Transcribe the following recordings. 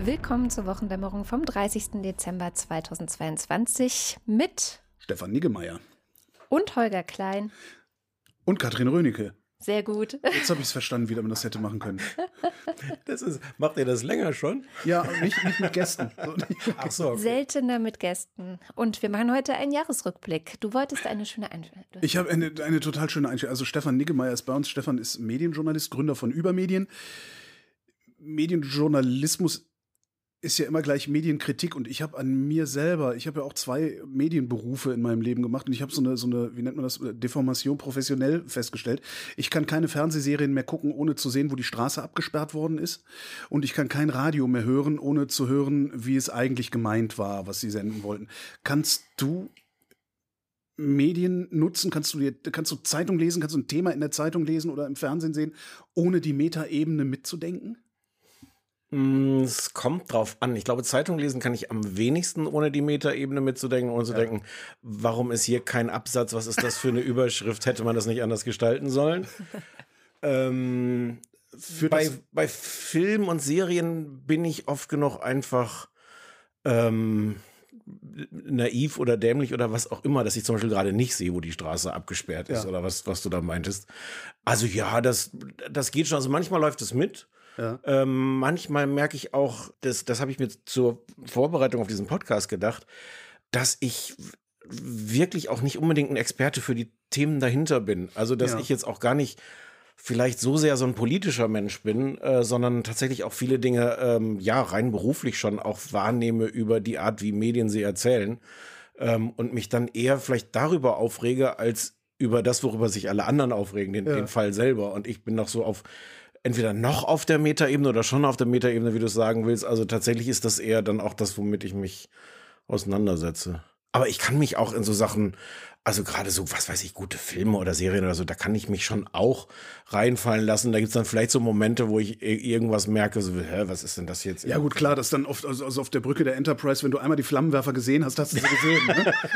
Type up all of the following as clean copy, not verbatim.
Willkommen zur Wochendämmerung vom 30. Dezember 2022 mit Stefan Niggemeier und Holger Klein und Katrin Rönecke. Sehr gut. Jetzt habe ich es verstanden, wie man das hätte machen können. Macht ihr das länger schon? Ja, nicht mit Gästen. Ach so, okay. Seltener mit Gästen. Und wir machen heute einen Jahresrückblick. Du wolltest eine schöne Einstellung. Ich habe eine total schöne Einstellung. Also Stefan Niggemeier ist bei uns. Stefan ist Medienjournalist, Gründer von Übermedien. Medienjournalismus ist ja immer gleich Medienkritik und ich habe an mir selber, ich habe ja auch 2 Medienberufe in meinem Leben gemacht und ich habe so eine, wie nennt man das, Deformation professionell festgestellt. Ich kann keine Fernsehserien mehr gucken, ohne zu sehen, wo die Straße abgesperrt worden ist, und ich kann kein Radio mehr hören, ohne zu hören, wie es eigentlich gemeint war, was sie senden wollten. Kannst du Medien nutzen? Kannst du Zeitung lesen, kannst du ein Thema in der Zeitung lesen oder im Fernsehen sehen, ohne die Metaebene mitzudenken? Es kommt drauf an. Ich glaube, Zeitung lesen kann ich am wenigsten, ohne die Metaebene mitzudenken, ohne zu denken, warum ist hier kein Absatz, was ist das für eine Überschrift, hätte man das nicht anders gestalten sollen? Bei Film und Serien bin ich oft genug einfach naiv oder dämlich oder was auch immer, dass ich zum Beispiel gerade nicht sehe, wo die Straße abgesperrt ist oder was du da meintest. Also ja, das geht schon. Also manchmal läuft es mit. Ja. Manchmal merke ich auch, das habe ich mir zur Vorbereitung auf diesen Podcast gedacht, dass ich wirklich auch nicht unbedingt ein Experte für die Themen dahinter bin. Also, dass ich jetzt auch gar nicht vielleicht so sehr so ein politischer Mensch bin, sondern tatsächlich auch viele Dinge, rein beruflich schon auch wahrnehme über die Art, wie Medien sie erzählen, und mich dann eher vielleicht darüber aufrege, als über das, worüber sich alle anderen aufregen, den Fall selber. Und ich bin noch so entweder noch auf der Metaebene oder schon auf der Metaebene, wie du es sagen willst. Also tatsächlich ist das eher dann auch das, womit ich mich auseinandersetze. Aber ich kann mich auch in so Sachen, also gerade so, was weiß ich, gute Filme oder Serien oder so, da kann ich mich schon auch reinfallen lassen. Da gibt es dann vielleicht so Momente, wo ich irgendwas merke, so, was ist denn das jetzt? Ja gut, klar, das ist dann oft, also auf der Brücke der Enterprise, wenn du einmal die Flammenwerfer gesehen hast, hast du sie gesehen.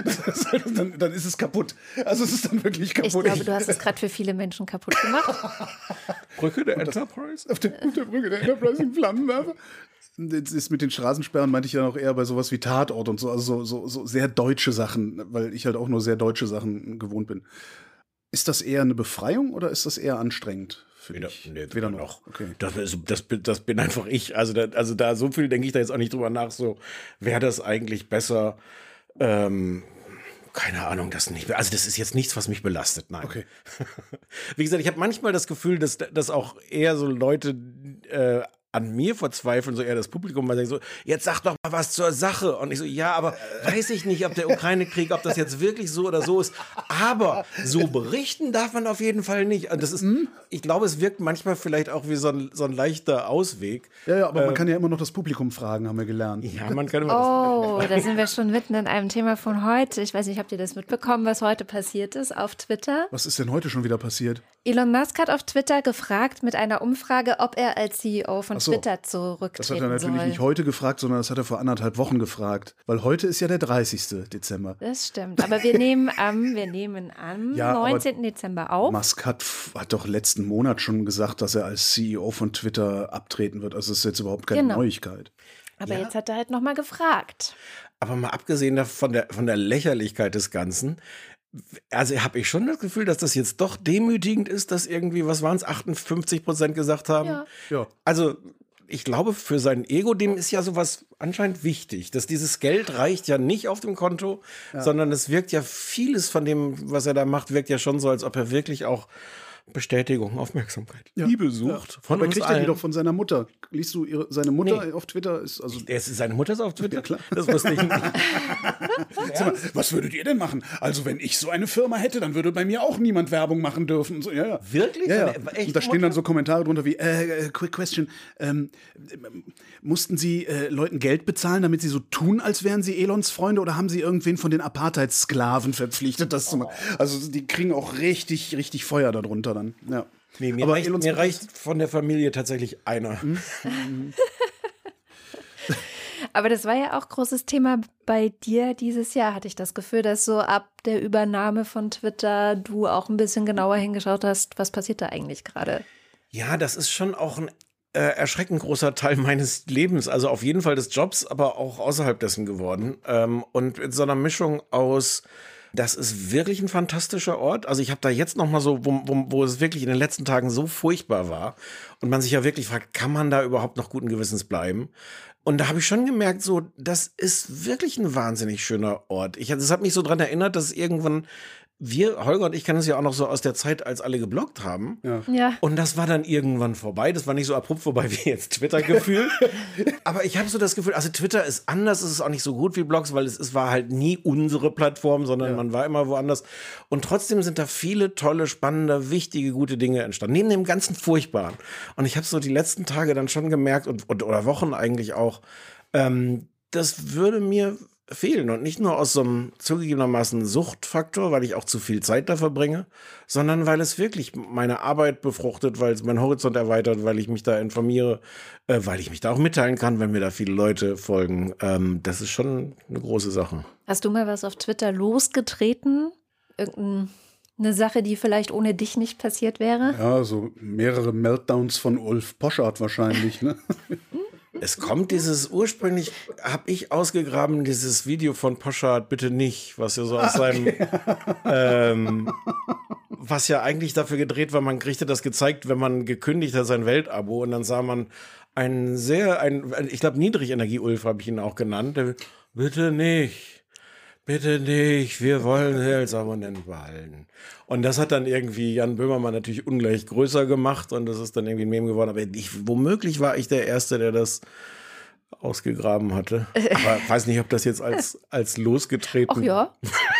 Ne? dann ist es kaputt. Also es ist dann wirklich kaputt. Ich glaube, du hast es gerade für viele Menschen kaputt gemacht. Brücke der Enterprise? Auf der Brücke der Enterprise die Flammenwerfer? Das ist mit den Straßensperren, meinte ich ja noch eher bei sowas wie Tatort und so, also so sehr deutsche Sachen, weil ich halt auch nur sehr deutsche Sachen gewohnt bin. Ist das eher eine Befreiung oder ist das eher anstrengend für dich? Weder noch. Okay. Das bin einfach ich. Also da so viel denke ich da jetzt auch nicht drüber nach, so wäre das eigentlich besser, keine Ahnung, das nicht. Also das ist jetzt nichts, was mich belastet, nein. Okay. Wie gesagt, ich habe manchmal das Gefühl, dass auch eher so Leute an mir verzweifeln, so eher das Publikum, mal sagen so, jetzt sag doch mal was zur Sache. Und ich so, ja, aber weiß ich nicht, ob der Ukraine-Krieg, ob das jetzt wirklich so oder so ist. Aber so berichten darf man auf jeden Fall nicht. Und das ist, ich glaube, es wirkt manchmal vielleicht auch wie so ein leichter Ausweg. Ja, aber man kann ja immer noch das Publikum fragen, haben wir gelernt. Ja, man kann immer da sind wir schon mitten in einem Thema von heute. Ich weiß nicht, habt ihr das mitbekommen, was heute passiert ist auf Twitter? Was ist denn heute schon wieder passiert? Elon Musk hat auf Twitter gefragt mit einer Umfrage, ob er als CEO von Twitter zurücktreten Das hat er natürlich soll. nicht heute gefragt, sondern das hat er vor 1,5 Wochen gefragt. Weil heute ist ja der 30. Dezember. Das stimmt, aber wir nehmen am 19. Dezember auf. Musk hat doch letzten Monat schon gesagt, dass er als CEO von Twitter abtreten wird. Also das ist jetzt überhaupt keine Neuigkeit. Aber jetzt hat er halt nochmal gefragt. Aber mal abgesehen von der Lächerlichkeit des Ganzen, also habe ich schon das Gefühl, dass das jetzt doch demütigend ist, dass irgendwie, was waren es, 58% gesagt haben. Ja. Also ich glaube, für sein Ego, dem ist ja sowas anscheinend wichtig, dass dieses Geld reicht ja nicht auf dem Konto, sondern es wirkt ja vieles von dem, was er da macht, wirkt ja schon so, als ob er wirklich auch Bestätigung, Aufmerksamkeit, Liebe sucht. Von uns kriegt er die doch von seiner Mutter. Liest du seine Mutter auf Twitter? Seine Mutter ist auf Twitter? Ja, klar. Das wusste ich nicht. Sag mal, was würdet ihr denn machen? Also wenn ich so eine Firma hätte, dann würde bei mir auch niemand Werbung machen dürfen. Und so, ja. Wirklich? Ja. Und da stehen dann so Kommentare drunter wie, quick question, mussten Sie Leuten Geld bezahlen, damit sie so tun, als wären sie Elons Freunde, oder haben sie irgendwen von den Apartheid-Sklaven verpflichtet, das zu machen? Also die kriegen auch richtig, richtig Feuer darunter dann. Ja. Nee, mir reicht von der Familie tatsächlich einer. Aber das war ja auch großes Thema bei dir dieses Jahr, hatte ich das Gefühl, dass so ab der Übernahme von Twitter du auch ein bisschen genauer hingeschaut hast, was passiert da eigentlich gerade? Ja, das ist schon auch ein erschreckend großer Teil meines Lebens, also auf jeden Fall des Jobs, aber auch außerhalb dessen geworden. Und in so einer Mischung aus, das ist wirklich ein fantastischer Ort. Also ich habe da jetzt noch mal so, wo es wirklich in den letzten Tagen so furchtbar war und man sich ja wirklich fragt, kann man da überhaupt noch guten Gewissens bleiben? Und da habe ich schon gemerkt, so, das ist wirklich ein wahnsinnig schöner Ort. Das hat mich so dran erinnert, dass irgendwann Holger und ich kennen es ja auch noch so aus der Zeit, als alle gebloggt haben. Ja. Und das war dann irgendwann vorbei. Das war nicht so abrupt vorbei wie jetzt Twitter-Gefühl. Aber ich habe so das Gefühl, also Twitter ist anders, es ist auch nicht so gut wie Blogs, weil es war halt nie unsere Plattform, sondern man war immer woanders. Und trotzdem sind da viele tolle, spannende, wichtige, gute Dinge entstanden. Neben dem ganzen Furchtbaren. Und ich habe so die letzten Tage dann schon gemerkt oder Wochen eigentlich auch, das würde mir fehlen und nicht nur aus so einem zugegebenermaßen Suchtfaktor, weil ich auch zu viel Zeit da verbringe, sondern weil es wirklich meine Arbeit befruchtet, weil es meinen Horizont erweitert, weil ich mich da informiere, weil ich mich da auch mitteilen kann, wenn mir da viele Leute folgen. Das ist schon eine große Sache. Hast du mal was auf Twitter losgetreten? Irgendeine Sache, die vielleicht ohne dich nicht passiert wäre? Ja, so mehrere Meltdowns von Ulf Poschardt wahrscheinlich, ne? Es kommt ursprünglich habe ich ausgegraben, dieses Video von Poschardt, bitte nicht, was ja so aus seinem, was ja eigentlich dafür gedreht war, man kriegte das gezeigt, wenn man gekündigt hat, sein Weltabo, und dann sah man ich glaube, Niedrigenergie-Ulf habe ich ihn auch genannt, bitte nicht, wir wollen sie als Abonnent behalten. Und das hat dann irgendwie Jan Böhmermann natürlich ungleich größer gemacht und das ist dann irgendwie ein Meme geworden. Aber womöglich war ich der Erste, der das ausgegraben hatte. Aber ich weiß nicht, ob das jetzt als losgetreten... Ach ja.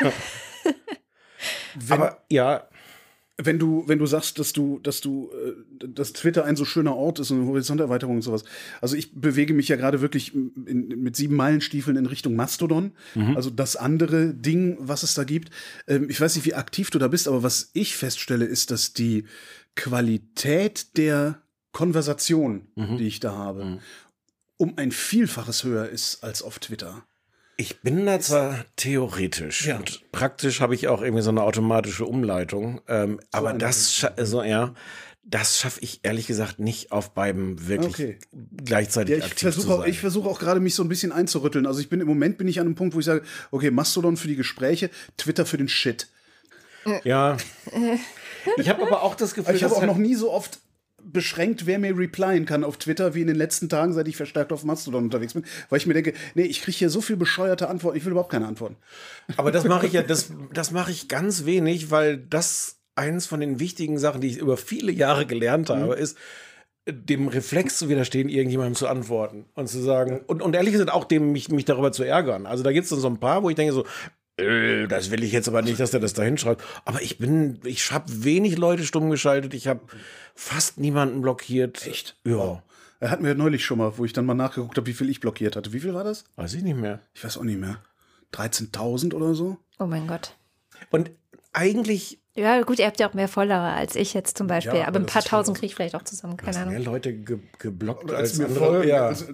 Aber ja... Wenn du sagst, dass Twitter ein so schöner Ort ist und eine Horizonterweiterung und sowas. Also ich bewege mich ja gerade wirklich mit 7 Meilenstiefeln in Richtung Mastodon. Also das andere Ding, was es da gibt. Ich weiß nicht, wie aktiv du da bist, aber was ich feststelle, ist, dass die Qualität der Konversation, die ich da habe, um ein Vielfaches höher ist als auf Twitter. Ich bin da zwar theoretisch und praktisch habe ich auch irgendwie so eine automatische Umleitung, aber das schaffe ich ehrlich gesagt nicht auf beiden wirklich gleichzeitig aktiv zu sein. Ich versuche auch gerade mich so ein bisschen einzurütteln. Also im Moment bin ich an einem Punkt, wo ich sage, okay, Mastodon für die Gespräche, Twitter für den Shit. Ja. Ich habe aber auch das Gefühl, ich habe auch noch nie so oft beschränkt, wer mir replyen kann auf Twitter, wie in den letzten Tagen, seit ich verstärkt auf Mastodon unterwegs bin, weil ich mir denke, nee, ich kriege hier so viel bescheuerte Antworten, ich will überhaupt keine Antworten. Aber das mache ich das mache ich ganz wenig, weil das eins von den wichtigen Sachen, die ich über viele Jahre gelernt habe, ist, dem Reflex zu widerstehen, irgendjemandem zu antworten und zu sagen, und ehrlich gesagt auch mich darüber zu ärgern. Also da gibt es dann so ein paar, wo ich denke so, das will ich jetzt aber nicht, dass der das da hinschreibt. Aber ich habe wenig Leute stumm geschaltet. Ich habe fast niemanden blockiert. Echt? Ja. Wow. Hatten wir neulich schon mal, wo ich dann mal nachgeguckt habe, wie viel ich blockiert hatte. Wie viel war das? Weiß ich nicht mehr. Ich weiß auch nicht mehr. 13.000 oder so? Oh mein Gott. Und eigentlich... Ja, gut, ihr habt ja auch mehr Follower als ich jetzt zum Beispiel. Ja, aber ein paar tausend kriege ich vielleicht auch zusammen. Keine Ahnung. Mehr Leute geblockt als mir andere. folgen. Ja. Also,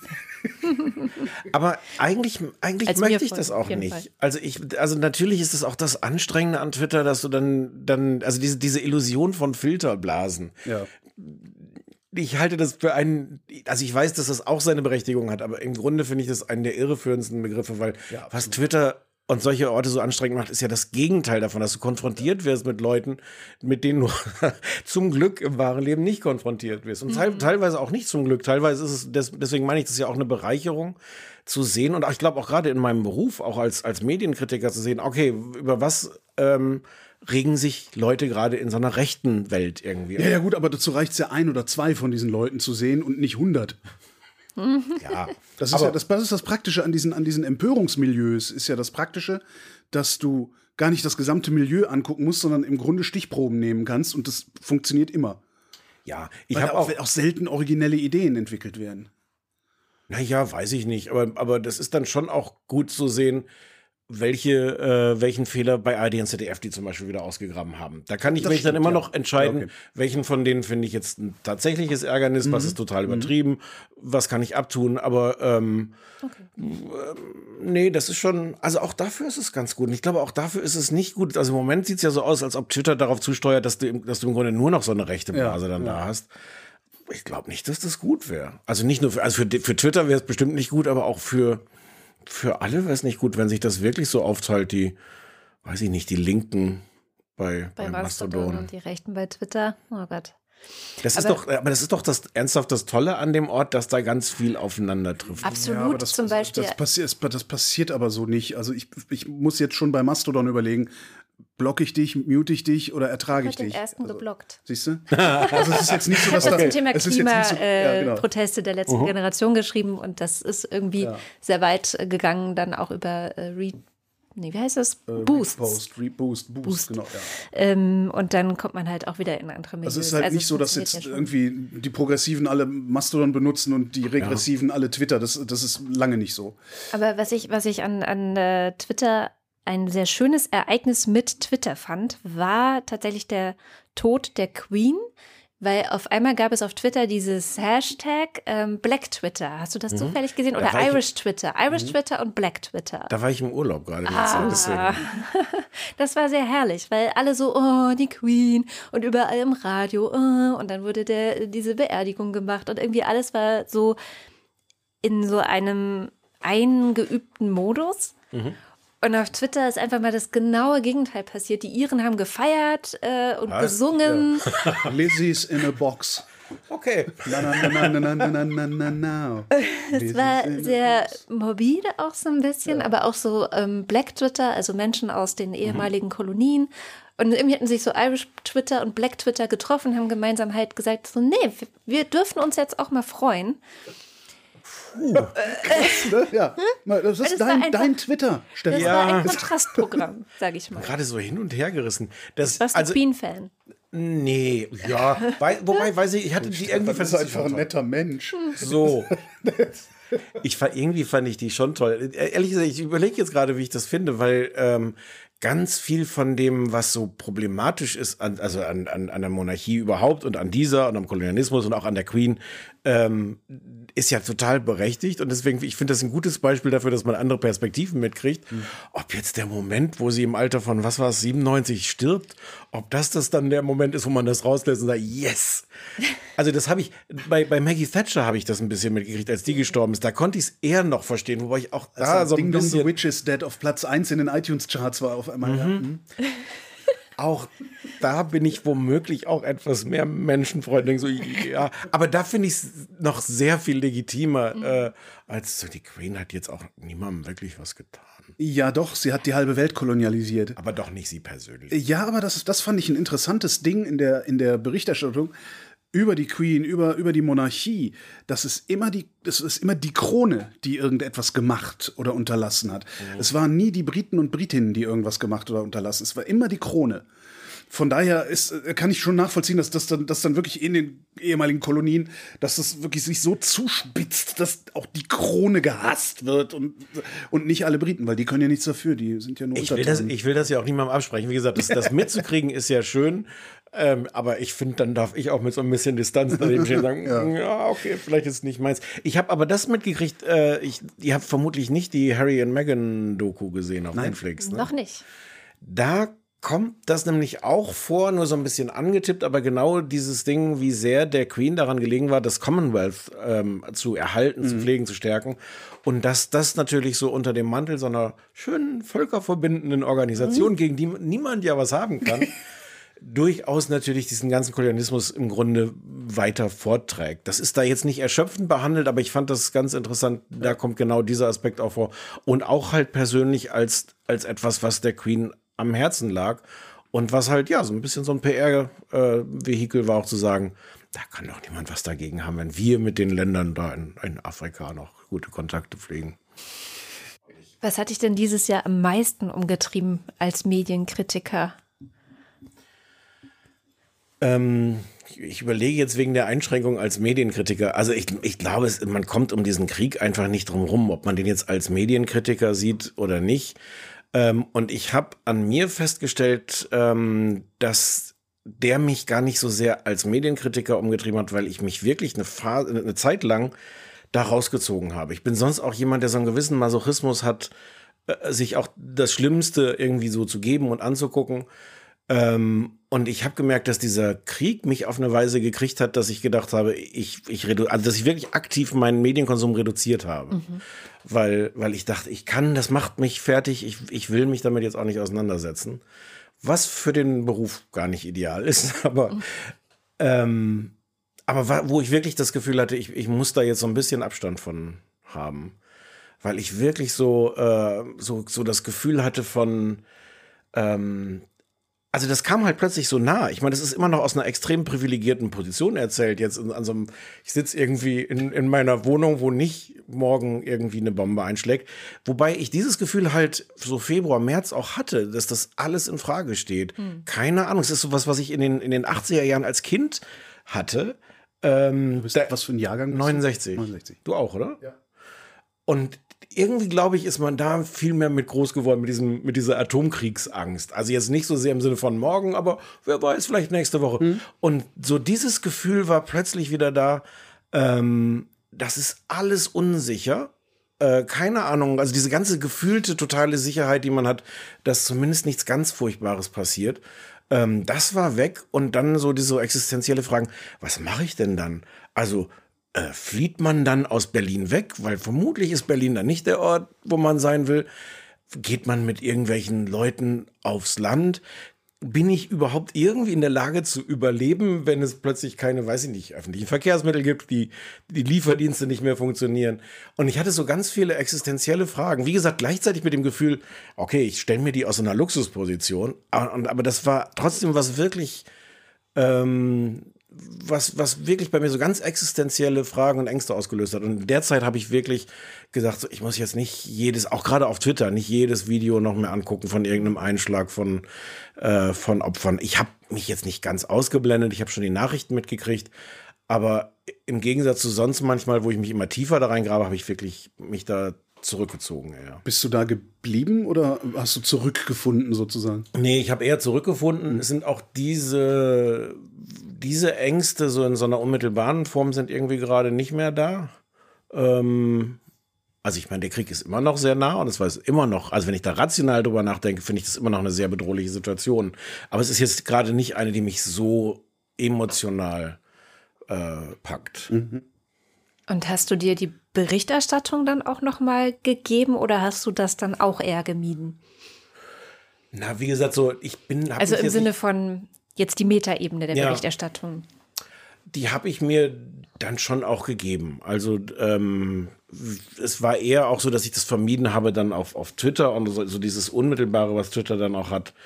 Aber eigentlich möchte ich das auch nicht. Also natürlich ist es auch das Anstrengende an Twitter, dass du dann also diese Illusion von Filterblasen. Ja. Ich halte das für also ich weiß, dass das auch seine Berechtigung hat, aber im Grunde finde ich das einen der irreführendsten Begriffe, weil was Twitter und solche Orte so anstrengend macht, ist ja das Gegenteil davon, dass du konfrontiert wirst mit Leuten, mit denen du zum Glück im wahren Leben nicht konfrontiert wirst. Und teilweise auch nicht zum Glück. Teilweise ist es, deswegen meine ich, das ist ja auch eine Bereicherung zu sehen. Und ich glaube auch gerade in meinem Beruf, auch als Medienkritiker zu sehen, okay, über was regen sich Leute gerade in so einer rechten Welt irgendwie. Ja, gut, aber dazu reicht es ja 1 oder 2 von diesen Leuten zu sehen und nicht 100. Ja, das ist das Praktische an diesen Empörungsmilieus, ist ja das Praktische, dass du gar nicht das gesamte Milieu angucken musst, sondern im Grunde Stichproben nehmen kannst und das funktioniert immer. Ja, ich habe auch selten originelle Ideen entwickelt werden. Naja, weiß ich nicht, aber das ist dann schon auch gut zu sehen, welchen Fehler bei ARD und ZDF die zum Beispiel wieder ausgegraben haben. Da kann ich mich dann immer noch entscheiden, welchen von denen finde ich jetzt ein tatsächliches Ärgernis, was ist total übertrieben, was kann ich abtun, aber nee, das ist schon, also auch dafür ist es ganz gut. Und ich glaube, auch dafür ist es nicht gut. Also im Moment sieht es ja so aus, als ob Twitter darauf zusteuert, dass du im Grunde nur noch so eine rechte Blase da hast. ich glaube nicht, dass das gut wäre. Also nicht nur für Twitter wäre es bestimmt nicht gut, aber auch für alle wäre es nicht gut, wenn sich das wirklich so aufteilt, die, weiß ich nicht, die Linken bei Mastodon und die Rechten bei Twitter. Oh Gott. Das ist doch ernsthaft das Tolle an dem Ort, dass da ganz viel aufeinander trifft. Absolut, ja, zum Beispiel. Das passiert aber so nicht. Also ich muss jetzt schon bei Mastodon überlegen, blocke ich dich, mute ich dich oder ertrage ich dich? Ich habe den ersten geblockt. Siehst du? Also es ist jetzt nicht so, dass das zum Thema genau. Proteste der letzten Generation geschrieben und das ist irgendwie sehr weit gegangen, dann auch über wie heißt das? Boost, genau, ja. Und dann kommt man halt auch wieder in andere Medien. Also es ist halt nicht so, dass jetzt irgendwie die Progressiven alle Mastodon benutzen und die Regressiven alle Twitter. Das ist lange nicht so. Aber was ich an Twitter ein sehr schönes Ereignis mit Twitter fand, war tatsächlich der Tod der Queen. Weil auf einmal gab es auf Twitter dieses Hashtag Black Twitter. Hast du das zufällig gesehen? Oder Irish Twitter. Irish Twitter und Black Twitter. Da war ich im Urlaub gerade. Das war sehr herrlich, weil alle so, oh, die Queen und überall im Radio. Oh, und dann wurde diese Beerdigung gemacht und irgendwie alles war so in so einem eingeübten Modus. Und auf Twitter ist einfach mal das genaue Gegenteil passiert. Die Iren haben gefeiert und gesungen. Ja. Lizzie's in a box. Okay. Es war sehr morbide auch so ein bisschen, aber auch so Black Twitter, also Menschen aus den ehemaligen Kolonien. Und irgendwie hatten sich so Irish Twitter und Black Twitter getroffen, haben gemeinsam halt gesagt, so nee, wir dürfen uns jetzt auch mal freuen. Krass, ne? Ja. Das ist dein Twitter, Stefan. Das war ein Kontrastprogramm, sage ich mal. Gerade so hin und her gerissen. Warst du Queen-Fan? Nee, ja. Wobei, weiß ich hatte die irgendwie... Das ist einfach ein netter Mensch. So. Irgendwie fand ich die schon toll. Ehrlich gesagt, ich überlege jetzt gerade, wie ich das finde, weil ganz viel von dem, was so problematisch ist, an der Monarchie überhaupt und an dieser und am Kolonialismus und auch an der Queen, ist ja total berechtigt. Und deswegen, ich finde das ein gutes Beispiel dafür, dass man andere Perspektiven mitkriegt. Ob jetzt der Moment, wo sie im Alter von, 97 stirbt, ob das dann der Moment ist, wo man das rauslässt und sagt, yes! Also das habe ich, bei Maggie Thatcher habe ich das ein bisschen mitgekriegt, als die gestorben ist. Da konnte ich es eher noch verstehen, wobei ich auch da so ein bisschen... The Witch is Dead auf Platz 1 in den iTunes-Charts war auf einmal. Auch da bin ich womöglich auch etwas mehr menschenfreundlich. So, ja. Aber da finde ich es noch sehr viel legitimer, als so die Queen hat jetzt auch niemandem wirklich was getan. Ja, doch, sie hat die halbe Welt kolonialisiert. Aber doch nicht sie persönlich. Ja, aber das fand ich ein interessantes Ding in der Berichterstattung über die Queen, über die Monarchie. Das ist immer die Krone, die irgendetwas gemacht oder unterlassen hat. Es waren nie die Briten und Britinnen, die irgendwas gemacht oder unterlassen. Es war immer die Krone. Von daher kann ich schon nachvollziehen, dass das dann wirklich in den ehemaligen Kolonien, dass das wirklich sich so zuspitzt, dass auch die Krone gehasst wird und nicht alle Briten, weil die können ja nichts dafür, die sind ja nur Untertanen. Ich will das ja auch niemandem absprechen. Wie gesagt, das mitzukriegen ist ja schön, aber ich finde, dann darf ich auch mit so ein bisschen Distanz daneben stehen und sagen, ja, okay, vielleicht ist es nicht meins. Ich habe aber das mitgekriegt, ihr habt vermutlich nicht die Harry und Meghan Doku gesehen auf Netflix. Ne? Noch nicht. Da kommt das nämlich auch vor, nur so ein bisschen angetippt, aber genau dieses Ding, wie sehr der Queen daran gelegen war, das Commonwealth zu erhalten, zu pflegen, zu stärken. Und dass das natürlich so unter dem Mantel so einer schönen völkerverbindenden Organisation, gegen die niemand ja was haben kann, durchaus natürlich diesen ganzen Kolonialismus im Grunde weiter vorträgt. Das ist da jetzt nicht erschöpfend behandelt, aber ich fand das ganz interessant. Da kommt genau dieser Aspekt auch vor. Und auch halt persönlich als etwas, was der Queen am Herzen lag und was halt, ja, so ein bisschen so ein PR-Vehikel war, auch zu sagen, da kann doch niemand was dagegen haben, wenn wir mit den Ländern da in Afrika noch gute Kontakte pflegen. Was hat dich denn dieses Jahr am meisten umgetrieben als Medienkritiker? Ich überlege jetzt wegen der Einschränkung als Medienkritiker. Also ich glaube, man kommt um diesen Krieg einfach nicht drum rum, ob man den jetzt als Medienkritiker sieht oder nicht. Und ich habe an mir festgestellt, dass der mich gar nicht so sehr als Medienkritiker umgetrieben hat, weil ich mich wirklich eine Zeit lang da rausgezogen habe. Ich bin sonst auch jemand, der so einen gewissen Masochismus hat, sich auch das Schlimmste irgendwie so zu geben und anzugucken. Und ich habe gemerkt, dass dieser Krieg mich auf eine Weise gekriegt hat, dass ich gedacht habe, dass ich wirklich aktiv meinen Medienkonsum reduziert habe. Weil ich dachte, das macht mich fertig, ich will mich damit jetzt auch nicht auseinandersetzen. Was für den Beruf gar nicht ideal ist, aber wo ich wirklich das Gefühl hatte, ich muss da jetzt so ein bisschen Abstand von haben. Weil ich wirklich so das Gefühl hatte von, also das kam halt plötzlich so nah. Ich meine, das ist immer noch aus einer extrem privilegierten Position erzählt. Jetzt ich sitze irgendwie in meiner Wohnung, wo nicht morgen irgendwie eine Bombe einschlägt. Wobei ich dieses Gefühl halt so Februar, März auch hatte, dass das alles in Frage steht. Keine Ahnung, es ist sowas, was ich in den 80er Jahren als Kind hatte. Was für ein Jahrgang? 69. 69. Du auch, oder? Ja. Und irgendwie, glaube ich, ist man da viel mehr mit groß geworden, mit dieser Atomkriegsangst. Also jetzt nicht so sehr im Sinne von morgen, aber wer weiß, vielleicht nächste Woche. Und so dieses Gefühl war plötzlich wieder da, das ist alles unsicher. Keine Ahnung, also diese ganze gefühlte, totale Sicherheit, die man hat, dass zumindest nichts ganz Furchtbares passiert. Das war weg und dann so diese existenzielle Fragen, was mache ich denn dann? Also flieht man dann aus Berlin weg? Weil vermutlich ist Berlin dann nicht der Ort, wo man sein will. Geht man mit irgendwelchen Leuten aufs Land? Bin ich überhaupt irgendwie in der Lage zu überleben, wenn es plötzlich keine, weiß ich nicht, öffentlichen Verkehrsmittel gibt, die Lieferdienste nicht mehr funktionieren? Und ich hatte so ganz viele existenzielle Fragen. Wie gesagt, gleichzeitig mit dem Gefühl, okay, ich stelle mir die aus so einer Luxusposition. Aber das war trotzdem was wirklich was wirklich bei mir so ganz existenzielle Fragen und Ängste ausgelöst hat. Und in der Zeit habe ich wirklich gesagt, so, ich muss jetzt nicht auch gerade auf Twitter, nicht jedes Video noch mehr angucken von irgendeinem Einschlag von Opfern. Ich habe mich jetzt nicht ganz ausgeblendet, ich habe schon die Nachrichten mitgekriegt, aber im Gegensatz zu sonst manchmal, wo ich mich immer tiefer da reingrabe, habe ich wirklich mich da zurückgezogen. Ja. Bist du da geblieben oder hast du zurückgefunden sozusagen? Nee, ich habe eher zurückgefunden. Es sind auch diese Ängste so in so einer unmittelbaren Form sind irgendwie gerade nicht mehr da. Also ich meine, der Krieg ist immer noch sehr nah und es war immer noch, also wenn ich da rational drüber nachdenke, finde ich das immer noch eine sehr bedrohliche Situation. Aber es ist jetzt gerade nicht eine, die mich so emotional packt. Und hast du dir die Berichterstattung dann auch nochmal gegeben oder hast du das dann auch eher gemieden? Na, wie gesagt, so also im Sinne von jetzt die Metaebene der Berichterstattung. Die habe ich mir dann schon auch gegeben. Also es war eher auch so, dass ich das vermieden habe dann auf Twitter und so dieses Unmittelbare, was Twitter dann auch hat,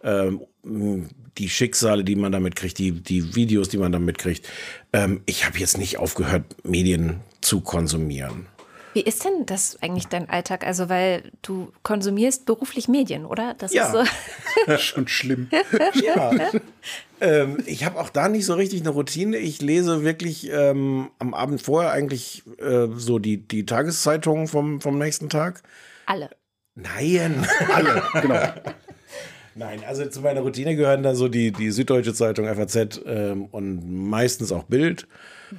die Schicksale, die man damit kriegt, die Videos, die man damit kriegt. Ich habe jetzt nicht aufgehört, Medien zu konsumieren. Wie ist denn das eigentlich dein Alltag? Also, weil du konsumierst beruflich Medien, oder? Das ist so. Das ist schon schlimm. Ja. Ich habe auch da nicht so richtig eine Routine. Ich lese wirklich am Abend vorher eigentlich so die Tageszeitungen vom nächsten Tag. Alle? Nein. Alle, genau. Nein, also zu meiner Routine gehören dann so die Süddeutsche Zeitung, FAZ und meistens auch Bild.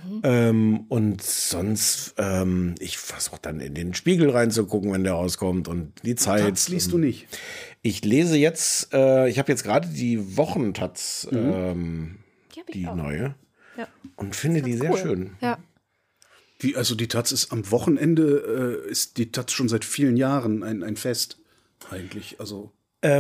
Und sonst, ich versuche dann in den Spiegel reinzugucken, wenn der rauskommt und die Zeit. Taz liest du nicht? Ich lese jetzt, ich habe jetzt gerade die Wochentaz, die neue, und finde die sehr schön. Ja. Also die Taz ist am Wochenende, ist die Taz schon seit vielen Jahren ein Fest eigentlich, also.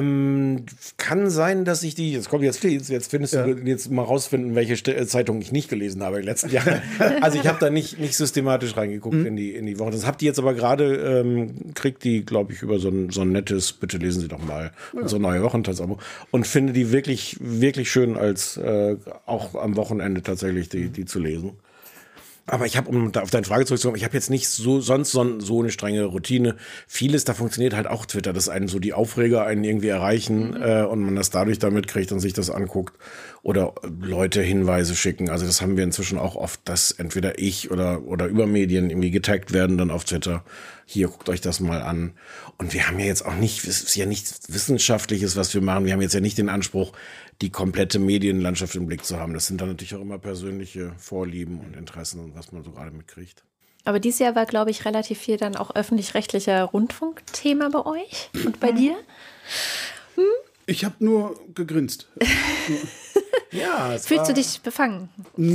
Kann sein, dass ich jetzt findest du jetzt mal rausfinden, welche Zeitung ich nicht gelesen habe in den letzten Jahren. Also ich habe da nicht systematisch reingeguckt in die Woche. Das habt ihr jetzt aber gerade, kriegt die, glaube ich, über so ein nettes, bitte lesen Sie doch mal, so ein neue Wochentaz-Abo. Und finde die wirklich, wirklich schön, als auch am Wochenende tatsächlich die zu lesen. Aber ich habe, um da auf deine Frage zurückzukommen, ich habe jetzt nicht sonst so eine strenge Routine. Vieles, da funktioniert halt auch Twitter, dass einen so die Aufreger einen irgendwie erreichen und man das dadurch da mitkriegt und sich das anguckt oder Leute Hinweise schicken. Also das haben wir inzwischen auch oft, dass entweder ich oder über Medien irgendwie getaggt werden dann auf Twitter. Hier, guckt euch das mal an. Und wir haben ja jetzt auch nicht, es ist ja nichts Wissenschaftliches, was wir machen. Wir haben jetzt ja nicht den Anspruch, die komplette Medienlandschaft im Blick zu haben. Das sind dann natürlich auch immer persönliche Vorlieben und Interessen und was man so gerade mitkriegt. Aber dieses Jahr war, glaube ich, relativ viel dann auch öffentlich-rechtlicher Rundfunkthema bei euch und bei dir. Ich habe nur gegrinst. Ja, Fühlst du dich befangen?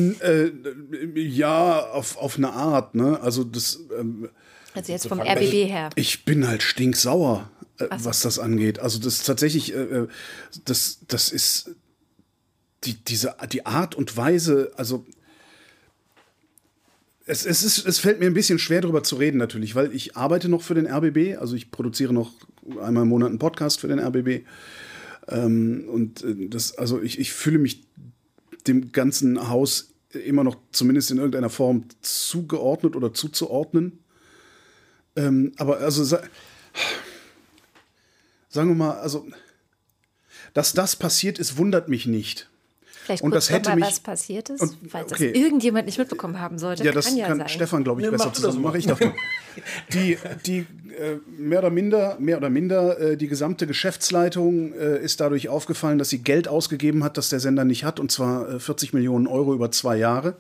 Ja, auf eine Art, ne? Also das. Also jetzt vom RBB her. Ich bin halt stinksauer, was das angeht. Also das ist tatsächlich, das ist die Art und Weise, also es fällt mir ein bisschen schwer darüber zu reden natürlich, weil ich arbeite noch für den RBB, also ich produziere noch einmal im Monat einen Podcast für den RBB. Also ich fühle mich dem ganzen Haus immer noch zumindest in irgendeiner Form zugeordnet oder zuzuordnen. Aber also sagen wir mal, also dass das passiert ist, wundert mich nicht. Vielleicht und kurz das hätte mal, mich, was passiert ist, und, falls das okay. irgendjemand nicht mitbekommen haben sollte. Ja, das kann ja kann sein. Stefan, glaube ich, Nee, besser mach zusammen. das mal. Mache ich davon. Die mehr oder minder die gesamte Geschäftsleitung ist dadurch aufgefallen, dass sie Geld ausgegeben hat, das der Sender nicht hat, und zwar 40 Millionen Euro über 2 Jahre.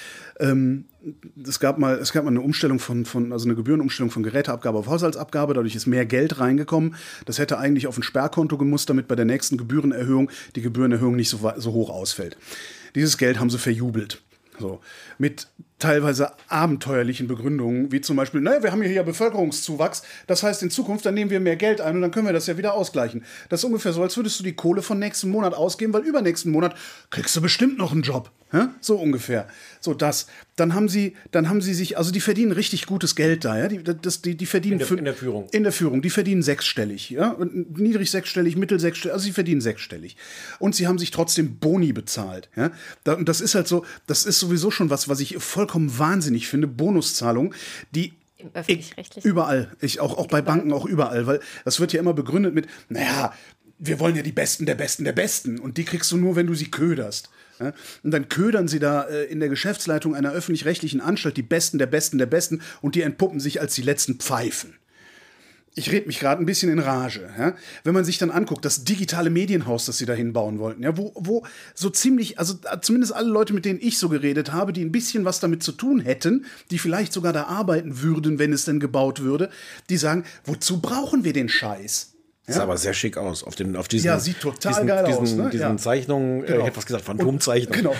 Es gab mal eine Umstellung also eine Gebührenumstellung von Geräteabgabe auf Haushaltsabgabe, dadurch ist mehr Geld reingekommen. Das hätte eigentlich auf ein Sperrkonto gemusst, damit bei der nächsten Gebührenerhöhung die Gebührenerhöhung nicht so hoch ausfällt. Dieses Geld haben sie verjubelt. So. Mit teilweise abenteuerlichen Begründungen, wie zum Beispiel, naja, wir haben hier Bevölkerungszuwachs, das heißt in Zukunft, dann nehmen wir mehr Geld ein und dann können wir das ja wieder ausgleichen. Das ist ungefähr so, als würdest du die Kohle von nächsten Monat ausgeben, weil übernächsten Monat kriegst du bestimmt noch einen Job. Ja? So ungefähr. So das. Dann haben sie sich, also die verdienen richtig gutes Geld da, ja. Die verdienen in der Führung. In der Führung, die verdienen sechsstellig, ja. Und niedrig sechsstellig, mittel sechsstellig, also sie verdienen sechsstellig. Und sie haben sich trotzdem Boni bezahlt. Ja? Und das ist halt so, das ist sowieso schon was ich vollkommen wahnsinnig finde, Bonuszahlungen, die Im öffentlich-rechtlichen? Überall. Auch bei Banken, auch überall, weil das wird ja immer begründet mit, naja, wir wollen ja die Besten der Besten der Besten und die kriegst du nur, wenn du sie köderst. Ja? Und dann ködern sie da in der Geschäftsleitung einer öffentlich-rechtlichen Anstalt die Besten der Besten der Besten und die entpuppen sich als die letzten Pfeifen. Ich rede mich gerade ein bisschen in Rage. Ja? Wenn man sich dann anguckt, das digitale Medienhaus, das sie da hinbauen wollten, ja, wo so ziemlich, also zumindest alle Leute, mit denen ich so geredet habe, die ein bisschen was damit zu tun hätten, die vielleicht sogar da arbeiten würden, wenn es denn gebaut würde, die sagen, wozu brauchen wir den Scheiß? Ja? Sah aber sehr schick aus. Auf diesen, ja, sieht total geil aus. Ne? Diesen Ja. Zeichnungen, Genau. ich hätte was gesagt, Phantomzeichnungen. Genau.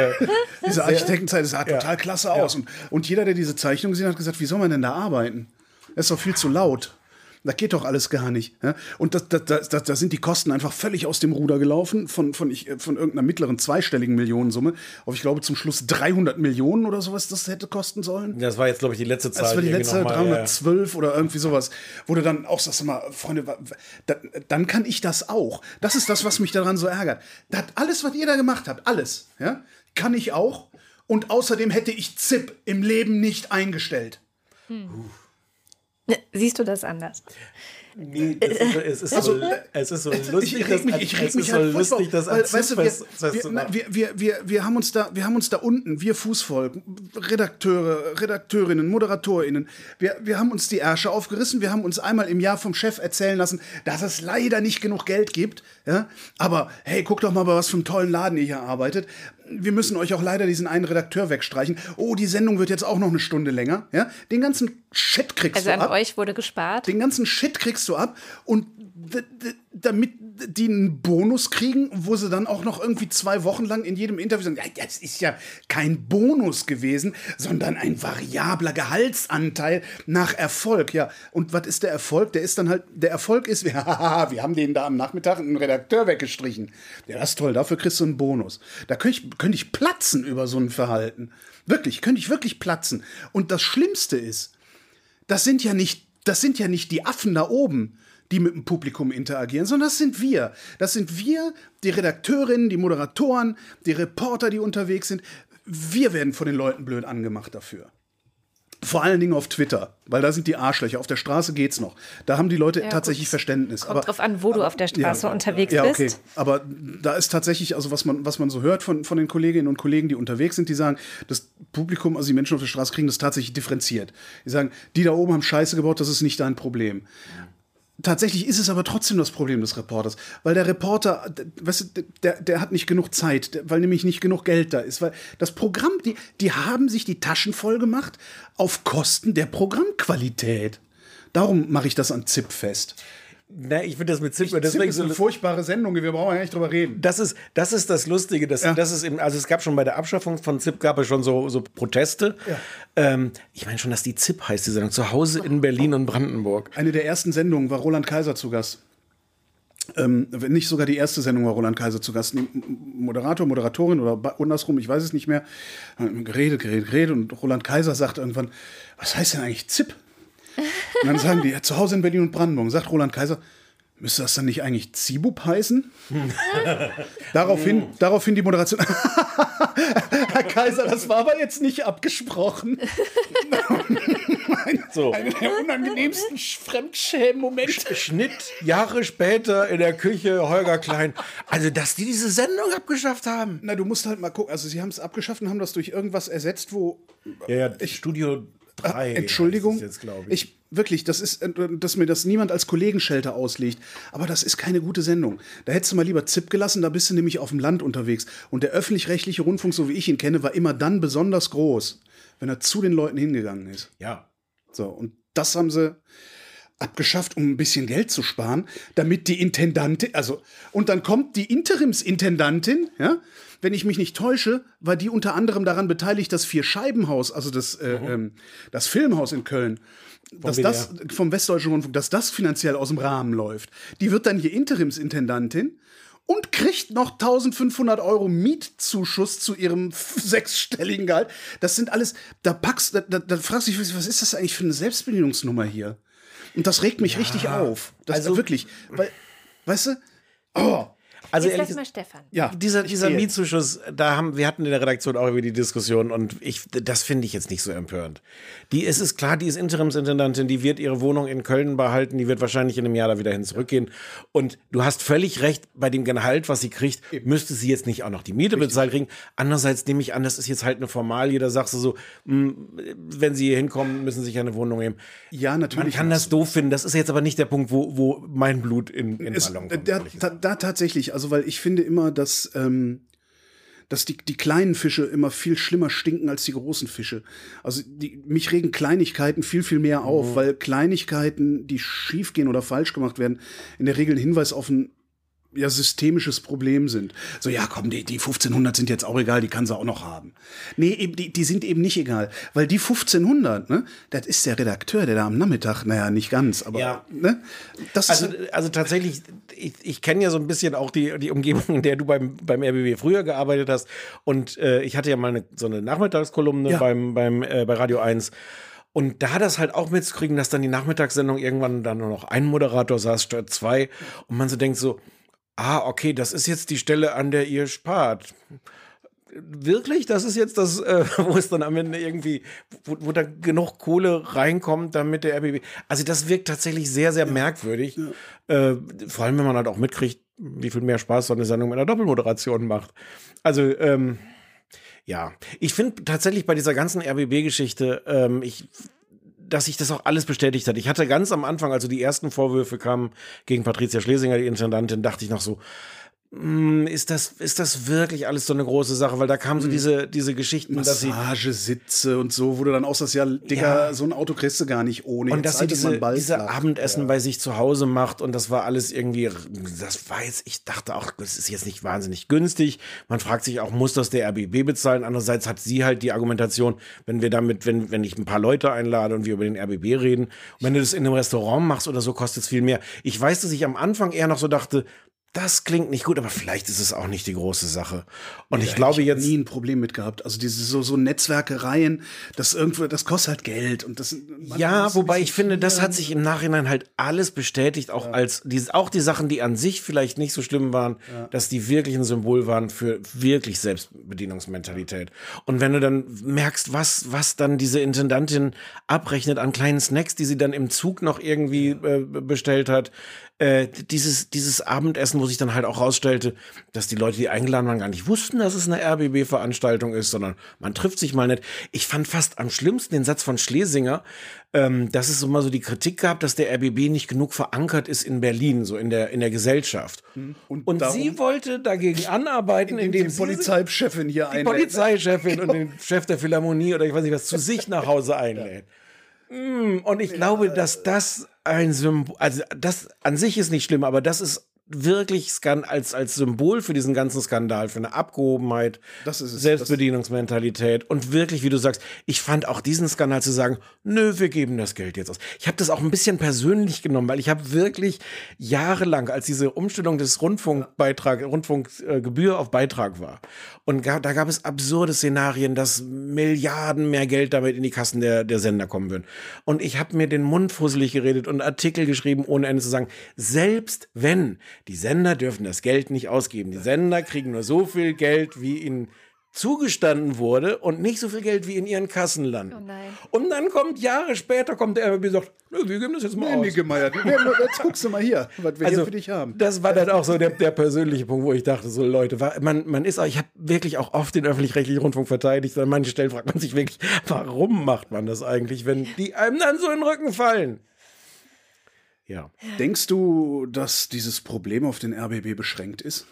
Diese Architektenzeit, das sah total klasse aus. Und jeder, der diese Zeichnung gesehen hat, gesagt, wie soll man denn da arbeiten? Das ist doch viel zu laut. Das geht doch alles gar nicht. Ja? Und da sind die Kosten einfach völlig aus dem Ruder gelaufen, von irgendeiner mittleren zweistelligen Millionensumme auf, ich glaube, zum Schluss 300 Millionen oder sowas das hätte kosten sollen. Das war jetzt, glaube ich, die letzte Zahl. Das war die letzte, mal, 312 oder irgendwie sowas. Wo du dann auch sagst, mal, Freunde, dann kann ich das auch. Das ist das, was mich daran so ärgert. Alles, was ihr da gemacht habt, alles, ja, kann ich auch. Und außerdem hätte ich ZIP im Leben nicht eingestellt. Siehst du das anders? Nee, es ist so lustig, wir haben uns da unten, wir Fußvolk, Redakteure, Redakteurinnen, ModeratorInnen, wir haben uns die Ärsche aufgerissen, wir haben uns einmal im Jahr vom Chef erzählen lassen, dass es leider nicht genug Geld gibt, ja? Aber hey, guck doch mal, bei was für einem tollen Laden ihr hier arbeitet. Wir müssen euch auch leider diesen einen Redakteur wegstreichen. Oh, die Sendung wird jetzt auch noch eine Stunde länger. Ja? Den ganzen Shit kriegst du ab. Also an euch wurde gespart? Den ganzen Shit kriegst du ab. Und damit die einen Bonus kriegen, wo sie dann auch noch irgendwie 2 Wochen lang in jedem Interview sagen, ja, das ist ja kein Bonus gewesen, sondern ein variabler Gehaltsanteil nach Erfolg. Ja, und was ist der Erfolg? Der Erfolg ist, wir haben den da am Nachmittag einen Redakteur weggestrichen. Ja, das ist toll, dafür kriegst du einen Bonus. Da könnte ich platzen über so ein Verhalten. Wirklich, könnte ich wirklich platzen. Und das Schlimmste ist, das sind ja nicht die Affen da oben, die mit dem Publikum interagieren, sondern das sind wir. Das sind wir, die Redakteurinnen, die Moderatoren, die Reporter, die unterwegs sind. Wir werden von den Leuten blöd angemacht dafür. Vor allen Dingen auf Twitter, weil da sind die Arschlöcher. Auf der Straße geht's noch. Da haben die Leute tatsächlich Verständnis. Kommt drauf an, wo du auf der Straße unterwegs bist. Ja, okay. bist. Aber da ist tatsächlich, also was man so hört von den Kolleginnen und Kollegen, die unterwegs sind, die sagen, das Publikum, also die Menschen auf der Straße kriegen das tatsächlich differenziert. Die sagen, die da oben haben Scheiße gebaut, das ist nicht dein Problem. Tatsächlich ist es aber trotzdem das Problem des Reporters, weil der Reporter, weißt du, der hat nicht genug Zeit, weil nämlich nicht genug Geld da ist, weil das Programm, die haben sich die Taschen voll gemacht auf Kosten der Programmqualität. Darum mache ich das an ZIP fest. Ne, ich finde das mit ZIP, Das ist eine furchtbare Sendung, wir brauchen ja nicht drüber reden. Das ist das Lustige, das ist eben, also es gab schon bei der Abschaffung von ZIP gab es schon so Proteste. Ja. Ich meine schon, dass die ZIP heißt, die Sendung, zu Hause in Berlin und Brandenburg. Eine der ersten Sendungen war Roland Kaiser zu Gast. Wenn nicht sogar die erste Sendung war Roland Kaiser zu Gast. Moderator, Moderatorin oder andersrum, ich weiß es nicht mehr. Geredet und Roland Kaiser sagt irgendwann, was heißt denn eigentlich ZIP? Und dann sagen die, ja, zu Hause in Berlin und Brandenburg. Sagt Roland Kaiser, müsste das dann nicht eigentlich Zibub heißen? Daraufhin die Moderation. Herr Kaiser, das war aber jetzt nicht abgesprochen. Einer der unangenehmsten Fremdschämen-Momente. Schnitt, Jahre später in der Küche, Holger Klein. Also, dass die diese Sendung abgeschafft haben. Na, du musst halt mal gucken. Also, sie haben es abgeschafft und haben das durch irgendwas ersetzt, wo... Ja, Studio 3. Entschuldigung, jetzt, ich. Wirklich, das ist, dass mir das niemand als Kollegenschelte auslegt. Aber das ist keine gute Sendung. Da hättest du mal lieber ZIP gelassen, da bist du nämlich auf dem Land unterwegs. Und der öffentlich-rechtliche Rundfunk, so wie ich ihn kenne, war immer dann besonders groß, wenn er zu den Leuten hingegangen ist. Ja. So, und das haben sie abgeschafft, um ein bisschen Geld zu sparen, damit die Intendantin, und dann kommt die Interimsintendantin, ja, wenn ich mich nicht täusche, war die unter anderem daran beteiligt, das Vierscheibenhaus, also das Filmhaus in Köln, vom Westdeutschen Rundfunk, dass das finanziell aus dem Rahmen läuft. Die wird dann hier Interimsintendantin und kriegt noch 1.500 € Mietzuschuss zu ihrem 6-stelligen Gehalt. Das sind alles, da fragst du dich, was ist das eigentlich für eine Selbstbedienungsnummer hier? Und das regt mich richtig auf. Das wirklich, weil, weißt du, Also jetzt lass mal Stefan. Ja, dieser Mietzuschuss, wir hatten in der Redaktion auch über die Diskussion und das finde ich jetzt nicht so empörend. Es ist klar, die ist Interimsintendantin, die wird ihre Wohnung in Köln behalten, die wird wahrscheinlich in einem Jahr da wieder hin zurückgehen. Und du hast völlig recht, bei dem Gehalt, was sie kriegt, müsste sie jetzt nicht auch noch die Miete bezahlt kriegen. Andererseits nehme ich an, das ist jetzt halt eine Formalie, da sagst du so, wenn sie hier hinkommen, müssen sie sich eine Wohnung nehmen. Ja, natürlich. Man kann das doof finden, das ist jetzt aber nicht der Punkt, wo mein Blut in Ballon kommt. Da tatsächlich, also weil ich finde immer, dass die kleinen Fische immer viel schlimmer stinken als die großen Fische. Also mich regen Kleinigkeiten viel, viel mehr auf, weil Kleinigkeiten, die schief gehen oder falsch gemacht werden, in der Regel ein Hinweis auf ein systemisches Problem sind. So, ja, komm, die 1.500 sind jetzt auch egal, die kann sie auch noch haben. Nee, eben, die sind eben nicht egal, weil die 1.500, ne, das ist der Redakteur, der da am Nachmittag, naja, nicht ganz, aber, ja. Ne, das also tatsächlich, ich kenne ja so ein bisschen auch die Umgebung, in der du beim RBB früher gearbeitet hast und ich hatte ja mal so eine Nachmittagskolumne bei Radio 1. Und da das halt auch mitzukriegen, dass dann die Nachmittagssendung irgendwann dann nur noch ein Moderator saß statt 2 und man so denkt so, okay, das ist jetzt die Stelle, an der ihr spart. Wirklich? Das ist jetzt das, wo es dann am Ende irgendwie, wo da genug Kohle reinkommt, damit der RBB. Also das wirkt tatsächlich sehr, sehr merkwürdig. Ja. Vor allem, wenn man halt auch mitkriegt, wie viel mehr Spaß so eine Sendung mit einer Doppelmoderation macht. Also, ja. Ich finde tatsächlich bei dieser ganzen RBB-Geschichte, dass sich das auch alles bestätigt hat. Ich hatte ganz am Anfang, also die ersten Vorwürfe kamen gegen Patricia Schlesinger, die Intendantin, dachte ich noch so, ist das wirklich alles so eine große Sache? Weil da kamen so diese Geschichten, Massagesitze und so, wo du dann auch sagst, ja, Digga, so ein Auto kriegst du gar nicht ohne. Und dass sie diese Abendessen bei sich zu Hause macht und das war alles irgendwie, ich dachte auch, das ist jetzt nicht wahnsinnig günstig. Man fragt sich auch, muss das der RBB bezahlen? Andererseits hat sie halt die Argumentation, wenn ich ein paar Leute einlade und wir über den RBB reden, und wenn du das in einem Restaurant machst oder so, kostet es viel mehr. Ich weiß, dass ich am Anfang eher noch so dachte, das klingt nicht gut, aber vielleicht ist es auch nicht die große Sache. Und ich glaube jetzt nie ein Problem mit gehabt. Also diese so Netzwerkereien, das kostet halt Geld und das. Ja, wobei ich finde, das hat sich im Nachhinein halt alles bestätigt, auch auch die Sachen, die an sich vielleicht nicht so schlimm waren, dass die wirklich ein Symbol waren für wirklich Selbstbedienungsmentalität. Und wenn du dann merkst, was dann diese Intendantin abrechnet an kleinen Snacks, die sie dann im Zug noch irgendwie bestellt hat, dieses Abendessen, wo sich dann halt auch rausstellte, dass die Leute, die eingeladen waren, gar nicht wussten, dass es eine RBB-Veranstaltung ist, sondern man trifft sich mal nicht. Ich fand fast am schlimmsten den Satz von Schlesinger, dass es so mal so die Kritik gab, dass der RBB nicht genug verankert ist in Berlin, so in der Gesellschaft. Und sie wollte dagegen anarbeiten, indem die Polizeichefin hier die Polizeichefin und den Chef der Philharmonie oder ich weiß nicht was zu sich nach Hause einlädt. Und ich glaube, dass das ein Symbol, also das an sich ist nicht schlimm, aber das ist wirklich als Symbol für diesen ganzen Skandal, für eine Abgehobenheit, Das ist es. Selbstbedienungsmentalität und wirklich, wie du sagst, ich fand auch diesen Skandal zu sagen, nö, wir geben das Geld jetzt aus. Ich habe das auch ein bisschen persönlich genommen, weil ich habe wirklich jahrelang, als diese Umstellung des Rundfunkgebühr auf Beitrag war und da gab es absurde Szenarien, dass Milliarden mehr Geld damit in die Kassen der Sender kommen würden. Und ich habe mir den Mund fusselig geredet und Artikel geschrieben, ohne Ende zu sagen, selbst wenn die Sender dürfen das Geld nicht ausgeben. Die Sender kriegen nur so viel Geld, wie ihnen zugestanden wurde und nicht so viel Geld, wie in ihren Kassen landen. Oh nein. Und dann Jahre später kommt der RBB und sagt, wir geben das jetzt mal aus. Niggemeier, jetzt guckst du mal hier, was wir hier für dich haben. Das war dann auch so der persönliche Punkt, wo ich dachte, so Leute, man ist auch, ich habe wirklich auch oft den öffentlich-rechtlichen Rundfunk verteidigt. An manchen Stellen fragt man sich wirklich, warum macht man das eigentlich, wenn die einem dann so in den Rücken fallen? Ja. Denkst du, dass dieses Problem auf den RBB beschränkt ist?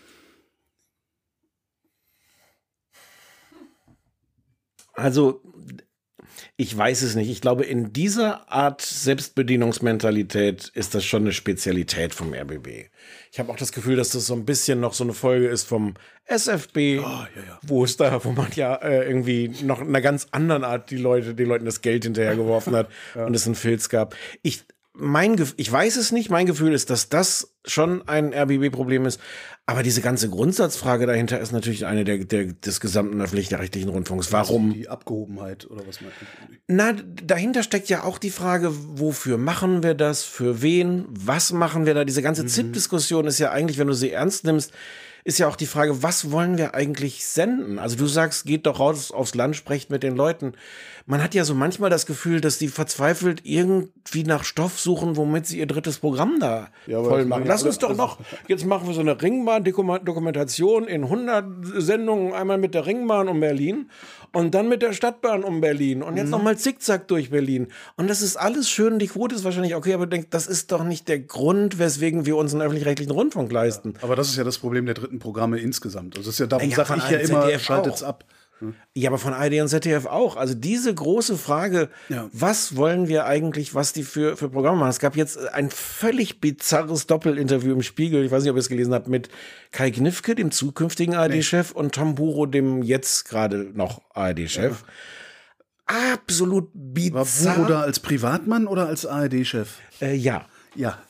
Also, ich weiß es nicht. Ich glaube, in dieser Art Selbstbedienungsmentalität ist das schon eine Spezialität vom RBB. Ich habe auch das Gefühl, dass das so ein bisschen noch so eine Folge ist vom SFB, wo man ja irgendwie noch in einer ganz anderen Art den Leuten das Geld hinterhergeworfen hat und es einen Filz gab. Ich weiß es nicht, mein Gefühl ist, dass das schon ein RBB-Problem ist, aber diese ganze Grundsatzfrage dahinter ist natürlich eine des gesamten öffentlich-rechtlichen Rundfunks. Warum? Also die Abgehobenheit oder was meinst du? Na, dahinter steckt ja auch die Frage, wofür machen wir das, für wen, was machen wir da? Diese ganze ZIP-Diskussion ist ja eigentlich, wenn du sie ernst nimmst, ist ja auch die Frage, was wollen wir eigentlich senden? Also du sagst, geht doch raus aufs Land, sprecht mit den Leuten. Man hat ja so manchmal das Gefühl, dass die verzweifelt irgendwie nach Stoff suchen, womit sie ihr drittes Programm da voll machen. Lass uns doch noch, jetzt machen wir so eine Ringbahn-Dokumentation in 100 Sendungen, einmal mit der Ringbahn um Berlin und dann mit der Stadtbahn um Berlin und jetzt nochmal zickzack durch Berlin. Und das ist alles schön, die Quote ist wahrscheinlich okay, aber denkt, das ist doch nicht der Grund, weswegen wir uns einen öffentlich-rechtlichen Rundfunk leisten. Aber das ist ja das Problem der dritten Programme insgesamt. Also das ist ja, darum sage ich von ja immer, ZDF schaltet's ab. Ja, aber von ARD und ZDF auch. Also diese große Frage, was wollen wir eigentlich, was die für Programme machen? Es gab jetzt ein völlig bizarres Doppelinterview im Spiegel, ich weiß nicht, ob ihr es gelesen habt, mit Kai Gniffke, dem zukünftigen ARD-Chef, und Tom Buro, dem jetzt gerade noch ARD-Chef. Ja. Absolut bizarr. War Buro da als Privatmann oder als ARD-Chef? Ja. Ja.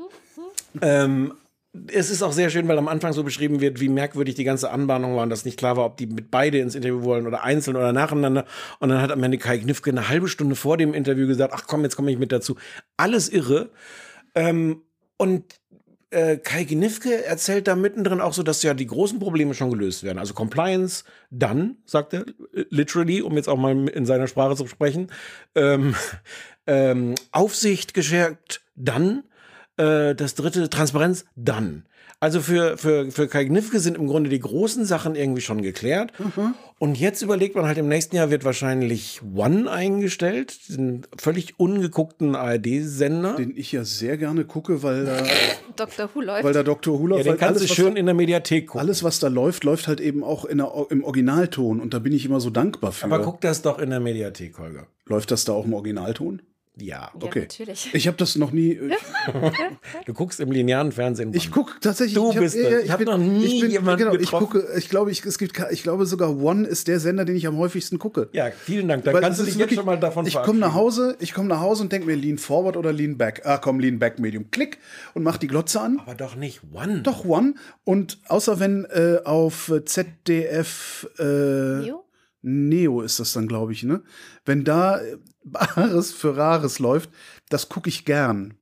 Es ist auch sehr schön, weil am Anfang so beschrieben wird, wie merkwürdig die ganze Anbahnung war und dass nicht klar war, ob die mit beide ins Interview wollen oder einzeln oder nacheinander. Und dann hat am Ende Kai Gniffke eine halbe Stunde vor dem Interview gesagt, ach komm, jetzt komme ich mit dazu. Alles irre. Und Kai Gniffke erzählt da mittendrin auch so, dass ja die großen Probleme schon gelöst werden. Also Compliance, dann, sagt er, literally, um jetzt auch mal in seiner Sprache zu sprechen. Aufsicht geschärft, dann. Das dritte, Transparenz, dann. Also für Kai Gniffke sind im Grunde die großen Sachen irgendwie schon geklärt. Und jetzt überlegt man halt, im nächsten Jahr wird wahrscheinlich One eingestellt, den völlig ungeguckten ARD-Sender. Den ich ja sehr gerne gucke, weil da Dr. Who läuft. Weil da Dr. Who läuft. Ja, den kannst du schön in der Mediathek gucken. Alles, was da läuft halt eben auch im Originalton. Und da bin ich immer so dankbar für. Aber guck das doch in der Mediathek, Holger. Läuft das da auch im Originalton? Ja, okay. Ja, natürlich. Ich habe das noch nie. Du guckst im linearen Fernsehen. Ich gucke tatsächlich. Ich habe noch nie jemanden getroffen. Ich glaube sogar One ist der Sender, den ich am häufigsten gucke. Ja, vielen Dank. Dann kannst du dich jetzt schon mal davon verabschieden. Ich komme nach Hause und denke mir, Lean Forward oder Lean Back. Lean Back Medium. Klick und mach die Glotze an. Aber doch nicht One. Doch One. Und außer wenn auf ZDF Neo ist das dann, glaube ich, ne? Wenn da Bares für Rares läuft, das gucke ich gern.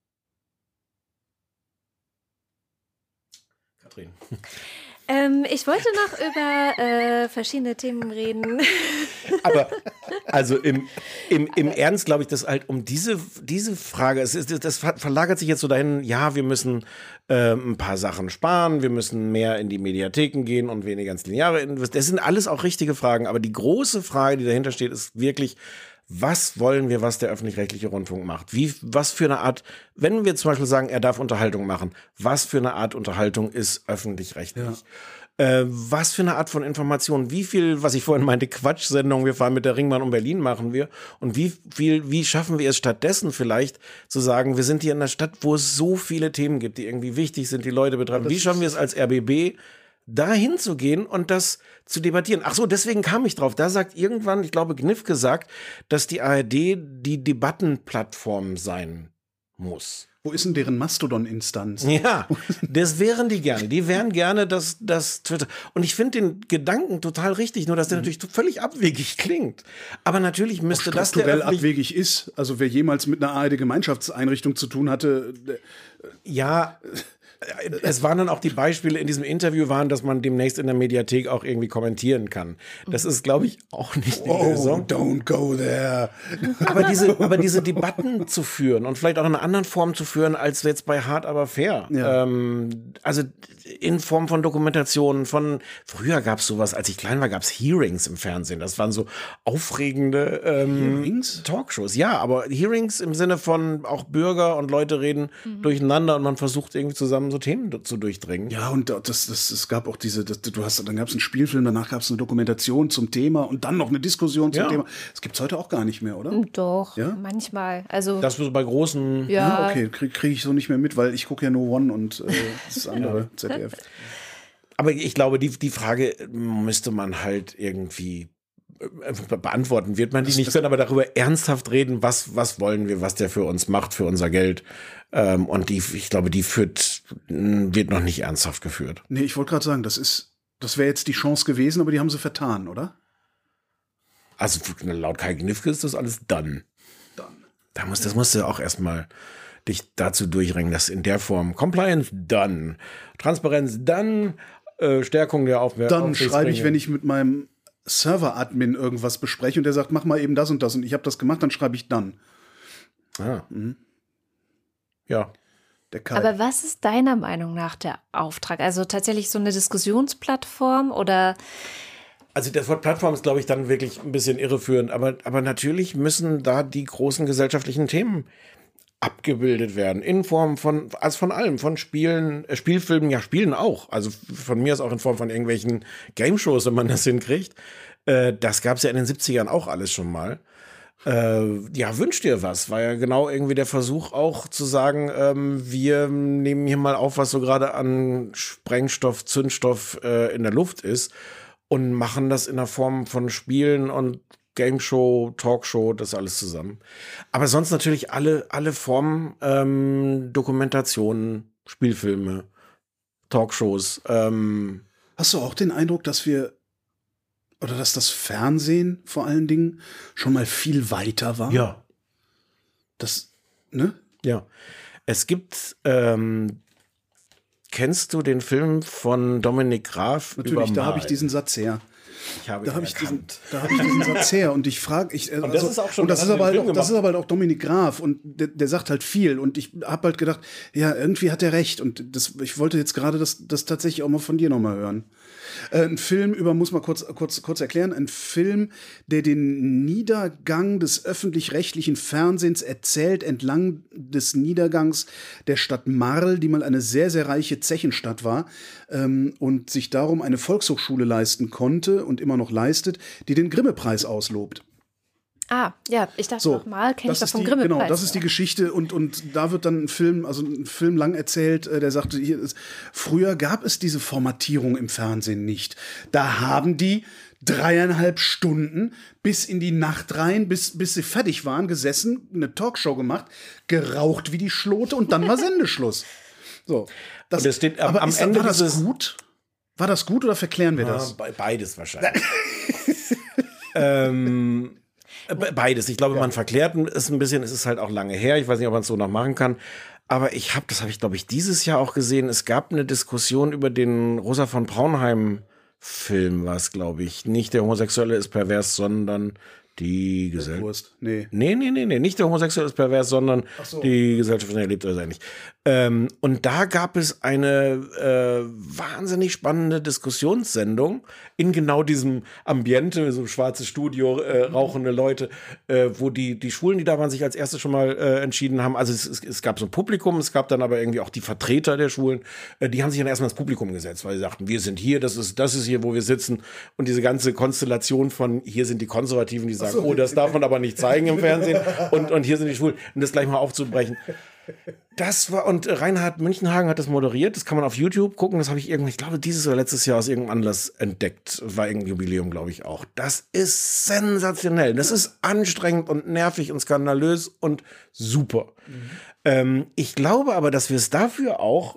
Katrin. Ich wollte noch über verschiedene Themen reden. Aber also im Ernst glaube ich, dass halt um diese Frage, das verlagert sich jetzt so dahin, ja, wir müssen ein paar Sachen sparen, wir müssen mehr in die Mediatheken gehen und weniger ins Lineare investieren. Das sind alles auch richtige Fragen, aber die große Frage, die dahinter steht, ist wirklich, was wollen wir, was der öffentlich-rechtliche Rundfunk macht? Was für eine Art, wenn wir zum Beispiel sagen, er darf Unterhaltung machen, was für eine Art Unterhaltung ist öffentlich-rechtlich? Was für eine Art von Information, wie viel, was ich vorhin meinte, Quatschsendung, wir fahren mit der Ringbahn um Berlin machen wir und wie schaffen wir es stattdessen vielleicht zu sagen, wir sind hier in einer Stadt, wo es so viele Themen gibt, die irgendwie wichtig sind, die Leute betreiben. Wie schaffen wir es als RBB, dahin zu gehen und das zu debattieren? Ach so, deswegen kam ich drauf. Da sagt irgendwann, ich glaube, Gniff gesagt, dass die ARD die Debattenplattform sein muss. Wo ist denn deren Mastodon-Instanz? Ja, das wären die gerne. Die wären gerne das Twitter. Und ich finde den Gedanken total richtig, nur dass der natürlich völlig abwegig klingt. Aber natürlich müsste das strukturell abwegig ist. Also wer jemals mit einer ARD-Gemeinschaftseinrichtung zu tun hatte. Ja. Es waren dann auch die Beispiele in diesem Interview dass man demnächst in der Mediathek auch irgendwie kommentieren kann. Das ist, glaube ich, auch nicht die Lösung. Don't go there. Aber diese Debatten zu führen und vielleicht auch in einer anderen Form zu führen, als jetzt bei Hart aber fair. Ja. Also in Form von Dokumentationen früher gab es sowas, als ich klein war, gab es Hearings im Fernsehen. Das waren so aufregende Talkshows. Ja, aber Hearings im Sinne von auch Bürger und Leute reden durcheinander und man versucht irgendwie zusammen so Themen zu durchdringen. Ja, und es gab auch dann gab es einen Spielfilm, danach gab es eine Dokumentation zum Thema und dann noch eine Diskussion zum Thema. Das gibt es heute auch gar nicht mehr, oder? Doch, manchmal. Also das bei großen... Ja, okay, krieg ich so nicht mehr mit, weil ich gucke ja nur One und das andere ZDF. Aber ich glaube, die Frage müsste man halt irgendwie beantworten. Wird man die nicht können, aber darüber ernsthaft reden, was wollen wir, was der für uns macht, für unser Geld. Und ich glaube, wird noch nicht ernsthaft geführt. Nee, ich wollte gerade sagen, das wäre jetzt die Chance gewesen, aber die haben sie vertan, oder? Also laut Kai Gniffke ist das alles done. Das musst du auch erstmal dich dazu durchringen, dass in der Form Compliance done, Transparenz done, Stärkung der Dann schreibe ich, wenn ich mit meinem Server-Admin irgendwas bespreche und der sagt, mach mal eben das und das und ich habe das gemacht, dann schreibe ich dann. Ja. Aber was ist deiner Meinung nach der Auftrag? Also tatsächlich so eine Diskussionsplattform oder? Also das Wort Plattform ist, glaube ich, dann wirklich ein bisschen irreführend, aber natürlich müssen da die großen gesellschaftlichen Themen abgebildet werden, in Form von allem, von Spielen, Spielfilmen, Spielen auch, also von mir aus auch in Form von irgendwelchen Game-Shows, wenn man das hinkriegt. Das gab es ja in den 70ern auch alles schon mal. Wünsch dir was, war ja genau irgendwie der Versuch auch zu sagen, wir nehmen hier mal auf, was so gerade an Sprengstoff, Zündstoff in der Luft ist und machen das in der Form von Spielen und Game Show, Talkshow, das alles zusammen. Aber sonst natürlich alle Formen, Dokumentationen, Spielfilme, Talkshows. Hast du auch den Eindruck, dass das Fernsehen vor allen Dingen schon mal viel weiter war? Ja. Ne? Ja. Es gibt, kennst du den Film von Dominik Graf? Natürlich, da habe ich diesen Satz her. Da habe ich diesen Satz her und ich frage, das ist aber auch Dominik Graf und der sagt halt viel und ich habe halt gedacht, ja, irgendwie hat er recht und ich wollte jetzt gerade das tatsächlich auch mal von dir nochmal hören. Ein Film muss man kurz erklären, ein Film, der den Niedergang des öffentlich-rechtlichen Fernsehens erzählt entlang des Niedergangs der Stadt Marl, die mal eine sehr, sehr reiche Zechenstadt war und sich darum eine Volkshochschule leisten konnte und immer noch leistet, die den Grimme-Preis auslobt. Ah, ja, ich dachte noch mal, kenne ich das vom Grimme-Preis. Genau, das ist die Geschichte und da wird dann ein Film lang erzählt, der sagte, früher gab es diese Formatierung im Fernsehen nicht. Da haben die 3,5 Stunden bis in die Nacht rein, bis sie fertig waren, gesessen, eine Talkshow gemacht, geraucht wie die Schlote und dann war Sendeschluss. So. Am Ende war das gut? War das gut oder verklären wir das? Beides wahrscheinlich. Beides. Ich glaube, man verklärt es ein bisschen. Es ist halt auch lange her. Ich weiß nicht, ob man es so noch machen kann. Aber das habe ich, glaube ich, dieses Jahr auch gesehen. Es gab eine Diskussion über den Rosa von Braunheim-Film, was, glaube ich. Nicht der Homosexuelle ist pervers, sondern die Gesellschaft. Nee. Nee. Nicht der Homosexuelle ist pervers, sondern die Gesellschaft erlebt das eigentlich. Und da gab es eine wahnsinnig spannende Diskussionssendung in genau diesem Ambiente, so schwarzes Studio, rauchende Leute, wo die Schwulen, die da waren, sich als erstes schon mal entschieden haben. Also es gab so ein Publikum, es gab dann aber irgendwie auch die Vertreter der Schwulen, die haben sich dann erstmal ins Publikum gesetzt, weil sie sagten, wir sind hier, das ist hier, wo wir sitzen. Und diese ganze Konstellation von, hier sind die Konservativen, die sagen, oh, das darf man aber nicht zeigen im Fernsehen. Und hier sind die Schwulen. Und das gleich mal aufzubrechen. Und Reinhard Münchenhagen hat das moderiert, das kann man auf YouTube gucken, das habe ich glaube, dieses oder letztes Jahr aus irgendeinem Anlass entdeckt, war irgendein Jubiläum, glaube ich auch. Das ist sensationell, das ist anstrengend und nervig und skandalös und super. Ich glaube aber, dass wir es dafür auch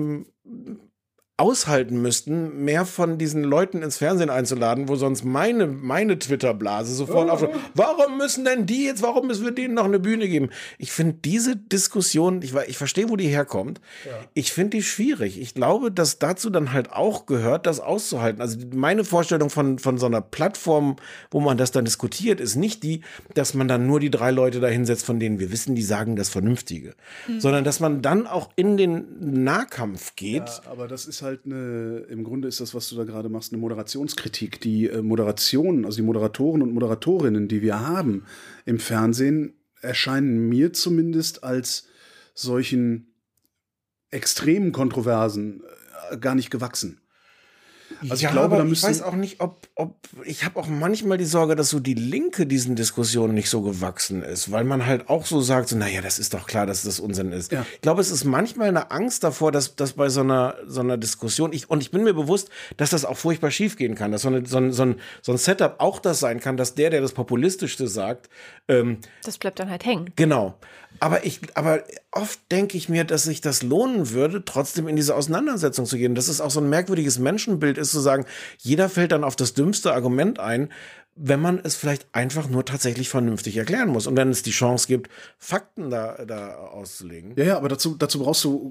aushalten müssten, mehr von diesen Leuten ins Fernsehen einzuladen, wo sonst meine Twitter-Blase sofort aufschaut. Warum müssen wir denen noch eine Bühne geben? Ich finde diese Diskussion, ich verstehe, wo die herkommt. Ja. Ich finde die schwierig. Ich glaube, dass dazu dann halt auch gehört, das auszuhalten. Also meine Vorstellung von so einer Plattform, wo man das dann diskutiert, ist nicht die, dass man dann nur die 3 Leute da hinsetzt, von denen wir wissen, die sagen das Vernünftige. Sondern, dass man dann auch in den Nahkampf geht. Ja, aber das ist halt im Grunde ist das, was du da gerade machst, eine Moderationskritik. Die Moderation, also die Moderatoren und Moderatorinnen, die wir haben im Fernsehen, erscheinen mir zumindest als solchen extremen Kontroversen gar nicht gewachsen. Also ja, ich glaube, ich weiß auch nicht, ich habe auch manchmal die Sorge, dass so die Linke diesen Diskussionen nicht so gewachsen ist, weil man halt auch so sagt, so, naja, das ist doch klar, dass das Unsinn ist. Ja. Ich glaube, es ist manchmal eine Angst davor, dass bei so einer Diskussion, ich bin mir bewusst, dass das auch furchtbar schief gehen kann, dass so ein Setup auch das sein kann, dass der das Populistischste sagt. Das bleibt dann halt hängen. Genau. Aber oft denke ich mir, dass sich das lohnen würde, trotzdem in diese Auseinandersetzung zu gehen. Das ist auch so ein merkwürdiges Menschenbild, ist zu sagen, jeder fällt dann auf das dümmste Argument ein, wenn man es vielleicht einfach nur tatsächlich vernünftig erklären muss. Und wenn es die Chance gibt, Fakten da auszulegen. Ja, aber dazu brauchst du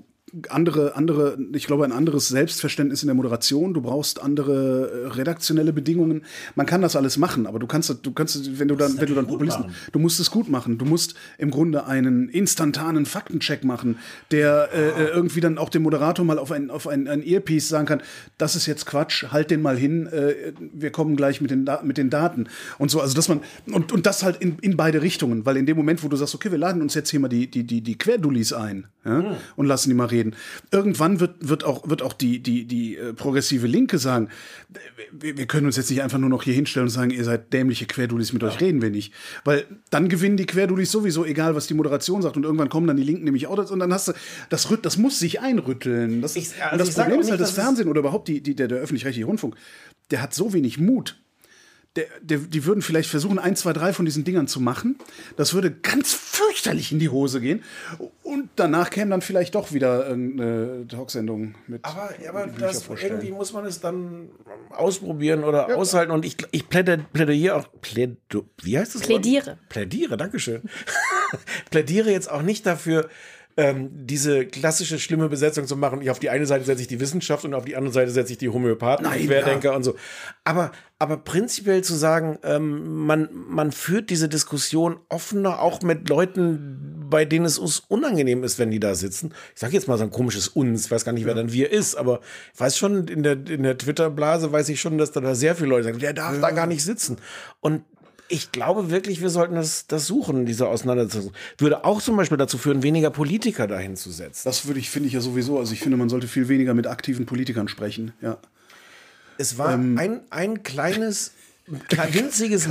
ich glaube, ein anderes Selbstverständnis in der Moderation. Du brauchst andere redaktionelle Bedingungen. Man kann das alles machen, aber du kannst, wenn du dann Populisten, du musst es gut machen. Du musst im Grunde einen instantanen Faktencheck machen, der irgendwie dann auch dem Moderator mal auf ein Earpiece sagen kann, das ist jetzt Quatsch, halt den mal hin, wir kommen gleich mit den Daten und so. Also dass man und das halt in beide Richtungen, weil in dem Moment, wo du sagst, okay, wir laden uns jetzt hier mal die Querdullis ein, ja, und lassen die mal reden. Irgendwann wird auch die progressive Linke sagen, wir können uns jetzt nicht einfach nur noch hier hinstellen und sagen, ihr seid dämliche Querdulis, mit euch reden wir nicht. Weil dann gewinnen die Querdulis sowieso, egal was die Moderation sagt. Und irgendwann kommen dann die Linken nämlich auch. Und dann hast du, das muss sich einrütteln. Das Problem ist halt, das Fernsehen oder überhaupt der öffentlich-rechtliche Rundfunk, der hat so wenig Mut. Die würden vielleicht versuchen, 1, 2, 3 von diesen Dingern zu machen. Das würde ganz fürchterlich in die Hose gehen. Und danach käme dann vielleicht doch wieder eine Talksendung mit. Aber irgendwie muss man es dann ausprobieren oder aushalten. Und ich plädiere auch. Wie heißt das? Plädiere, dankeschön. Plädiere jetzt auch nicht dafür, diese klassische schlimme Besetzung zu machen. Auf die eine Seite setze ich die Wissenschaft und auf die andere Seite setze ich die Homöopathen, Querdenker und so. Aber prinzipiell zu sagen, man führt diese Diskussion offener, auch mit Leuten, bei denen es uns unangenehm ist, wenn die da sitzen. Ich sage jetzt mal so ein komisches uns, ich weiß gar nicht, wer dann wir ist, aber ich weiß schon, in der Twitter-Blase weiß ich schon, dass da sehr viele Leute sagen, der darf da gar nicht sitzen. Und ich glaube wirklich, wir sollten das suchen, diese Auseinandersetzung. Würde auch zum Beispiel dazu führen, weniger Politiker dahin zu setzen. Das finde ich ja sowieso. Also ich finde, man sollte viel weniger mit aktiven Politikern sprechen. Ja. Es war ein kleines, winziges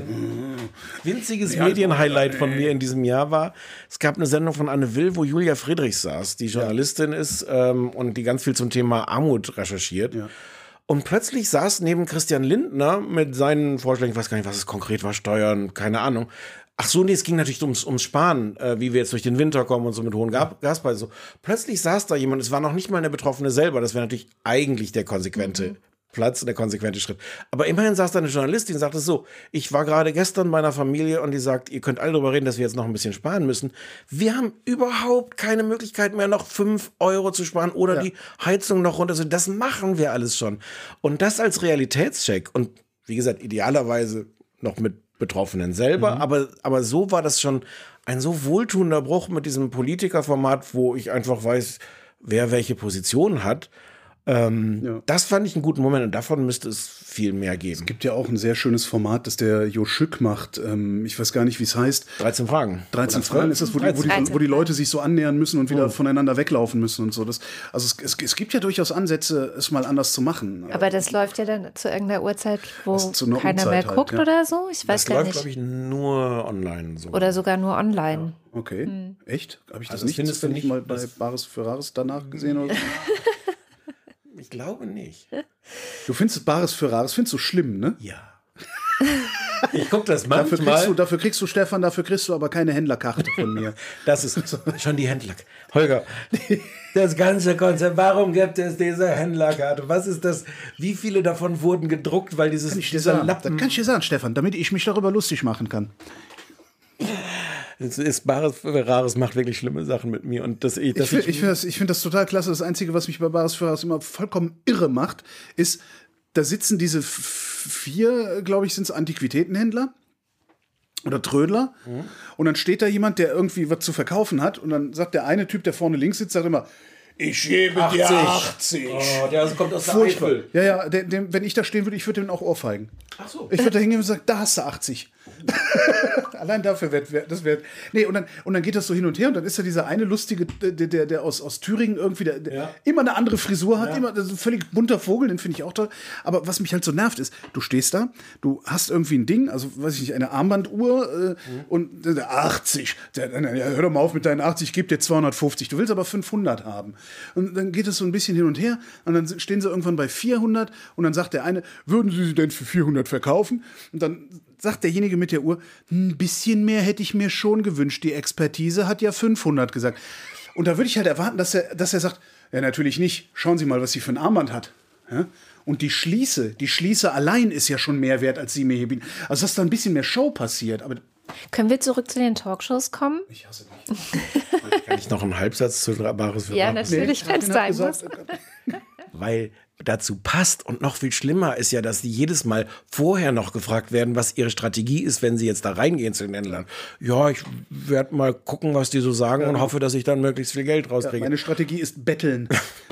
Medienhighlight von mir in diesem Jahr war, es gab eine Sendung von Anne Will, wo Julia Friedrich saß, die Journalistin ist und die ganz viel zum Thema Armut recherchiert. Ja. Und plötzlich saß neben Christian Lindner mit seinen Vorschlägen, ich weiß gar nicht, was es konkret war, Steuern, keine Ahnung. Ach so, nee, es ging natürlich ums Sparen, wie wir jetzt durch den Winter kommen und so mit hohen Gaspreisen. So. Plötzlich saß da jemand, es war noch nicht mal eine Betroffene selber, das wäre natürlich eigentlich der konsequente Platz und der konsequente Schritt. Aber immerhin saß da eine Journalistin und sagte so, ich war gerade gestern bei einer Familie und die sagt, ihr könnt alle darüber reden, dass wir jetzt noch ein bisschen sparen müssen. Wir haben überhaupt keine Möglichkeit mehr, noch 5 Euro zu sparen oder die Heizung noch runter. Das machen wir alles schon. Und das als Realitätscheck und wie gesagt, idealerweise noch mit Betroffenen selber, aber so war das schon ein so wohltuender Bruch mit diesem Politikerformat, wo ich einfach weiß, wer welche Position hat. Das fand ich einen guten Moment und davon müsste es viel mehr geben. Es gibt ja auch ein sehr schönes Format, das der Jo Schück macht. Ich weiß gar nicht, wie es heißt. 13 Fragen. 13 Fragen ist das, wo die Leute sich so annähern müssen und wieder voneinander weglaufen müssen und so. Es gibt ja durchaus Ansätze, es mal anders zu machen. Aber das läuft ja dann zu irgendeiner Uhrzeit, wo keiner Uhrzeit mehr guckt halt, ja. oder so? Ich weiß gar nicht. Das läuft, glaube ich, nur online. So. Oder sogar nur online. Ja. Okay, echt? Habe ich das Also nicht? Findest du nicht mal bei Bares für Rares danach gesehen? Oder so? Ich glaube nicht. Du findest Bares für Rares, findest du schlimm, ne? Ja. Ich gucke das manchmal. Dafür kriegst du, Stefan, dafür kriegst du aber keine Händlerkarte von mir. Das ist schon die Händler. Holger, das ganze Konzept, warum gibt es diese Händlerkarte? Was ist das? Wie viele davon wurden gedruckt, weil dieser Lappen... Das kann ich dir sagen, Stefan, damit ich mich darüber lustig machen kann. Bares für Rares macht wirklich schlimme Sachen mit mir. Und ich finde das total klasse. Das Einzige, was mich bei Bares für Rares immer vollkommen irre macht, ist, da sitzen diese 4, glaube ich, sind es Antiquitätenhändler oder Trödler. Und dann steht da jemand, der irgendwie was zu verkaufen hat. Und dann sagt der eine Typ, der vorne links sitzt, sagt immer, ich gebe dir 80. Oh, der kommt aus der Eifel. Ja, wenn ich da stehen würde, ich würde den auch ohrfeigen. Ach so. Ich würde da hingehen und sagen, da hast du 80. Allein dafür das wäre. Nee, und dann geht das so hin und her und dann ist da dieser eine lustige, der aus Thüringen irgendwie, der immer eine andere Frisur hat, immer das ist ein völlig bunter Vogel, den finde ich auch toll. Aber was mich halt so nervt ist, du stehst da, du hast irgendwie ein Ding, also weiß ich nicht, eine Armbanduhr und 80. Hör doch mal auf mit deinen 80, ich gebe dir 250. Du willst aber 500 haben. Und dann geht es so ein bisschen hin und her und dann stehen sie irgendwann bei 400 und dann sagt der eine, würden Sie denn für 400 verkaufen? Und dann sagt derjenige mit der Uhr, ein bisschen mehr hätte ich mir schon gewünscht. Die Expertise hat ja 500 gesagt. Und da würde ich halt erwarten, dass er sagt, ja, natürlich nicht. Schauen Sie mal, was sie für ein Armband hat. Ja? Und die Schließe allein ist ja schon mehr wert, als Sie mir hier bieten. Also, dass da ein bisschen mehr Show passiert. Aber können wir zurück zu den Talkshows kommen? ich hasse dich. Kann ich noch einen Halbsatz zu Bares für Ja, Rares? natürlich, wenn es sein muss. Weil dazu passt und noch viel schlimmer ist ja, dass die jedes Mal vorher noch gefragt werden, was ihre Strategie ist, wenn sie jetzt da reingehen zu den Händlern. Ja, ich werde mal gucken, was die so sagen und hoffe, dass ich dann möglichst viel Geld rauskriege. Meine Strategie ist betteln.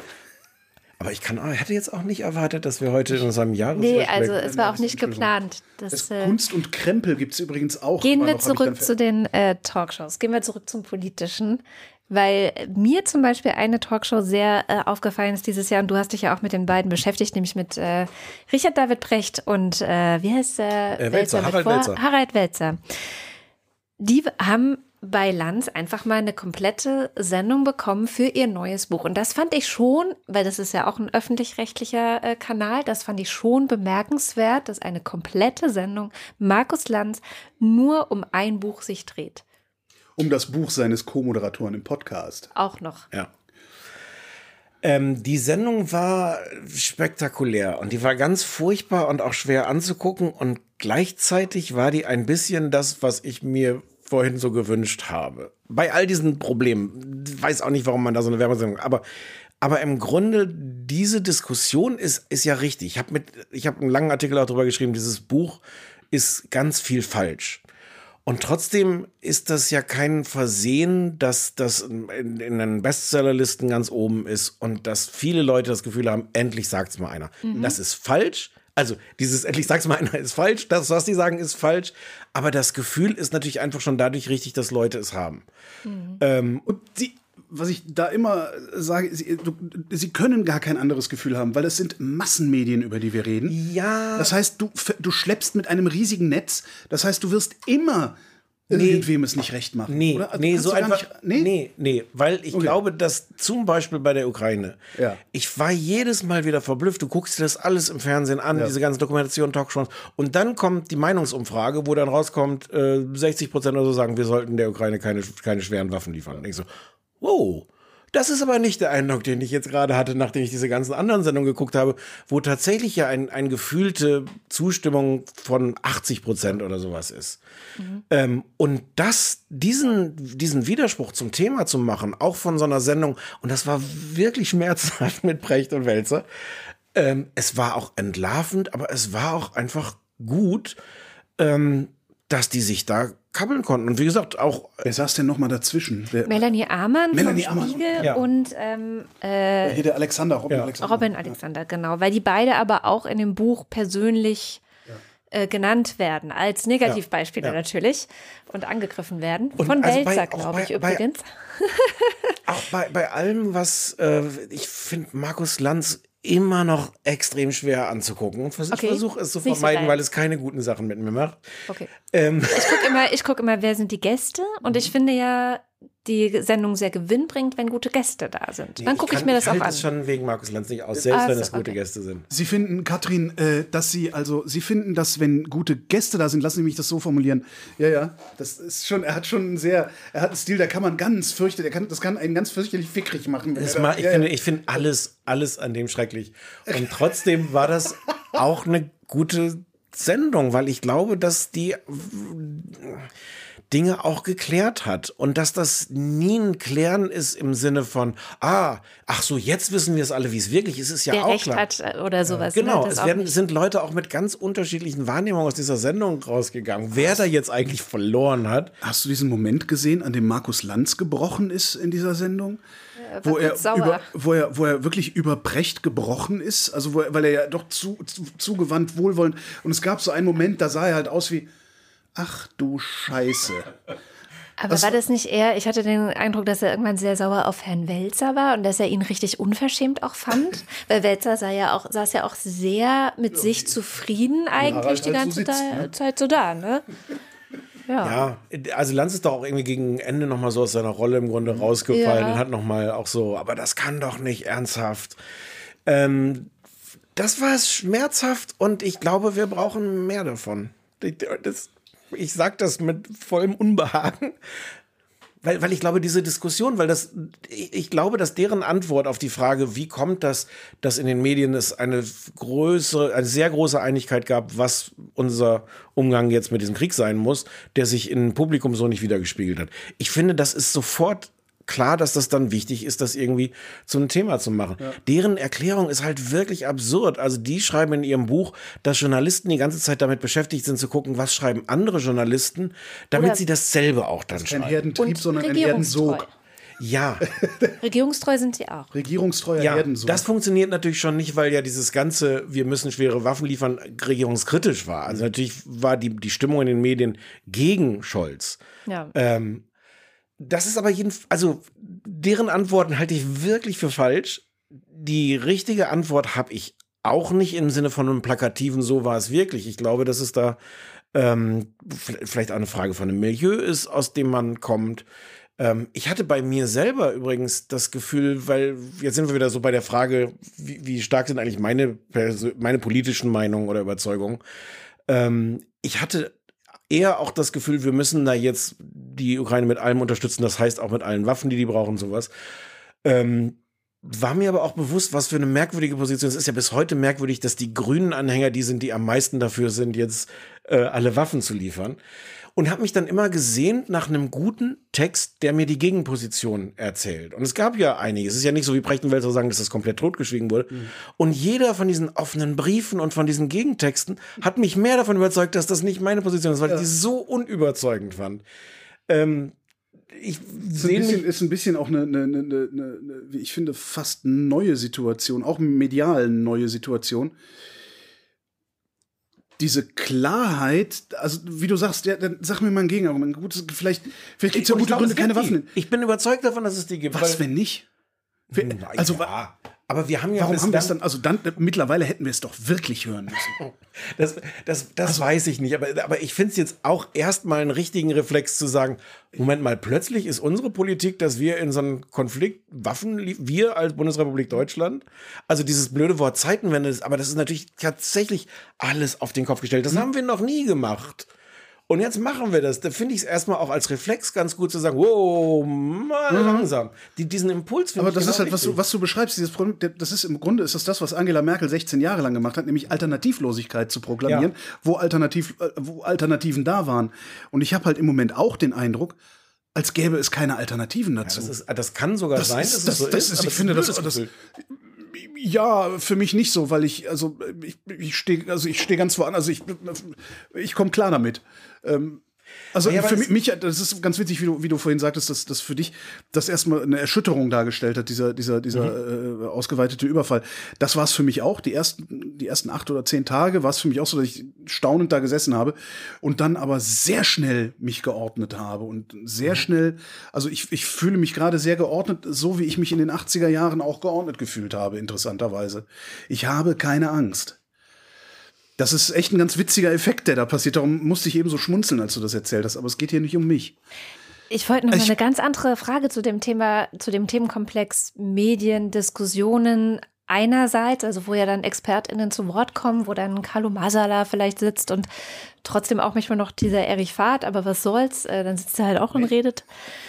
Aber ich hätte jetzt auch nicht erwartet, dass wir heute in unserem Jahresrückblick... Nee, also es war auch nicht geplant. Kunst und Krempel gibt es übrigens auch. Gehen wir zurück zu den Talkshows. Gehen wir zurück zum Politischen. Weil mir zum Beispiel eine Talkshow sehr aufgefallen ist dieses Jahr und du hast dich ja auch mit den beiden beschäftigt, nämlich mit Richard David Precht und wie heißt der? Harald Welzer. Die haben bei Lanz einfach mal eine komplette Sendung bekommen für ihr neues Buch. Und das fand ich schon, weil das ist ja auch ein öffentlich-rechtlicher Kanal, das fand ich schon bemerkenswert, dass eine komplette Sendung Markus Lanz nur um ein Buch sich dreht. Um das Buch seines Co-Moderatoren im Podcast. Auch noch. Ja. Die Sendung war spektakulär und die war ganz furchtbar und auch schwer anzugucken und gleichzeitig war die ein bisschen das, was ich mir vorhin so gewünscht habe. Bei all diesen Problemen. Ich weiß auch nicht, warum man da so eine Werbesendung, aber im Grunde, diese Diskussion ist ja richtig. Ich hab einen langen Artikel auch darüber geschrieben, dieses Buch ist ganz viel falsch. Und trotzdem ist das ja kein Versehen, dass das in den Bestsellerlisten ganz oben ist und dass viele Leute das Gefühl haben, endlich sagt's mal einer. Das ist falsch. Also dieses endlich sagt's mal einer ist falsch. Das, was die sagen, ist falsch. Aber das Gefühl ist natürlich einfach schon dadurch richtig, dass Leute es haben. Und was ich da immer sage, sie können gar kein anderes Gefühl haben, weil es sind Massenmedien, über die wir reden. Ja. Das heißt, du schleppst mit einem riesigen Netz. Das heißt, du wirst immer irgendwem es nicht recht machen. Nee, oder? nee, so einfach. Nee, weil ich glaube, dass zum Beispiel bei der Ukraine, ich war jedes Mal wieder verblüfft. Du guckst dir das alles im Fernsehen an, diese ganzen Dokumentationen, Talkshows. Und dann kommt die Meinungsumfrage, wo dann rauskommt, 60% oder so sagen, wir sollten der Ukraine keine schweren Waffen liefern. Und ich so, wow, das ist aber nicht der Eindruck, den ich jetzt gerade hatte, nachdem ich diese ganzen anderen Sendungen geguckt habe, wo tatsächlich ja eine gefühlte Zustimmung von 80% oder sowas ist. Und diesen Widerspruch zum Thema zu machen, auch von so einer Sendung, und das war wirklich schmerzhaft mit Precht und Welzer, es war auch entlarvend, aber es war auch einfach gut, dass die sich da kabbeln konnten. Und wie gesagt, auch. Wer saß denn nochmal dazwischen? Melanie Amann vom Spiegel und hier der Alexander, Robin Alexander, genau. Weil die beide aber auch in dem Buch persönlich genannt werden, als Negativbeispiele natürlich und angegriffen werden. Und von also Wälzer, glaube ich, übrigens. Auch bei allem, was ich finde, Markus Lanz immer noch extrem schwer anzugucken. Und versuche es zu vermeiden, weil es keine guten Sachen mit mir macht. Okay. Ich guck immer, wer sind die Gäste? Und ich finde ja die Sendung sehr gewinnbringend, wenn gute Gäste da sind. Dann gucke ich mir das auch an. Ich halte es schon wegen Markus Lanz nicht aus, selbst wenn es gute Gäste sind. Sie finden, Katrin, Sie finden, dass wenn gute Gäste da sind, lassen Sie mich das so formulieren. Ja, das ist schon, er hat einen Stil, da kann man ganz fürchterlich, das kann einen ganz fürchterlich fickrig machen. Ich finde alles an dem schrecklich. Und trotzdem war das auch eine gute Sendung, weil ich glaube, dass die Dinge auch geklärt hat und dass das nie ein Klären ist im Sinne von, jetzt wissen wir es alle, wie es wirklich ist, ist ja der auch Recht klar. Hat oder sowas. Genau, sind Leute auch mit ganz unterschiedlichen Wahrnehmungen aus dieser Sendung rausgegangen. Wer da jetzt eigentlich verloren hat. Hast du diesen Moment gesehen, an dem Markus Lanz gebrochen ist in dieser Sendung? Wo er wirklich über Brecht gebrochen ist, also weil er ja doch zugewandt, wohlwollend, und es gab so einen Moment, da sah er halt aus wie, ach du Scheiße. Aber war das nicht eher, ich hatte den Eindruck, dass er irgendwann sehr sauer auf Herrn Wälzer war und dass er ihn richtig unverschämt auch fand, weil Wälzer saß ja auch sehr mit sich zufrieden eigentlich die ganze Zeit so da, ne? Ja, also Lanz ist doch auch irgendwie gegen Ende nochmal so aus seiner Rolle im Grunde rausgefallen und hat nochmal auch so, aber das kann doch nicht ernsthaft. Das war schmerzhaft und ich glaube, wir brauchen mehr davon. Ich sage das mit vollem Unbehagen, weil ich glaube, diese Diskussion, ich glaube, dass deren Antwort auf die Frage, wie kommt das, dass in den Medien es eine sehr große Einigkeit gab, was unser Umgang jetzt mit diesem Krieg sein muss, der sich im Publikum so nicht wiedergespiegelt hat. Ich finde, das ist sofort klar, dass das dann wichtig ist, das irgendwie zum Thema zu machen. Ja. Deren Erklärung ist halt wirklich absurd. Also die schreiben in ihrem Buch, dass Journalisten die ganze Zeit damit beschäftigt sind, zu gucken, was schreiben andere Journalisten, damit sie dasselbe auch dann schreiben. Kein Herdentrieb, sondern ein Herdensog. Ja. Regierungstreu sind sie auch. Regierungstreuer Herdensog. Das funktioniert natürlich schon nicht, weil ja dieses ganze, wir müssen schwere Waffen liefern, regierungskritisch war. Also natürlich war die Stimmung in den Medien gegen Scholz. Ja. Das ist aber also deren Antworten halte ich wirklich für falsch. Die richtige Antwort habe ich auch nicht im Sinne von einem plakativen, so war es wirklich. Ich glaube, dass es da vielleicht auch eine Frage von einem Milieu ist, aus dem man kommt. Ich hatte bei mir selber übrigens das Gefühl, weil jetzt sind wir wieder so bei der Frage, wie stark sind eigentlich meine politischen Meinungen oder Überzeugungen. Ich hatte eher auch das Gefühl, wir müssen da jetzt die Ukraine mit allem unterstützen, das heißt auch mit allen Waffen, die brauchen, sowas. War mir aber auch bewusst, was für eine merkwürdige Position. Es ist ja bis heute merkwürdig, dass die grünen Anhänger die sind, die am meisten dafür sind, jetzt alle Waffen zu liefern. Und habe mich dann immer gesehnt nach einem guten Text, der mir die Gegenposition erzählt. Und es gab ja einige. Es ist ja nicht so, wie Brecht und Wälzer sagen, dass das komplett totgeschwiegen wurde. Mhm. Und jeder von diesen offenen Briefen und von diesen Gegentexten hat mich mehr davon überzeugt, dass das nicht meine Position ist, weil ich die so unüberzeugend fand. Ist ein bisschen auch eine, wie ich finde, fast neue Situation, auch medial neue Situation. Diese Klarheit, also wie du sagst, dann sag mir mal ein Gegenargument. Gut, vielleicht gibt es ja gute Gründe, keine Waffen. Ich bin überzeugt davon, dass es die gibt. Was, wenn nicht? Aber wir haben ja. Warum haben wir es dann? Also dann mittlerweile hätten wir es doch wirklich hören müssen. Das weiß ich nicht. Aber ich finde es jetzt auch erstmal einen richtigen Reflex zu sagen: Moment mal, plötzlich ist unsere Politik, dass wir in so einen Konflikt Waffen, wir als Bundesrepublik Deutschland, also dieses blöde Wort Zeitenwende, aber das ist natürlich tatsächlich alles auf den Kopf gestellt. Das haben wir noch nie gemacht. Und jetzt machen wir das. Da finde ich es erstmal auch als Reflex ganz gut zu sagen, wow, mal langsam. Diesen Impuls finde ich. Aber das ist halt, was du beschreibst, dieses Problem, das ist im Grunde ist das, was Angela Merkel 16 Jahre lang gemacht hat, nämlich Alternativlosigkeit zu proklamieren, wo Alternativen da waren. Und ich habe halt im Moment auch den Eindruck, als gäbe es keine Alternativen dazu. Das kann sogar sein, dass es so ist. Ich finde, Ja, für mich nicht so, weil ich stehe ganz woanders, ich komme klar damit. Also ja, für mich, das ist ganz witzig, wie du vorhin sagtest, dass das für dich das erstmal eine Erschütterung dargestellt hat, dieser ausgeweitete Überfall. Das war es für mich auch. Die ersten 8 oder 10 Tage war es für mich auch so, dass ich staunend da gesessen habe und dann aber sehr schnell mich geordnet habe und sehr schnell, also ich fühle mich gerade sehr geordnet, so wie ich mich in den 80er Jahren auch geordnet gefühlt habe, interessanterweise. Ich habe keine Angst. Das ist echt ein ganz witziger Effekt, der da passiert. Darum musste ich eben so schmunzeln, als du das erzählt hast. Aber es geht hier nicht um mich. Ich wollte noch mal eine ganz andere Frage zu dem Themenkomplex Medien, Diskussionen einerseits, also wo ja dann ExpertInnen zu Wort kommen, wo dann Carlo Masala vielleicht sitzt und trotzdem auch manchmal noch dieser Erich Fahrt, aber was soll's, dann sitzt er halt auch und redet.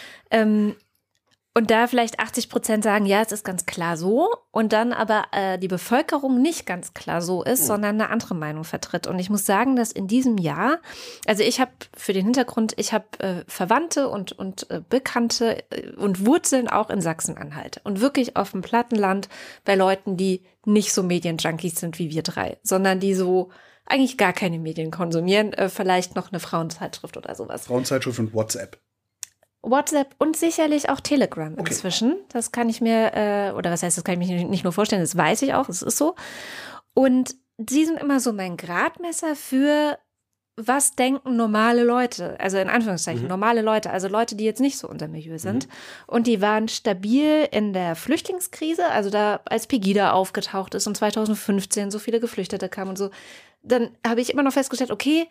Und da vielleicht 80% sagen, ja, es ist ganz klar so. Und dann aber die Bevölkerung nicht ganz klar so ist, sondern eine andere Meinung vertritt. Und ich muss sagen, dass in diesem Jahr, also ich habe für den Hintergrund, ich habe Verwandte und Bekannte und Wurzeln auch in Sachsen-Anhalt. Und wirklich auf dem Plattenland bei Leuten, die nicht so Medienjunkies sind wie wir drei, sondern die so eigentlich gar keine Medien konsumieren. Vielleicht noch eine Frauenzeitschrift oder sowas. Frauenzeitschrift und WhatsApp und sicherlich auch Telegram inzwischen. Das kann ich mir, oder was heißt, das kann ich mir nicht nur vorstellen, das weiß ich auch, es ist so. Und sie sind immer so mein Gradmesser für, was denken normale Leute, also in Anführungszeichen normale Leute, also Leute, die jetzt nicht so unter Milieu sind. Und die waren stabil in der Flüchtlingskrise, also da, als Pegida aufgetaucht ist und 2015 so viele Geflüchtete kamen und so, dann habe ich immer noch festgestellt, okay,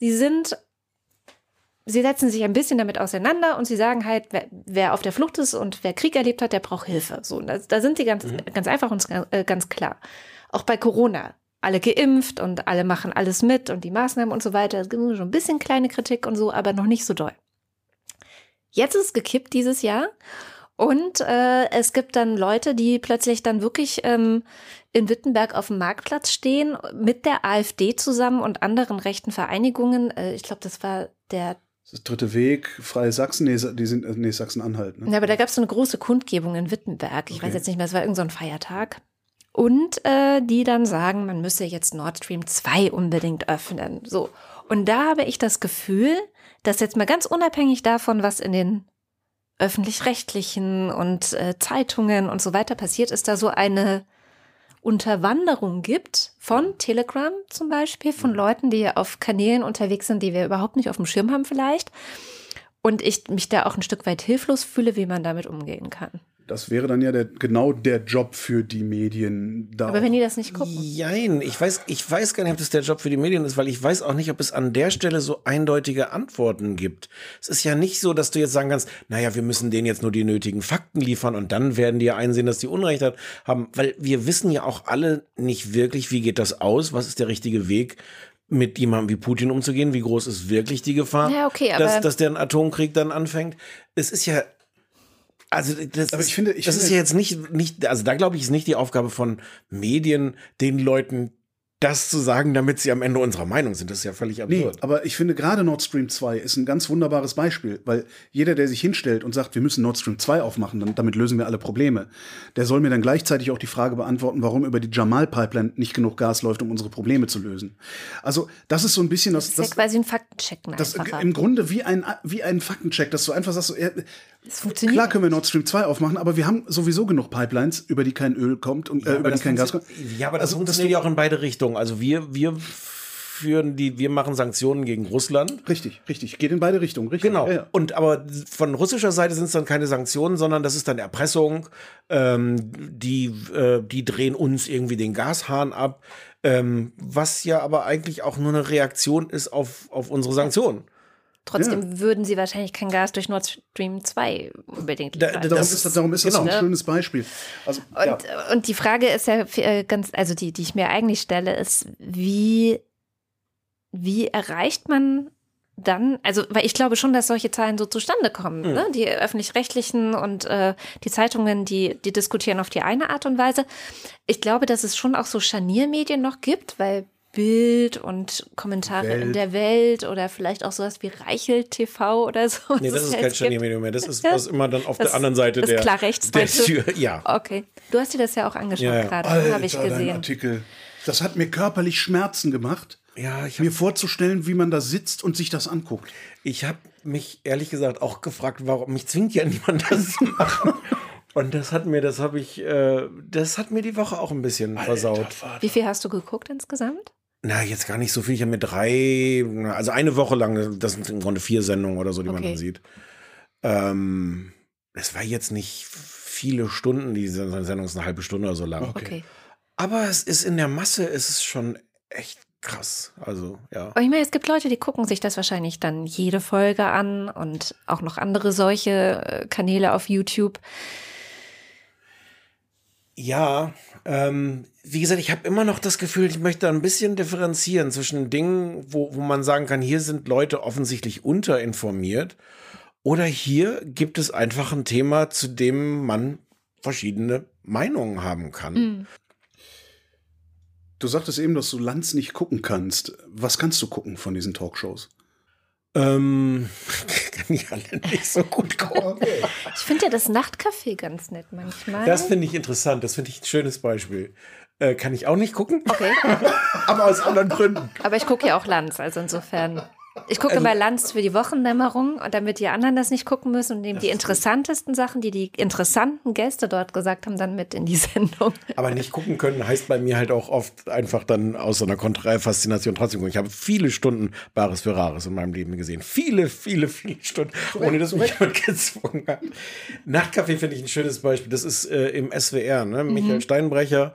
sie setzen sich ein bisschen damit auseinander und sie sagen halt, wer auf der Flucht ist und wer Krieg erlebt hat, der braucht Hilfe. So, da sind die ganz einfach und ganz klar. Auch bei Corona. Alle geimpft und alle machen alles mit und die Maßnahmen und so weiter. Es gibt schon ein bisschen kleine Kritik und so, aber noch nicht so doll. Jetzt ist es gekippt dieses Jahr und es gibt dann Leute, die plötzlich dann wirklich in Wittenberg auf dem Marktplatz stehen mit der AfD zusammen und anderen rechten Vereinigungen. Ich glaube, das war das Dritte Weg, Freie Sachsen, Sachsen-Anhalt. Ne? Ja, aber da gab es so eine große Kundgebung in Wittenberg. Ich weiß jetzt nicht mehr, es war irgend so ein Feiertag. Und die dann sagen, man müsse jetzt Nord Stream 2 unbedingt öffnen. So. Und da habe ich das Gefühl, dass jetzt mal ganz unabhängig davon, was in den öffentlich-rechtlichen und Zeitungen und so weiter passiert, ist da so eine Unterwanderung gibt von Telegram zum Beispiel, von Leuten, die auf Kanälen unterwegs sind, die wir überhaupt nicht auf dem Schirm haben vielleicht. Und ich mich da auch ein Stück weit hilflos fühle, wie man damit umgehen kann. Das wäre dann ja genau der Job für die Medien da. Aber wenn die das nicht gucken. Jein, ich weiß gar nicht, ob das der Job für die Medien ist, weil ich weiß auch nicht, ob es an der Stelle so eindeutige Antworten gibt. Es ist ja nicht so, dass du jetzt sagen kannst, naja, wir müssen denen jetzt nur die nötigen Fakten liefern und dann werden die ja einsehen, dass die Unrecht haben. Weil wir wissen ja auch alle nicht wirklich, wie geht das aus, was ist der richtige Weg, mit jemandem wie Putin umzugehen, wie groß ist wirklich die Gefahr, ja, okay, aber dass der Atomkrieg dann anfängt. Es ist ja Also das ist ja jetzt nicht, also da glaube ich, ist nicht die Aufgabe von Medien, den Leuten das zu sagen, damit sie am Ende unserer Meinung sind. Das ist ja völlig absurd. Nee, aber ich finde, gerade Nord Stream 2 ist ein ganz wunderbares Beispiel, weil jeder, der sich hinstellt und sagt, wir müssen Nord Stream 2 aufmachen, damit lösen wir alle Probleme, der soll mir dann gleichzeitig auch die Frage beantworten, warum über die Jamal-Pipeline nicht genug Gas läuft, um unsere Probleme zu lösen. Also das ist so ein bisschen das ist ja quasi ein Faktencheck. Das im Grunde wie ein Faktencheck, dass du einfach sagst, so, das funktioniert. Klar können wir Nord Stream 2 aufmachen, aber wir haben sowieso genug Pipelines, über die kein Öl kommt und über die kein Gas kommt. Ja, aber das funktioniert ja auch in beide Richtungen. Also wir machen Sanktionen gegen Russland. Richtig. Geht in beide Richtungen, richtig. Genau. Ja. Und aber von russischer Seite sind es dann keine Sanktionen, sondern das ist dann Erpressung. Die drehen uns irgendwie den Gashahn ab, was ja aber eigentlich auch nur eine Reaktion ist auf unsere Sanktionen. Trotzdem würden sie wahrscheinlich kein Gas durch Nord Stream 2 unbedingt liefern. Darum ist das ein schönes Beispiel. Also, und die Frage ist ja die ich mir eigentlich stelle, ist, wie erreicht man dann, also, weil ich glaube schon, dass solche Zahlen so zustande kommen, ne? Die öffentlich-rechtlichen und die Zeitungen, die diskutieren auf die eine Art und Weise. Ich glaube, dass es schon auch so Scharniermedien noch gibt, weil Bild und Kommentare in der Welt oder vielleicht auch sowas wie Reichelt TV oder so. Nee, das ist kein Sternenmedium mehr. Das ist was immer dann auf der anderen Seite der klar rechts der Tür. Ja. Okay. Du hast dir das ja auch angeschaut gerade, habe ich gesehen. Artikel. Das hat mir körperlich Schmerzen gemacht, mir vorzustellen, wie man da sitzt und sich das anguckt. Ich habe mich ehrlich gesagt auch gefragt, warum mich zwingt ja niemand das zu machen. Und das hat mir die Woche auch ein bisschen versaut. Wie viel hast du geguckt insgesamt? Na, jetzt gar nicht so viel. Ich habe mir 3, also eine Woche lang, das sind im Grunde 4 Sendungen oder so, die man dann sieht. Es war jetzt nicht viele Stunden, die Sendung ist eine halbe Stunde oder so lang. Okay. Aber es ist in der Masse, ist es schon echt krass. Also, ja. Aber ich meine, es gibt Leute, die gucken sich das wahrscheinlich dann jede Folge an und auch noch andere solche Kanäle auf YouTube. Ja, wie gesagt, ich habe immer noch das Gefühl, ich möchte ein bisschen differenzieren zwischen Dingen, wo man sagen kann, hier sind Leute offensichtlich unterinformiert oder hier gibt es einfach ein Thema, zu dem man verschiedene Meinungen haben kann. Mhm. Du sagtest eben, dass du Lanz nicht gucken kannst. Was kannst du gucken von diesen Talkshows? Kann ich alle nicht so gut gucken. Okay. Ich finde ja das Nachtcafé ganz nett manchmal. Das finde ich interessant. Das finde ich ein schönes Beispiel. Kann ich auch nicht gucken. Okay. Aber aus anderen Gründen. Aber ich gucke ja auch Lanz, also insofern. Ich gucke bei Lanz für die Wochendämmerung und damit die anderen das nicht gucken müssen und nehmen die interessantesten Sachen, die interessanten Gäste dort gesagt haben, dann mit in die Sendung. Aber nicht gucken können heißt bei mir halt auch oft einfach dann aus so einer Konträrfaszination trotzdem gucken. Ich habe viele Stunden Bares für Rares in meinem Leben gesehen. Viele Stunden, ohne dass mich jemand gezwungen hat. Nachtcafé finde ich ein schönes Beispiel. Das ist im SWR, ne? Michael Steinbrecher,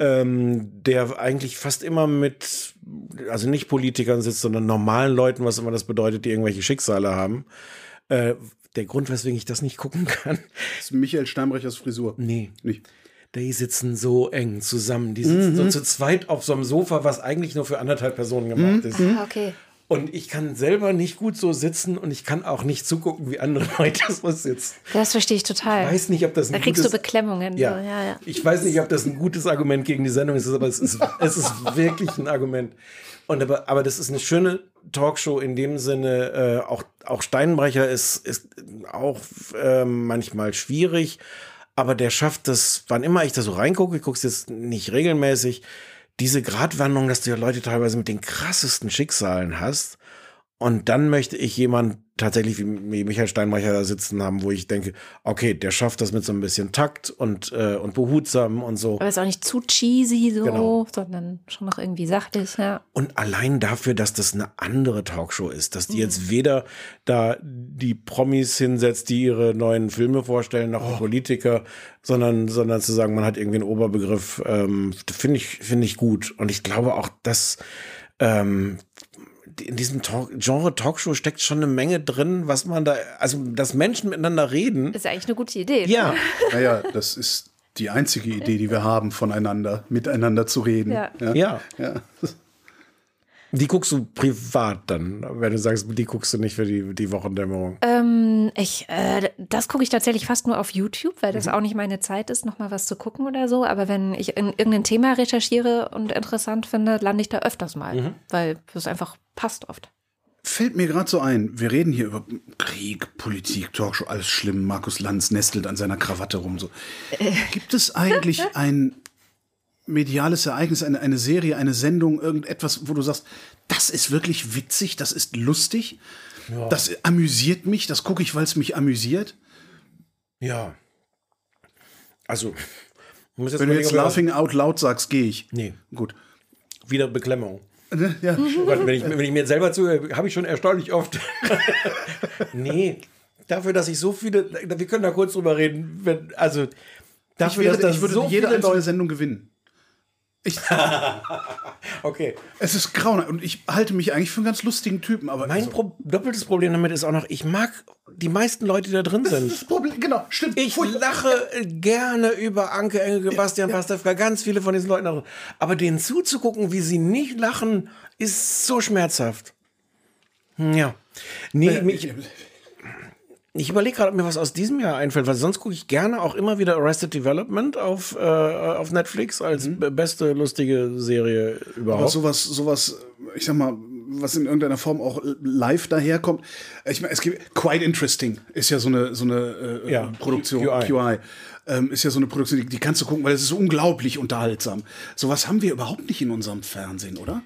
der eigentlich fast immer mit, also nicht Politikern sitzt, sondern normalen Leuten, was immer das bedeutet, die irgendwelche Schicksale haben. Der Grund, weswegen ich das nicht gucken kann. Das ist Michael Steinbrechers Frisur. Nee. Nicht. Die sitzen so eng zusammen. Die sitzen so zu zweit auf so einem Sofa, was eigentlich nur für 1,5 Personen gemacht ist. Ah, okay. Und ich kann selber nicht gut so sitzen und ich kann auch nicht zugucken, wie andere Leute so sitzen. Das verstehe ich total. Ich weiß nicht, ob das ein da kriegst du Beklemmungen. Ja. So. Ja. Ich weiß nicht, ob das ein gutes Argument gegen die Sendung ist, aber es ist wirklich ein Argument. Aber das ist eine schöne Talkshow in dem Sinne, auch Steinbrecher ist auch manchmal schwierig, aber der schafft das, wann immer ich da so reingucke, ich gucke es jetzt nicht regelmäßig, diese Gratwanderung, dass du ja Leute teilweise mit den krassesten Schicksalen hast. Und dann möchte ich jemanden tatsächlich wie Michael Steinbrecher da sitzen haben, wo ich denke, okay, der schafft das mit so ein bisschen Takt und behutsam und so. Aber ist auch nicht zu cheesy so, Genau. sondern schon noch irgendwie sachlich, ja. Und allein dafür, dass das eine andere Talkshow ist, dass die jetzt weder da die Promis hinsetzt, die ihre neuen Filme vorstellen, noch die Politiker, sondern zu sagen, man hat irgendwie einen Oberbegriff, finde ich gut. Und ich glaube auch, dass in diesem Genre Talkshow steckt schon eine Menge drin, was man da, also dass Menschen miteinander reden. Ist eigentlich eine gute Idee. Ja. Naja, das ist die einzige Idee, die wir haben, miteinander zu reden. Ja. Die guckst du privat dann, wenn du sagst, die guckst du nicht für die Wochendämmerung. Das gucke ich tatsächlich fast nur auf YouTube, weil das auch nicht meine Zeit ist, nochmal was zu gucken oder so. Aber wenn ich in irgendein Thema recherchiere und interessant finde, lande ich da öfters mal, weil es einfach passt oft. Fällt mir gerade so ein, wir reden hier über Krieg, Politik, Talkshow, alles schlimm. Markus Lanz nestelt an seiner Krawatte rum. So. Gibt es eigentlich ein mediales Ereignis, eine Serie, eine Sendung, irgendetwas, wo du sagst, das ist wirklich witzig, das ist lustig, das amüsiert mich, das gucke ich, weil es mich amüsiert? Ja. Also, wenn du jetzt Laughing Out Loud sagst, gehe ich. Nee. Gut. Wieder Beklemmung. Ja. Wenn ich mir jetzt selber zuhöre, habe ich schon erstaunlich oft. Nee, dafür, dass ich so viele, wir können da kurz drüber reden, Ich würde jede einzelne Sendung gewinnen. Okay. Es ist grauenhaft und ich halte mich eigentlich für einen ganz lustigen Typen. Aber mein doppeltes Problem damit ist auch noch, ich mag die meisten Leute, die da drin sind. Das ist das Problem, genau, stimmt. Ich lache gerne über Anke Engelke, Bastian Pastewka, ganz viele von diesen Leuten auch. Aber denen zuzugucken, wie sie nicht lachen, ist so schmerzhaft. Ja. Nee, Ich überlege gerade, ob mir was aus diesem Jahr einfällt, weil sonst gucke ich gerne auch immer wieder Arrested Development auf Netflix als beste lustige Serie überhaupt. Aber sowas, ich sag mal, was in irgendeiner Form auch live daherkommt. Ich meine, es gibt Quite Interesting, ist ja so eine Produktion, QI. Ist ja so eine Produktion, die kannst du gucken, weil es ist unglaublich unterhaltsam. Sowas haben wir überhaupt nicht in unserem Fernsehen, oder?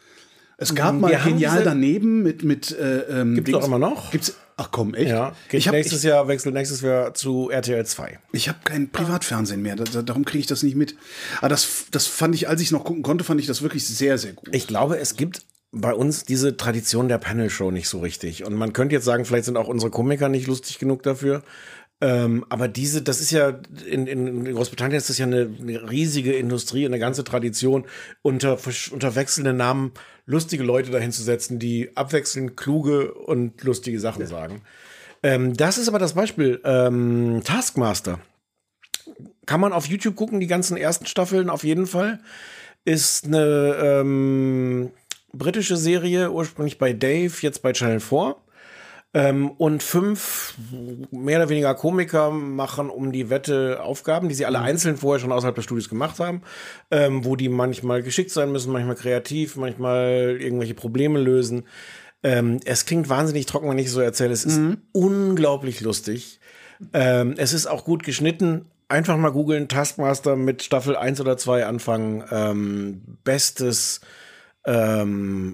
Es gab mal Genial daneben mit Gibt es doch immer noch? Gibt's? Ach komm, echt? Ja, wechselt nächstes Jahr zu RTL 2. Ich habe kein Privatfernsehen mehr, darum kriege ich das nicht mit. Aber das fand ich, als ich es noch gucken konnte, fand ich das wirklich sehr, sehr gut. Ich glaube, es gibt bei uns diese Tradition der Panel-Show nicht so richtig. Und man könnte jetzt sagen, vielleicht sind auch unsere Komiker nicht lustig genug dafür. Aber das ist ja, in Großbritannien ist das ja eine riesige Industrie, eine ganze Tradition, unter wechselnden Namen lustige Leute dahin zu setzen, die abwechselnd kluge und lustige Sachen sagen. Das ist aber das Beispiel. Taskmaster. Kann man auf YouTube gucken, die ganzen ersten Staffeln auf jeden Fall. Ist eine britische Serie, ursprünglich bei Dave, jetzt bei Channel 4. Und 5 mehr oder weniger Komiker machen um die Wette Aufgaben, die sie alle einzeln vorher schon außerhalb des Studios gemacht haben, wo die manchmal geschickt sein müssen, manchmal kreativ, manchmal irgendwelche Probleme lösen. Es klingt wahnsinnig trocken, wenn ich so erzähle. Es ist unglaublich lustig. Es ist auch gut geschnitten. Einfach mal googeln, Taskmaster mit Staffel 1 oder 2 anfangen. Bestes weil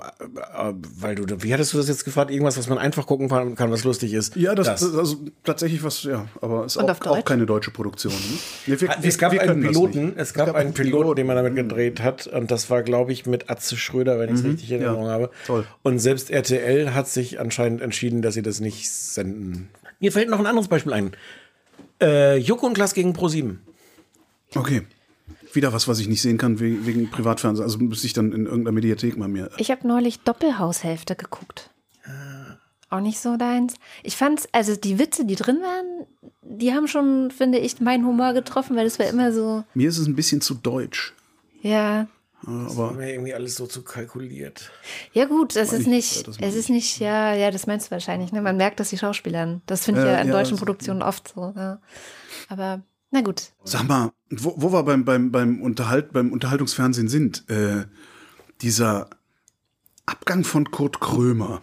wie hattest du das jetzt gefragt? Irgendwas, was man einfach gucken kann, was lustig ist. Ja, das also tatsächlich was, ja, aber es ist auch keine deutsche Produktion. Ne? Es gab einen Piloten, den man damit gedreht hat, und das war, glaube ich, mit Atze Schröder, wenn ich es richtig in Erinnerung habe. Toll. Und selbst RTL hat sich anscheinend entschieden, dass sie das nicht senden. Mir fällt noch ein anderes Beispiel ein. Joko und Klaas gegen Pro7. Okay. Wieder was ich nicht sehen kann wegen Privatfernsehen. Also müsste ich dann in irgendeiner Mediathek mal mir. Ich habe neulich Doppelhaushälfte geguckt. Auch nicht so deins. Ich fand's, also die Witze, die drin waren, die haben schon, finde ich, meinen Humor getroffen, weil es war immer so. Mir ist es ein bisschen zu deutsch. Ja. Das war mir irgendwie alles so zu kalkuliert. Ja gut, das ist nicht, ja, das meinst du wahrscheinlich, ne? Man merkt, dass die Schauspielern, das finde ich ja in deutschen Produktionen oft so, ja. Aber na gut. Sag mal, wo wir beim Unterhaltungsfernsehen sind, dieser Abgang von Kurt Krömer.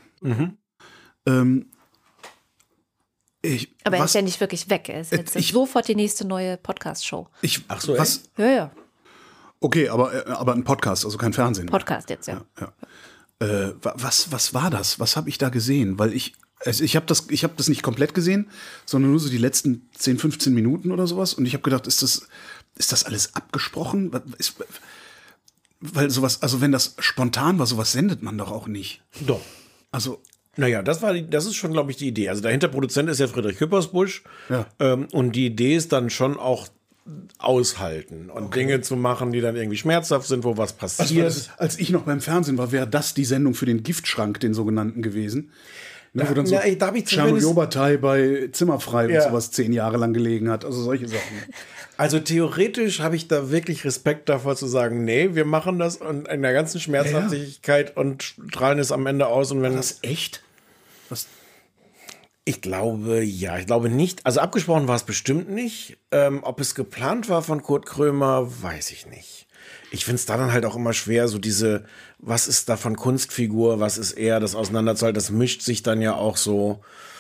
Aber er ist ja nicht wirklich weg. Er ist jetzt sofort die nächste neue Podcast-Show. Ach so, was? Ja. Okay, aber ein Podcast, also kein Fernsehen. Podcast jetzt, ja. Was war das? Was habe ich da gesehen? Weil ich habe das nicht komplett gesehen, sondern nur so die letzten 10, 15 Minuten oder sowas. Und ich habe gedacht, ist das alles abgesprochen? Weil sowas, also wenn das spontan war, sowas sendet man doch auch nicht. Doch. Also. Naja, das ist schon, glaube ich, die Idee. Also dahinter Produzent ist ja Friedrich Küppersbusch. Ja. Und die Idee ist dann schon auch aushalten und Dinge zu machen, die dann irgendwie schmerzhaft sind, wo was passiert. Also, als ich noch beim Fernsehen war, wäre das die Sendung für den Giftschrank, den sogenannten gewesen. Ne, wo dann so Tschernobyl Obertei bei Zimmerfrei und sowas 10 Jahre lang gelegen hat. Also solche Sachen. Also theoretisch habe ich da wirklich Respekt davor zu sagen, nee, wir machen das und in der ganzen Schmerzhaftigkeit und strahlen es am Ende aus. Und wenn war das echt? Was? Ich glaube, ja. Ich glaube nicht. Also abgesprochen war es bestimmt nicht. Ob es geplant war von Kurt Krömer, weiß ich nicht. Ich finde es da dann halt auch immer schwer, so diese, was ist davon Kunstfigur, was ist eher das Auseinanderzuhalten, das mischt sich dann ja auch so,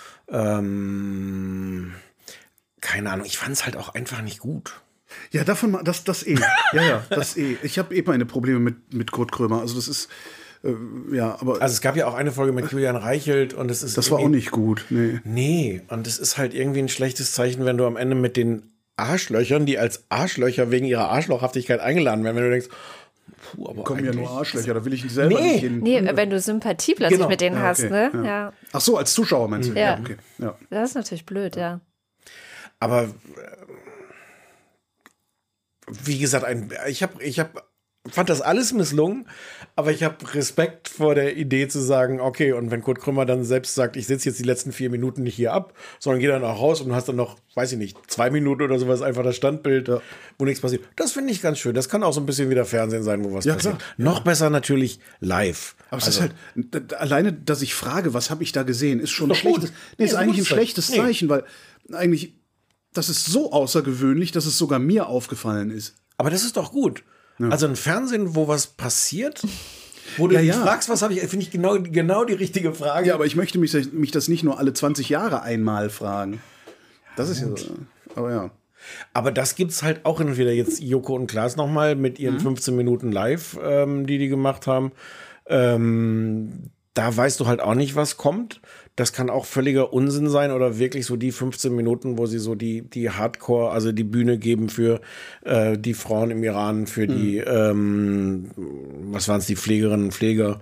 keine Ahnung, ich fand es halt auch einfach nicht gut. Ja, davon, das Ja, das Ich habe meine Probleme mit Kurt Krömer, also das ist, aber. Also es gab ja auch eine Folge mit Julian Reichelt und es ist. Das war auch nicht gut, nee. Nee, und es ist halt irgendwie ein schlechtes Zeichen, wenn du am Ende mit den Arschlöchern, die als Arschlöcher wegen ihrer Arschlochhaftigkeit eingeladen werden, wenn du denkst, aber kommen ja nur Arschlöcher, da will ich selber nicht hin. Nee, wenn du Sympathie plötzlich mit denen hast, ne? Ja. Ach so, als Zuschauer meinst du? Ja. Okay. Ja. Das ist natürlich blöd, ja. Aber wie gesagt, ich hab fand das alles misslungen, aber ich habe Respekt vor der Idee zu sagen, okay, und wenn Kurt Krömer dann selbst sagt, ich sitze jetzt die letzten 4 Minuten nicht hier ab, sondern gehe dann auch raus und hast dann noch, weiß ich nicht, 2 Minuten oder sowas, einfach das Standbild, wo nichts passiert. Das finde ich ganz schön. Das kann auch so ein bisschen wieder Fernsehen sein, wo was passiert. Klar. Noch besser natürlich live. Aber es ist halt, alleine, dass ich frage, was habe ich da gesehen, ist schon ein schlechtes, ist eigentlich ein schlechtes Zeichen, weil eigentlich, das ist so außergewöhnlich, dass es sogar mir aufgefallen ist. Aber das ist doch gut. Ja. Also ein Fernsehen, wo was passiert, wo du dich fragst, was habe ich, finde ich genau die richtige Frage. Ja, aber ich möchte mich das nicht nur alle 20 Jahre einmal fragen. Das ist ja so. Aber ja. Aber das gibt's halt auch hin und wieder. Jetzt Joko und Klaas nochmal mit ihren 15 Minuten live, die gemacht haben. Da weißt du halt auch nicht, was kommt. Das kann auch völliger Unsinn sein oder wirklich so die 15 Minuten, wo sie so die Hardcore, also die Bühne geben für die Frauen im Iran, für die, was waren es, die Pflegerinnen und Pfleger.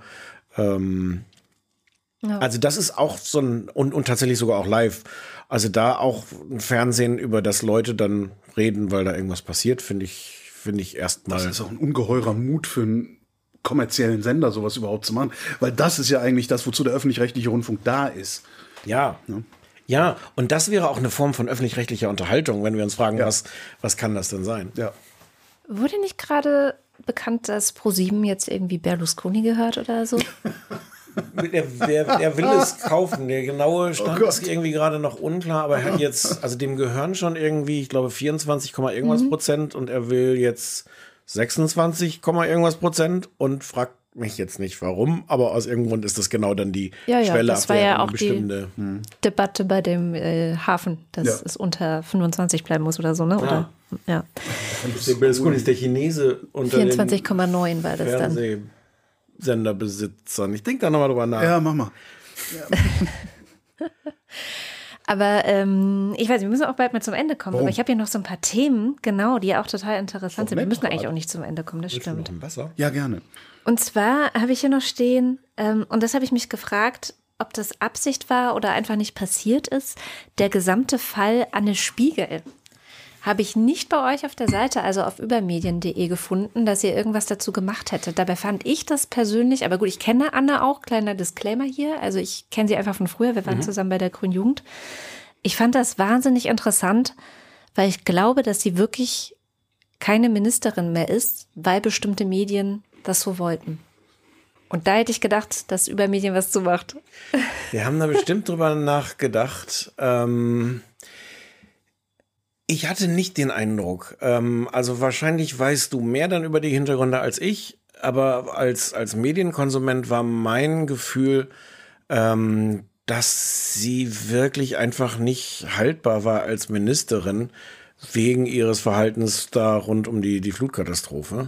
Also das ist auch so ein, und tatsächlich sogar auch live. Also da auch ein Fernsehen, über das Leute dann reden, weil da irgendwas passiert, finde ich erstmal. Das ist auch ein ungeheurer Mut für einen kommerziellen Sender, sowas überhaupt zu machen. Weil das ist ja eigentlich das, wozu der öffentlich-rechtliche Rundfunk da ist. Ja. Ja, und das wäre auch eine Form von öffentlich-rechtlicher Unterhaltung, wenn wir uns fragen, was kann das denn sein? Ja. Wurde nicht gerade bekannt, dass ProSieben jetzt irgendwie Berlusconi gehört oder so? Er will es kaufen. Der genaue Stand ist irgendwie gerade noch unklar, aber er hat jetzt, also dem gehören schon irgendwie, ich glaube 24, irgendwas Prozent und er will jetzt 26, irgendwas Prozent und fragt mich jetzt nicht warum, aber aus irgendeinem Grund ist das genau dann die Schwelle, das war ja auch bestimmte die Debatte bei dem Hafen, dass es unter 25 bleiben muss oder so, ne? Oder, ja. Berlusconi ist der Chinese unter 24,9 war das dann. Fernsehsenderbesitzern. Ich denke da nochmal drüber nach. Ja, mach mal. Ja. Aber ich weiß nicht, wir müssen auch bald mal zum Ende kommen. Aber ich habe hier noch so ein paar Themen, genau, die ja auch total interessant sind. Wir müssen eigentlich auch nicht zum Ende kommen, das stimmt. Ja, gerne. Und zwar habe ich hier noch stehen, und das habe ich mich gefragt, ob das Absicht war oder einfach nicht passiert ist, der gesamte Fall Anne Spiegel. Habe ich nicht bei euch auf der Seite, also auf übermedien.de gefunden, dass ihr irgendwas dazu gemacht hättet. Dabei fand ich das persönlich, aber gut, ich kenne Anne auch, kleiner Disclaimer hier, also ich kenne sie einfach von früher, wir waren zusammen bei der Grünen Jugend. Ich fand das wahnsinnig interessant, weil ich glaube, dass sie wirklich keine Ministerin mehr ist, weil bestimmte Medien das so wollten. Und da hätte ich gedacht, dass Übermedien was zu macht. Wir haben da bestimmt drüber nachgedacht. Ich hatte nicht den Eindruck. Also wahrscheinlich weißt du mehr dann über die Hintergründe als ich, aber als Medienkonsument war mein Gefühl, dass sie wirklich einfach nicht haltbar war als Ministerin wegen ihres Verhaltens da rund um die Flutkatastrophe.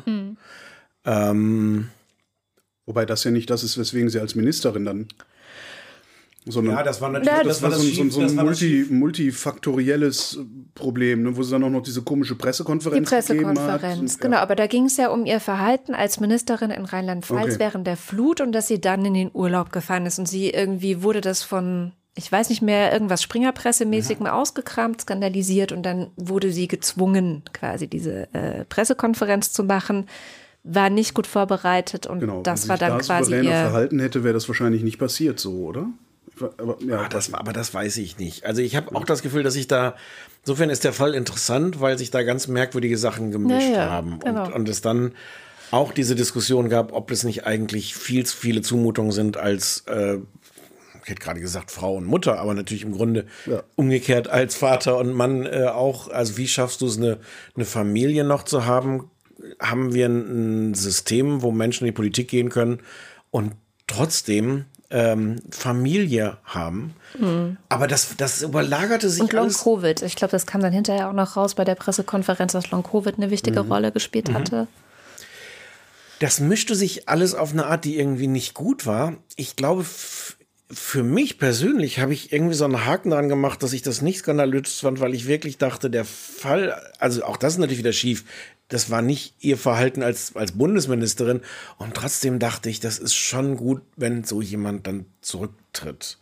Wobei das ja nicht das ist, weswegen sie als Ministerin dann. Sondern das war natürlich das war so ein multifaktorielles Problem, ne, wo sie dann auch noch diese komische Pressekonferenz gegeben hat. Genau, aber da ging es ja um ihr Verhalten als Ministerin in Rheinland-Pfalz während der Flut und dass sie dann in den Urlaub gefahren ist und sie irgendwie wurde das von, ich weiß nicht mehr, irgendwas Springerpressemäßig mal ausgekramt, skandalisiert und dann wurde sie gezwungen, quasi diese Pressekonferenz zu machen. War nicht gut vorbereitet und das war dann quasi ihr... Wenn sie sich verhalten hätte, wäre das wahrscheinlich nicht passiert so, oder? Aber das weiß ich nicht. Also ich habe auch das Gefühl, dass ich da, insofern ist der Fall interessant, weil sich da ganz merkwürdige Sachen gemischt haben. Genau. Und es dann auch diese Diskussion gab, ob es nicht eigentlich viel zu viele Zumutungen sind als, ich hätte gerade gesagt Frau und Mutter, aber natürlich im Grunde umgekehrt als Vater und Mann auch. Also wie schaffst du es, eine Familie noch zu haben? Haben wir ein System, wo Menschen in die Politik gehen können und trotzdem Familie haben. Aber das überlagerte sich und alles. Und Long-Covid. Ich glaube, das kam dann hinterher auch noch raus bei der Pressekonferenz, dass Long-Covid eine wichtige Rolle gespielt hatte. Das mischte sich alles auf eine Art, die irgendwie nicht gut war. Ich glaube, für mich persönlich habe ich irgendwie so einen Haken dran gemacht, dass ich das nicht skandalös fand, weil ich wirklich dachte, der Fall, also auch das ist natürlich wieder schief, das war nicht ihr Verhalten als Bundesministerin. Und trotzdem dachte ich, das ist schon gut, wenn so jemand dann zurücktritt.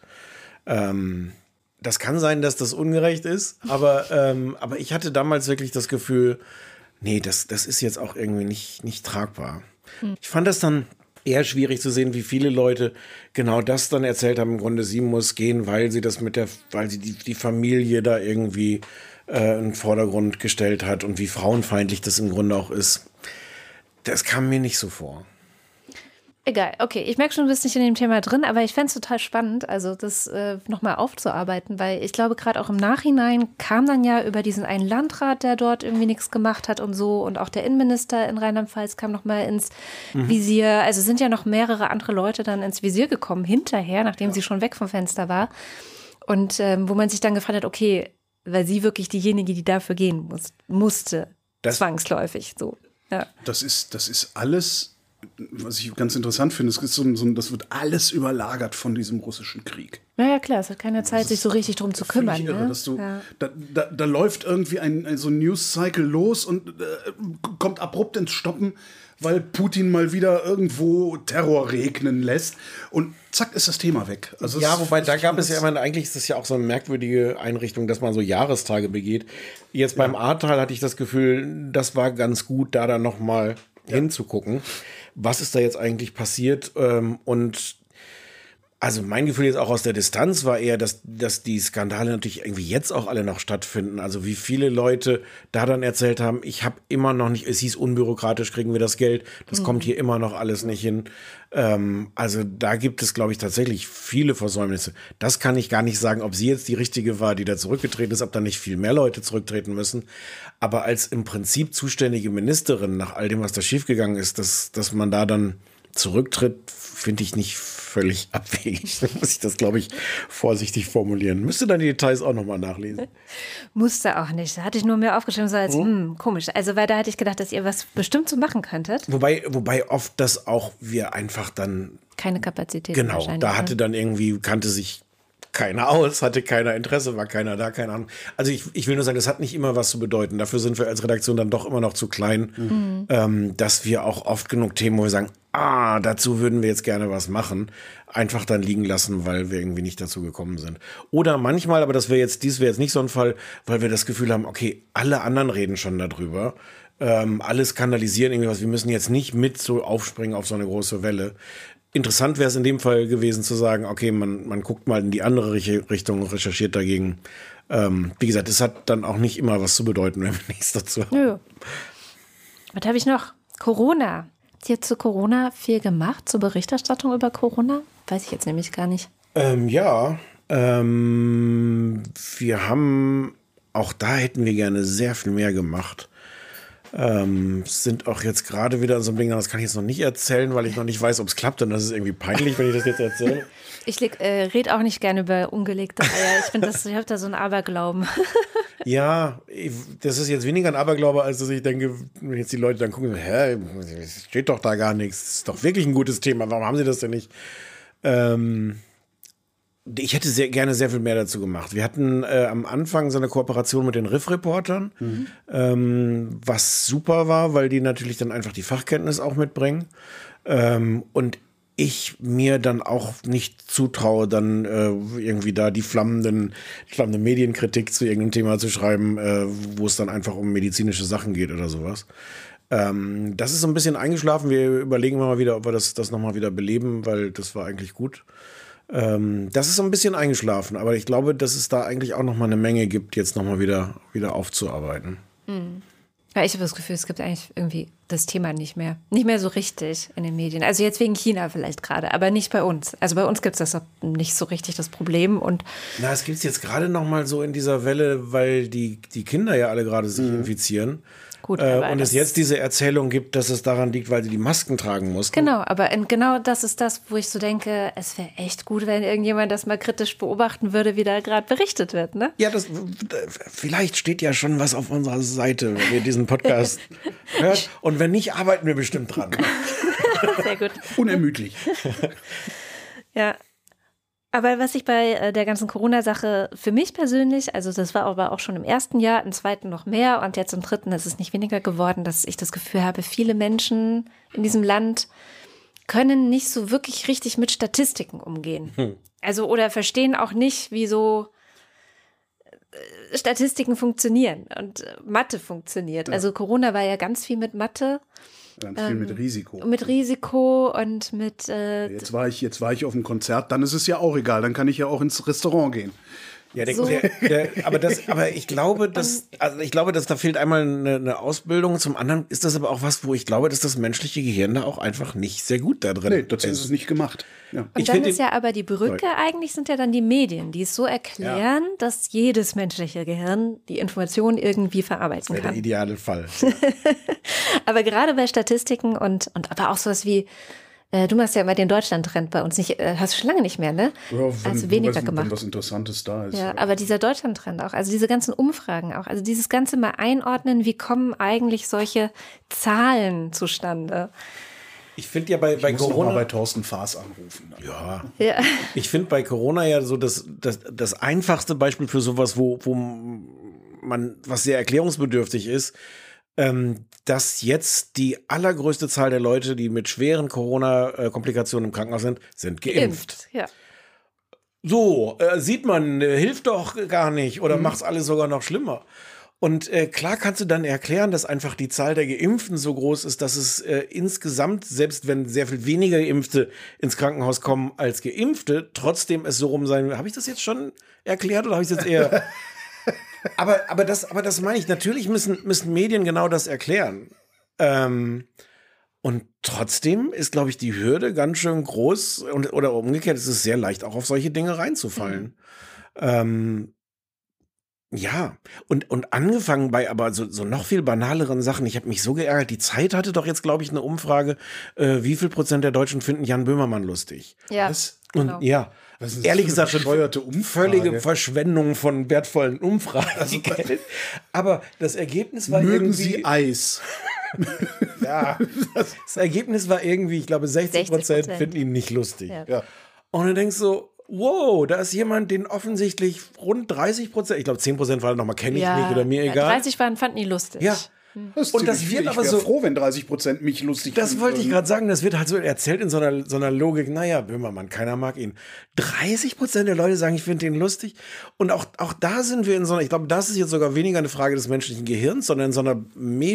Das kann sein, dass das ungerecht ist, aber ich hatte damals wirklich das Gefühl, nee, das ist jetzt auch irgendwie nicht tragbar. Ich fand das dann eher schwierig zu sehen, wie viele Leute genau das dann erzählt haben. Im Grunde, sie muss gehen, weil sie die Familie da irgendwie in den Vordergrund gestellt hat und wie frauenfeindlich das im Grunde auch ist. Das kam mir nicht so vor. Egal, okay, ich merke schon, du bist nicht in dem Thema drin, aber ich fände es total spannend, also das nochmal aufzuarbeiten, weil ich glaube, gerade auch im Nachhinein kam dann ja über diesen einen Landrat, der dort irgendwie nichts gemacht hat und so, und auch der Innenminister in Rheinland-Pfalz kam nochmal ins Visier, also sind ja noch mehrere andere Leute dann ins Visier gekommen hinterher, nachdem sie schon weg vom Fenster war, und wo man sich dann gefragt hat, okay, weil sie wirklich diejenige, die dafür gehen musste, zwangsläufig so. Ja. Das ist alles, was ich ganz interessant finde, das wird alles überlagert von diesem russischen Krieg. Ja, klar, es hat keine Zeit, sich so richtig drum zu kümmern. Irre, ne? dass da läuft irgendwie so ein News-Cycle los und kommt abrupt ins Stoppen, weil Putin mal wieder irgendwo Terror regnen lässt und zack ist das Thema weg. Also ja, wobei da gab es ja immer, eigentlich ist das ja auch so eine merkwürdige Einrichtung, dass man so Jahrestage begeht. Jetzt beim Ahrtal hatte ich das Gefühl, das war ganz gut, da dann nochmal hinzugucken. Was ist da jetzt eigentlich passiert? Und also mein Gefühl jetzt auch aus der Distanz war eher, dass die Skandale natürlich irgendwie jetzt auch alle noch stattfinden. Also wie viele Leute da dann erzählt haben, ich habe immer noch nicht, es hieß unbürokratisch, kriegen wir das Geld, das kommt hier immer noch alles nicht hin. Also da gibt es, glaube ich, tatsächlich viele Versäumnisse. Das kann ich gar nicht sagen, ob sie jetzt die richtige war, die da zurückgetreten ist, ob da nicht viel mehr Leute zurücktreten müssen. Aber als im Prinzip zuständige Ministerin nach all dem, was da schiefgegangen ist, dass man da dann zurücktritt, finde ich nicht völlig abwegig. Da muss ich das, glaube ich, vorsichtig formulieren. Müsste dann die Details auch nochmal nachlesen. Musste auch nicht. Da hatte ich nur mir aufgeschrieben, so als komisch. Also, weil da hatte ich gedacht, dass ihr was bestimmt so machen könntet. Wobei oft das auch wir einfach dann keine Kapazität. Genau, da hatte dann irgendwie, kannte sich keiner aus, hatte keiner Interesse, war keiner da, keine Ahnung. Also ich will nur sagen, das hat nicht immer was zu bedeuten. Dafür sind wir als Redaktion dann doch immer noch zu klein, dass wir auch oft genug Themen, wo wir sagen, dazu würden wir jetzt gerne was machen, einfach dann liegen lassen, weil wir irgendwie nicht dazu gekommen sind. Oder manchmal, aber dies wäre jetzt nicht so ein Fall, weil wir das Gefühl haben, okay, alle anderen reden schon darüber, alle skandalisieren irgendwie was, wir müssen jetzt nicht mit so aufspringen auf so eine große Welle. Interessant wäre es in dem Fall gewesen zu sagen, okay, man guckt mal in die andere Richtung und recherchiert dagegen. Wie gesagt, es hat dann auch nicht immer was zu bedeuten, wenn wir nichts dazu haben. Nö. Was habe ich noch? Corona. Habt ihr zu Corona viel gemacht, zur Berichterstattung über Corona? Weiß ich jetzt nämlich gar nicht. Wir haben, auch da hätten wir gerne sehr viel mehr gemacht. Sind auch jetzt gerade wieder in so einem Ding, das kann ich jetzt noch nicht erzählen, weil ich noch nicht weiß, ob es klappt, und das ist irgendwie peinlich, wenn ich das jetzt erzähle. Ich rede auch nicht gerne über ungelegte Eier. Ich habe da so einen Aberglauben. Ja, das ist jetzt weniger ein Aberglaube, als dass ich denke, wenn jetzt die Leute dann gucken, es steht doch da gar nichts, das ist doch wirklich ein gutes Thema, warum haben sie das denn nicht? Ich hätte gerne sehr viel mehr dazu gemacht. Wir hatten am Anfang so eine Kooperation mit den Riff-Reportern, was super war, weil die natürlich dann einfach die Fachkenntnis auch mitbringen. Und ich mir dann auch nicht zutraue, dann irgendwie da die flammende Medienkritik zu irgendeinem Thema zu schreiben, wo es dann einfach um medizinische Sachen geht oder sowas. Das ist so ein bisschen eingeschlafen. Wir überlegen mal wieder, ob wir das nochmal wieder beleben, weil das war eigentlich gut. Das ist so ein bisschen eingeschlafen, aber ich glaube, dass es da eigentlich auch nochmal eine Menge gibt, jetzt nochmal wieder aufzuarbeiten. Ja, ich habe das Gefühl, es gibt eigentlich irgendwie das Thema nicht mehr so richtig in den Medien. Also jetzt wegen China vielleicht gerade, aber nicht bei uns. Also bei uns gibt es das nicht so richtig, das Problem. Und es gibt es jetzt gerade nochmal so in dieser Welle, weil die Kinder ja alle gerade sich infizieren. Gut, und es jetzt diese Erzählung gibt, dass es daran liegt, weil sie die Masken tragen mussten. Genau, aber genau das ist das, wo ich so denke, es wäre echt gut, wenn irgendjemand das mal kritisch beobachten würde, wie da gerade berichtet wird, ne? Ja, vielleicht steht ja schon was auf unserer Seite, wenn ihr diesen Podcast hört. Und wenn nicht, arbeiten wir bestimmt dran. Sehr gut. Unermüdlich. Ja. Aber was ich bei der ganzen Corona-Sache für mich persönlich, also das war aber auch schon im ersten Jahr, im zweiten noch mehr und jetzt im dritten ist es nicht weniger geworden, dass ich das Gefühl habe, viele Menschen in diesem Land können nicht so wirklich richtig mit Statistiken umgehen. Also oder verstehen auch nicht, wie so Statistiken funktionieren und Mathe funktioniert. Ja. Also Corona war ja ganz viel mit Mathe. Ganz viel mit Risiko. Mit Risiko und mit. Jetzt war ich auf dem Konzert, dann ist es ja auch egal, dann kann ich ja auch ins Restaurant gehen. Ja, aber ich glaube, dass da fehlt einmal eine Ausbildung. Zum anderen ist das aber auch was, wo ich glaube, dass das menschliche Gehirn da auch einfach nicht sehr gut da drin ist. Nee, dazu ist es nicht gemacht. Ja. Und dann ist ja aber die Brücke, eigentlich sind ja dann die Medien, die es so erklären, dass jedes menschliche Gehirn die Information irgendwie verarbeiten kann. Der ideale Fall. Aber gerade bei Statistiken und aber auch sowas wie, du machst ja immer den Deutschland-Trend bei uns nicht, hast du schon lange nicht mehr, ne? Ja, also weniger gemacht. Wenn was Interessantes da ist. Ja, aber dieser Deutschland-Trend auch, also diese ganzen Umfragen auch, also dieses Ganze mal einordnen, wie kommen eigentlich solche Zahlen zustande? Ich finde ja bei Corona. Mal bei Thorsten Faas anrufen. Ja. Ich finde bei Corona ja so das einfachste Beispiel für sowas, wo man, was sehr erklärungsbedürftig ist, dass jetzt die allergrößte Zahl der Leute, die mit schweren Corona-Komplikationen im Krankenhaus sind geimpft. Ja. So, sieht man, hilft doch gar nicht oder macht's alles sogar noch schlimmer. Und klar kannst du dann erklären, dass einfach die Zahl der Geimpften so groß ist, dass es insgesamt, selbst wenn sehr viel weniger Geimpfte ins Krankenhaus kommen als Geimpfte, trotzdem es so rum sein will. Habe ich das jetzt schon erklärt oder habe ich es jetzt eher... Aber das meine ich. Natürlich müssen Medien genau das erklären. Und trotzdem ist, glaube ich, die Hürde ganz schön groß oder umgekehrt ist es sehr leicht, auch auf solche Dinge reinzufallen. Ja, und angefangen bei aber so noch viel banaleren Sachen. Ich habe mich so geärgert. Die Zeit hatte doch jetzt, glaube ich, eine Umfrage, wie viel Prozent der Deutschen finden Jan Böhmermann lustig? Ja, genau. Und ja, das ist ehrlich gesagt, schon völlige Verschwendung von wertvollen Umfragen. Aber das Ergebnis war Mögen irgendwie... Sie Eis? Ja, das Ergebnis war irgendwie, ich glaube, 60% finden ihn nicht lustig. Ja. Und du denkst so, wow, da ist jemand, den offensichtlich rund 30%, ich glaube 10% war nochmal, kenne ich nicht oder mir egal. 30 fanden ihn lustig. Ja. Und das wird aber so froh, wenn 30% mich lustig finden. Das wollte ich gerade sagen, das wird halt so erzählt in so einer Logik, naja, Böhmermann, keiner mag ihn. 30% der Leute sagen, ich finde ihn lustig. Und auch da sind wir in so einer, ich glaube, das ist jetzt sogar weniger eine Frage des menschlichen Gehirns, sondern in so einer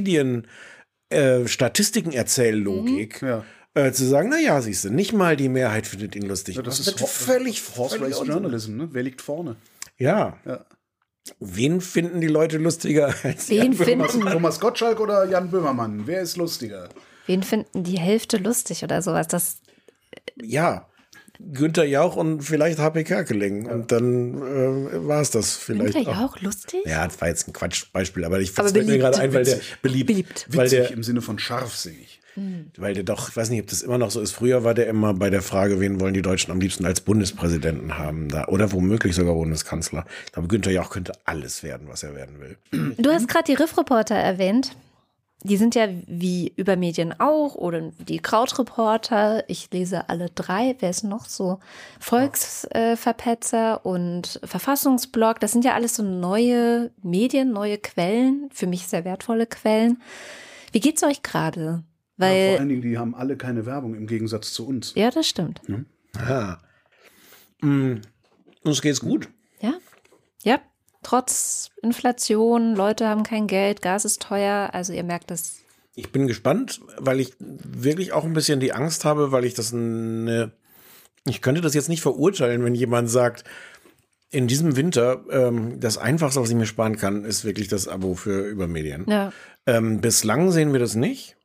Statistiken-Erzähllogik. Zu sagen, naja, siehst du, nicht mal die Mehrheit findet ihn lustig. Ja, das ist völlig Horse Race Journalism, ne? Wer liegt vorne? Ja. Wen finden die Leute lustiger als Jan Böhmermann? Thomas Gottschalk oder Jan Böhmermann? Wer ist lustiger? Wen finden die Hälfte lustig oder sowas? Ja, Günther Jauch und vielleicht HP Kerkeling. Ja. Und dann war es das vielleicht. Günther Jauch lustig? Ja, das war jetzt ein Quatschbeispiel, aber ich fand mir gerade ein, weil der beliebt. Witzig im Sinne von scharfsinnig. Weil der doch, ich weiß nicht, ob das immer noch so ist. Früher war der immer bei der Frage, wen wollen die Deutschen am liebsten als Bundespräsidenten haben. Oder womöglich sogar Bundeskanzler. Ich glaube, Günther Jauch könnte alles werden, was er werden will. Du hast gerade die Riff-Reporter erwähnt. Die sind ja wie über Medien auch oder die Krautreporter. Ich lese alle drei. Wer ist noch so? Volksverpetzer und Verfassungsblog. Das sind ja alles so neue Medien, neue Quellen. Für mich sehr wertvolle Quellen. Wie geht's euch gerade? Weil, vor allen Dingen, die haben alle keine Werbung im Gegensatz zu uns. Ja, das stimmt. Ja. Uns geht's gut. Ja. Trotz Inflation, Leute haben kein Geld, Gas ist teuer, also ihr merkt es. Ich bin gespannt, weil ich wirklich auch ein bisschen die Angst habe, weil ich ich könnte das jetzt nicht verurteilen, wenn jemand sagt, in diesem Winter, das Einfachste, was ich mir sparen kann, ist wirklich das Abo für Übermedien. Ja. Bislang sehen wir das nicht.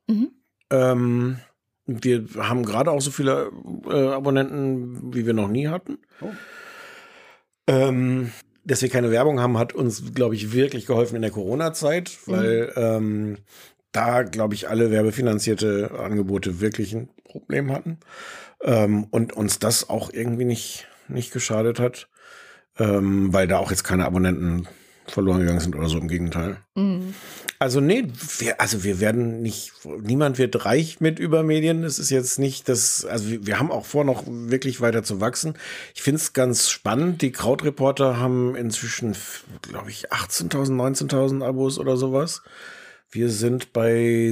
Wir haben gerade auch so viele Abonnenten, wie wir noch nie hatten. Dass wir keine Werbung haben, hat uns, glaube ich, wirklich geholfen in der Corona-Zeit, weil da, glaube ich, alle werbefinanzierte Angebote wirklich ein Problem hatten und uns das auch irgendwie nicht geschadet hat, weil da auch jetzt keine Abonnenten verloren gegangen sind oder so, im Gegenteil. Also nee, wir werden niemand wird reich mit Übermedien. Es ist jetzt nicht das, also wir haben auch vor, noch wirklich weiter zu wachsen. Ich finde es ganz spannend. Die Krautreporter haben inzwischen, glaube ich, 18.000, 19.000 Abos oder sowas. Wir sind bei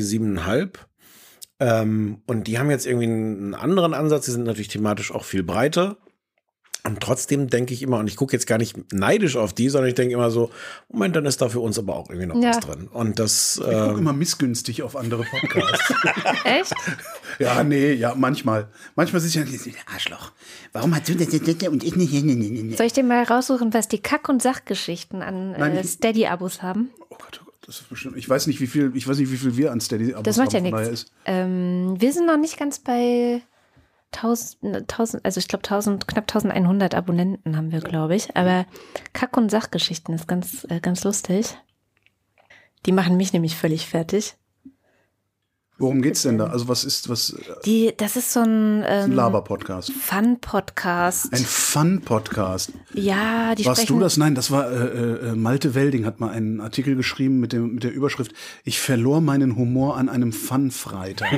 7,5. Und die haben jetzt irgendwie einen anderen Ansatz. Die sind natürlich thematisch auch viel breiter. Und trotzdem denke ich immer, und ich gucke jetzt gar nicht neidisch auf die, sondern ich denke immer so, Moment, dann ist da für uns aber auch irgendwie noch was drin. Und das. Ich gucke immer missgünstig auf andere Podcasts. Echt? Ja, nee, ja, manchmal. Manchmal ist es ja, Arschloch. Warum hast du das und ich nicht? Nee. Soll ich dir mal raussuchen, was die Kack- und Sachgeschichten an Steady-Abos haben? Oh Gott, das ist bestimmt. Ich weiß nicht, wie viel wir an Steady-Abos haben. Das macht ja nichts. Wir sind noch nicht ganz bei 1000, also ich glaube knapp 1100 Abonnenten haben wir, glaube ich. Aber Kack- und Sachgeschichten ist ganz lustig. Die machen mich nämlich völlig fertig. Worum geht's denn da? Also was? Das ist so ein Laber-Podcast. Fun-Podcast. Ein Fun-Podcast. Ja, die Warst sprechen. du das? Nein, das war Malte Welding hat mal einen Artikel geschrieben mit der Überschrift: Ich verlor meinen Humor an einem Fun-Freitag.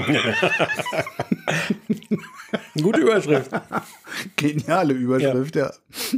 Gute Überschrift. Geniale Überschrift, ja.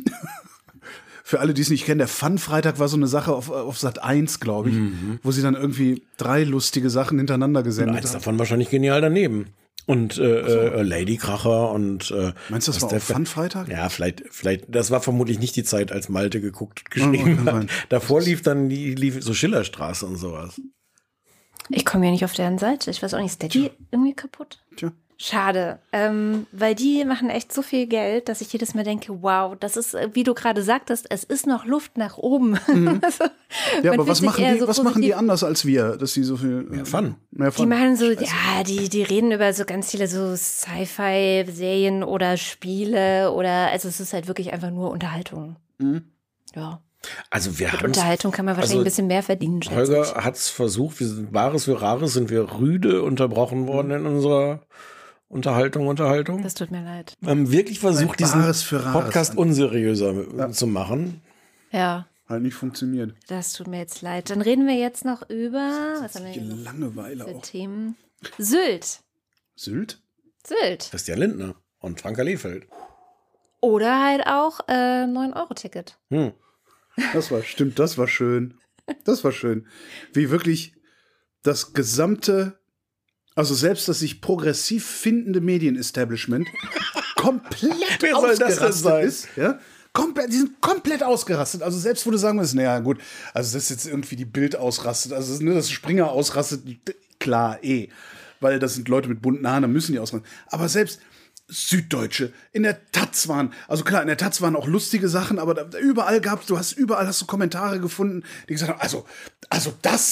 Für alle, die es nicht kennen, der Fun-Freitag war so eine Sache auf Sat 1, glaube ich, wo sie dann irgendwie 3 lustige Sachen hintereinander gesendet Eins haben. davon wahrscheinlich genial daneben. Und Ladykracher und Meinst du, das war auch Fun-Freitag? Ja, vielleicht, das war vermutlich nicht die Zeit, als Malte geguckt und geschrieben kann hat. sein. Davor lief so Schillerstraße und sowas. Ich komme ja nicht auf deren Seite. Ich weiß auch nicht, ist Steady irgendwie kaputt? Tja. Schade, weil die machen echt so viel Geld, dass ich jedes Mal denke, wow, das ist, wie du gerade sagtest, es ist noch Luft nach oben. Also, Ja, aber was machen die positiv. anders als wir, dass sie so viel Mehr Fun. Mehr Die machen so, ja, die reden über so ganz viele so Sci-Fi-Serien oder Spiele also es ist halt wirklich einfach nur Unterhaltung. Ja. Also wir Mit haben Unterhaltung kann man wahrscheinlich ein bisschen mehr verdienen, schätze ich. Holger hat es versucht, wir sind Wahres für Rares, sind wir rüde unterbrochen worden in unserer Unterhaltung. Das tut mir leid. Wir haben wirklich versucht, diesen Wahres für Rares Podcast unseriöser zu machen. Ja, halt nicht funktioniert. das tut mir jetzt leid. Dann reden wir jetzt noch über, was haben wir hier noch Langeweile für auch. Themen? Sylt. Sylt? Christian Lindner und Franka Lehfeld. Oder halt auch 9-Euro-Ticket. Das war schön. Das war schön. Wie wirklich das gesamte, also selbst das sich progressiv findende Medienestablishment komplett Wer soll das denn ausgerastet sein? ist. Ja? Die sind komplett ausgerastet. Also selbst wo du sagen würdest, naja gut, also das ist jetzt irgendwie die Bild ausrastet, also das Springer ausrastet, klar, weil das sind Leute mit bunten Haaren, da müssen die ausrasten. Aber selbst Süddeutsche, in der Taz waren, also klar, in der Taz waren auch lustige Sachen, aber überall hast du Kommentare gefunden, die gesagt haben, also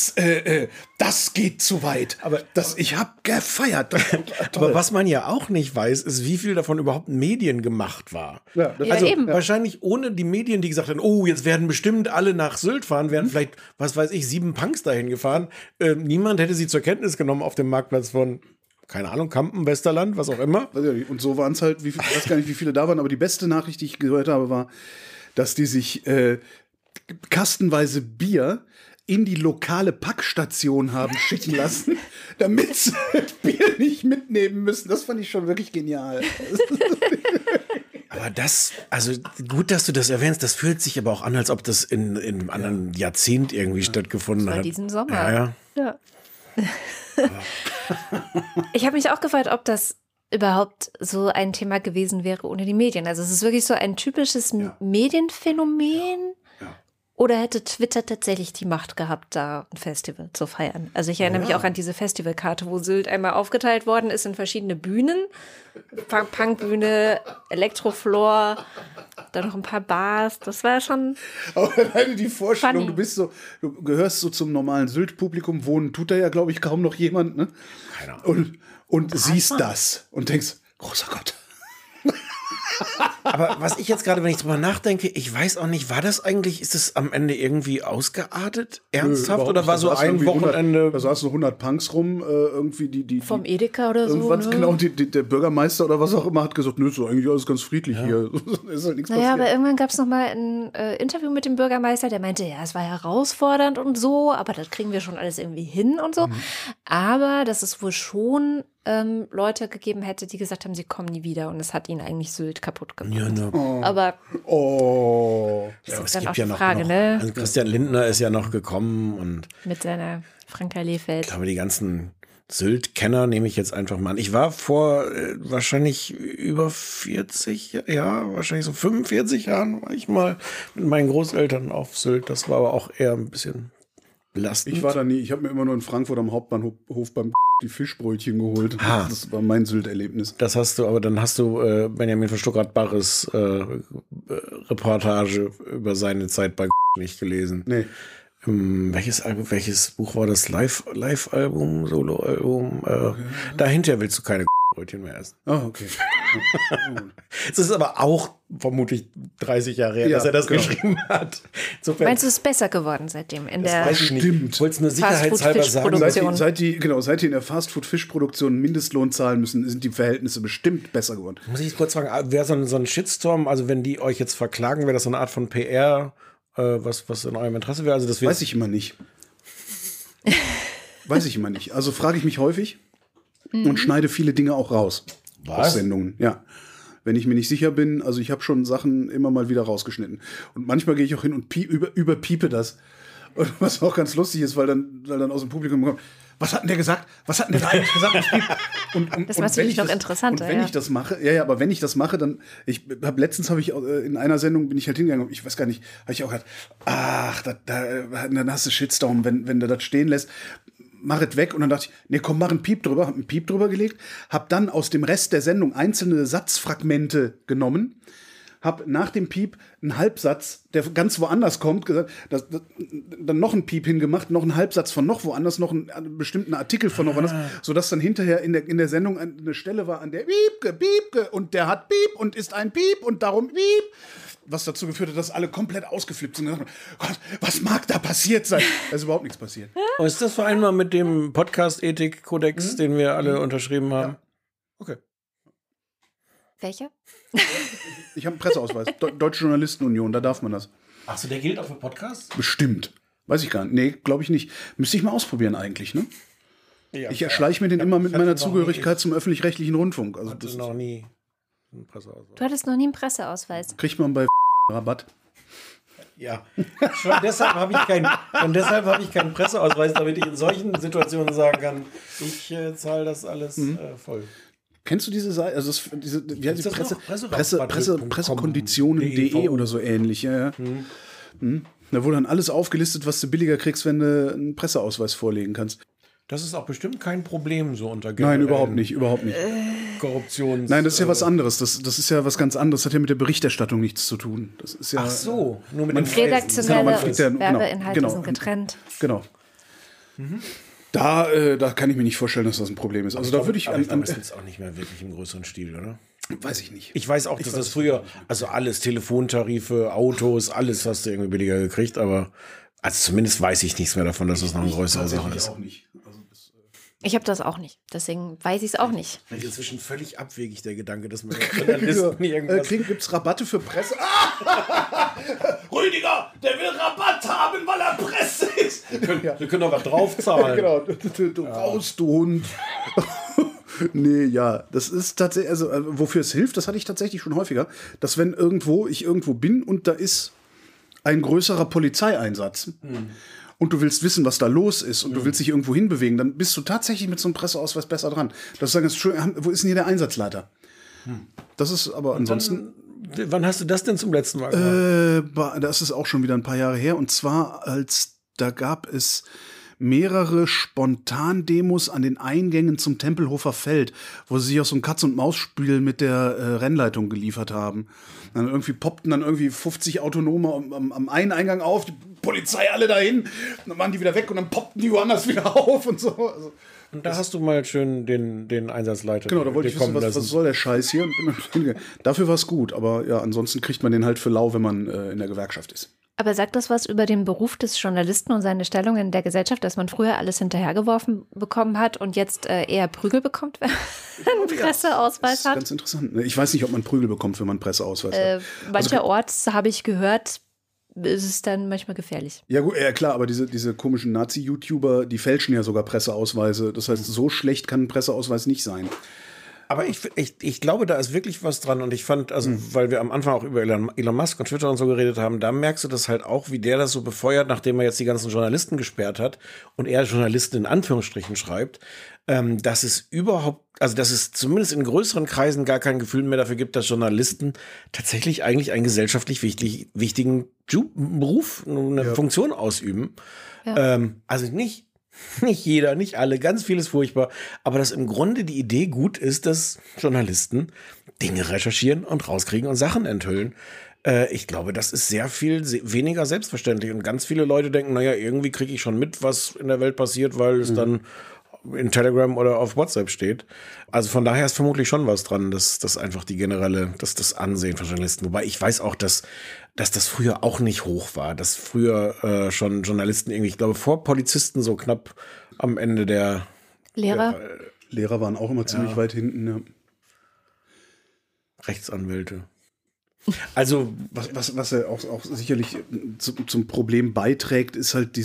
das geht zu weit. Aber ich habe gefeiert. Aber was man ja auch nicht weiß, ist, wie viel davon überhaupt Medien gemacht war. Ja, das Also eben. wahrscheinlich ohne die Medien, die gesagt haben, oh, jetzt werden bestimmt alle nach Sylt fahren, werden vielleicht, was weiß ich, 7 Punks dahin gefahren. Niemand hätte sie zur Kenntnis genommen auf dem Marktplatz von, keine Ahnung, Kampen, Westerland, was auch immer. Und so waren es halt, ich weiß gar nicht, wie viele da waren, aber die beste Nachricht, die ich gehört habe, war, dass die sich kastenweise Bier in die lokale Packstation haben schicken lassen, damit sie Bier nicht mitnehmen müssen. Das fand ich schon wirklich genial. Aber also gut, dass du das erwähnst, das fühlt sich aber auch an, als ob das in einem anderen Jahrzehnt irgendwie stattgefunden Das war hat. diesen Sommer. Ja. Ich habe mich auch gefragt, ob das überhaupt so ein Thema gewesen wäre ohne die Medien. Also es ist wirklich so ein typisches Medienphänomen. Oder hätte Twitter tatsächlich die Macht gehabt, da ein Festival zu feiern? Also ich erinnere mich auch an diese Festivalkarte, wo Sylt einmal aufgeteilt worden ist in verschiedene Bühnen. Punkbühne, Elektrofloor, dann noch ein paar Bars. Das war schon Aber alleine die Vorstellung, funny. du gehörst so zum normalen Sylt-Publikum, wohnen tut da ja, glaube ich, kaum noch jemand, ne? Keine Ahnung. Und siehst das und denkst, großer Gott. Aber was ich jetzt gerade, wenn ich drüber nachdenke, ich weiß auch nicht, ist es am Ende irgendwie ausgeartet? Ernsthaft? Oder war so ein Wochenende? Da saßen so 100 Punks rum, irgendwie die Vom Edeka oder so. irgendwas, Ne? genau, und der Bürgermeister oder was auch immer hat gesagt, nö, ist doch eigentlich alles ganz friedlich hier. Ist halt nichts Naja, aber passiert. irgendwann gab es noch mal ein Interview mit dem Bürgermeister, der meinte, ja, es war herausfordernd und so, aber das kriegen wir schon alles irgendwie hin und so. Aber dass es wohl schon Leute gegeben hätte, die gesagt haben, sie kommen nie wieder und es hat ihnen eigentlich Sylt kaputt gemacht. Ja, ne. Aber Oh. das Ja, ist es dann gibt auch ja die noch, Frage, ne? also Christian Lindner ist ja noch gekommen und Mit seiner Franka Lehfeld. ich glaube, die ganzen Sylt-Kenner nehme ich jetzt einfach mal an. Ich war vor wahrscheinlich über 40, ja, wahrscheinlich so 45 Jahren war ich mal mit meinen Großeltern auf Sylt. Das war aber auch eher ein bisschen belastend. Ich war da nie. Ich habe mir immer nur in Frankfurt am Hauptbahnhof beim die Fischbrötchen geholt. Das war mein Sylt-Erlebnis. Das hast du, aber dann hast du Benjamin von Stuttgart-Barres Reportage über seine Zeit bei nicht gelesen. Nee. Welches Buch war das? Live-Album, Solo-Album? Dahinter willst du keine Brötchen mehr essen. Ah, okay. Es ist aber auch vermutlich 30 Jahre her, dass er das geschrieben hat. Insofern, meinst du, es ist besser geworden seitdem? Stimmt. Ich wollte es nur sicherheitshalber sagen. Seit die in der Fastfood-Fischproduktion Mindestlohn zahlen müssen, sind die Verhältnisse bestimmt besser geworden. Muss ich kurz fragen, wäre so ein Shitstorm, also wenn die euch jetzt verklagen, wäre das so eine Art von PR, was in eurem Interesse wäre? Also das weiß ich immer nicht. Weiß ich immer nicht. Also frage ich mich häufig und schneide viele Dinge auch raus. Was? Aus Sendungen, ja. Wenn ich mir nicht sicher bin, also ich habe schon Sachen immer mal wieder rausgeschnitten. Und manchmal gehe ich auch hin und überpiepe das. Und was auch ganz lustig ist, weil dann aus dem Publikum kommt, was hat denn der gesagt? Was hat denn der eigentlich gesagt? Das war natürlich noch interessanter. Und wenn ich das mache, aber wenn ich das mache, dann, letztens habe ich in einer Sendung, bin ich halt hingegangen, ich weiß gar nicht, habe ich auch gedacht, dann hast du Shitstorm, wenn du das stehen lässt. Mach es weg. Und dann dachte ich, nee, komm, mach einen Piep drüber. Hab einen Piep drüber gelegt. Hab dann aus dem Rest der Sendung einzelne Satzfragmente genommen. Hab nach dem Piep einen Halbsatz, der ganz woanders kommt, gesagt, dann noch einen Piep hingemacht, noch einen Halbsatz von noch woanders, noch einen bestimmten Artikel von noch woanders, sodass dann hinterher in der Sendung eine Stelle war, an der Piepke, und der hat Piep und ist ein Piep und darum Piep. Was dazu geführt hat, dass alle komplett ausgeflippt sind. Gott, was mag da passiert sein? Da ist überhaupt nichts passiert. Oh, ist das vereinbar mit dem Podcast-Ethik-Kodex, den wir alle unterschrieben haben? Ja. Okay. Welcher? Ich habe einen Presseausweis. Deutsche Journalistenunion, da darf man das. Achso, der gilt auch für Podcasts? Bestimmt. Weiß ich gar nicht. Nee, glaube ich nicht. Müsste ich mal ausprobieren eigentlich, ne? Ja, ich erschleiche mir den immer mit meiner Zugehörigkeit zum öffentlich-rechtlichen Rundfunk. Also das noch nie einen Presseausweis. Du hattest noch nie einen Presseausweis. Kriegt man bei Rabatt. Ja, schon deshalb habe ich keinen Presseausweis, damit ich in solchen Situationen sagen kann, ich zahle das alles voll. Kennst du diese Seite? Also wie heißt die Pressekonditionen.de oder so ähnlich. Ja. Da wurde dann alles aufgelistet, was du billiger kriegst, wenn du einen Presseausweis vorlegen kannst. Das ist auch bestimmt kein Problem so unter Nein, überhaupt nicht. Korruptions. Nein, das ist ja was anderes. Das ist ja was ganz anderes. Das hat ja mit der Berichterstattung nichts zu tun. Das ist ja, ach so, nur mit dem redaktionelle Werbeinhalte sind getrennt. Genau. Da kann ich mir nicht vorstellen, dass das ein Problem ist. Also da würde ich das ist jetzt auch nicht mehr wirklich im größeren Stil, oder? Weiß ich nicht. Ich weiß auch, dass das früher, also alles, Telefontarife, Autos, alles hast du irgendwie billiger gekriegt, aber also zumindest weiß ich nichts mehr davon, dass das noch eine größere Sache ist. Auch nicht. Ich habe das auch nicht. Deswegen weiß ich es auch nicht. Das ist inzwischen völlig abwegig, der Gedanke, dass man Journalisten irgendwas... Gibt's Rabatte für Presse? Rüdiger, der will Rabatt haben, weil er Presse ist. Wir können doch was draufzahlen. Genau. Du raus, du Hund. Nee, ja, das ist tatsächlich, also wofür es hilft, das hatte ich tatsächlich schon häufiger, dass wenn ich irgendwo bin und da ist ein größerer Polizeieinsatz und du willst wissen, was da los ist und du willst dich irgendwo hinbewegen, dann bist du tatsächlich mit so einem Presseausweis besser dran. Dass du sagst, wo ist denn hier der Einsatzleiter? Das ist aber ansonsten... Wann hast du das denn zum letzten Mal gemacht? Das ist auch schon wieder ein paar Jahre her. Und zwar, da gab es mehrere Spontandemos an den Eingängen zum Tempelhofer Feld, wo sie sich auch so ein Katz-und-Maus-Spiel mit der Rennleitung geliefert haben. Dann irgendwie poppten dann irgendwie 50 Autonome am einen Eingang auf, die Polizei alle dahin, dann waren die wieder weg und dann poppten die woanders wieder auf und so. Also, und da hast du mal schön den Einsatzleiter. Genau, da wollte ich wissen, was soll der Scheiß hier? Und dafür war es gut, aber ja, ansonsten kriegt man den halt für lau, wenn man in der Gewerkschaft ist. Aber sagt das was über den Beruf des Journalisten und seine Stellung in der Gesellschaft, dass man früher alles hinterhergeworfen bekommen hat und jetzt eher Prügel bekommt, wenn man einen Presseausweis hat? Das ist ganz interessant. Ich weiß nicht, ob man Prügel bekommt, wenn man einen Presseausweis hat. Mancherorts habe ich gehört, ist es dann manchmal gefährlich. Ja gut, ja klar, aber diese komischen Nazi-YouTuber, die fälschen ja sogar Presseausweise. Das heißt, so schlecht kann ein Presseausweis nicht sein. Aber ich glaube, da ist wirklich was dran. Und ich fand, also, weil wir am Anfang auch über Elon Musk und Twitter und so geredet haben, da merkst du das halt auch, wie der das so befeuert, nachdem er jetzt die ganzen Journalisten gesperrt hat und er Journalisten in Anführungsstrichen schreibt, dass es zumindest in größeren Kreisen gar kein Gefühl mehr dafür gibt, dass Journalisten tatsächlich eigentlich einen gesellschaftlich wichtigen Beruf, eine Funktion ausüben. Ja. Also nicht jeder, nicht alle, ganz vieles furchtbar, aber dass im Grunde die Idee gut ist, dass Journalisten Dinge recherchieren und rauskriegen und Sachen enthüllen. Ich glaube, das ist sehr viel weniger selbstverständlich und ganz viele Leute denken, naja, irgendwie kriege ich schon mit, was in der Welt passiert, weil es dann in Telegram oder auf WhatsApp steht. Also von daher ist vermutlich schon was dran, dass einfach das Ansehen von Journalisten, wobei ich weiß auch, dass das früher auch nicht hoch war, dass früher schon Journalisten irgendwie, ich glaube, vor Polizisten so knapp am Ende der Lehrer. Lehrer waren auch immer ziemlich weit hinten, ja. Rechtsanwälte. Also, was ja auch sicherlich zum Problem beiträgt, ist halt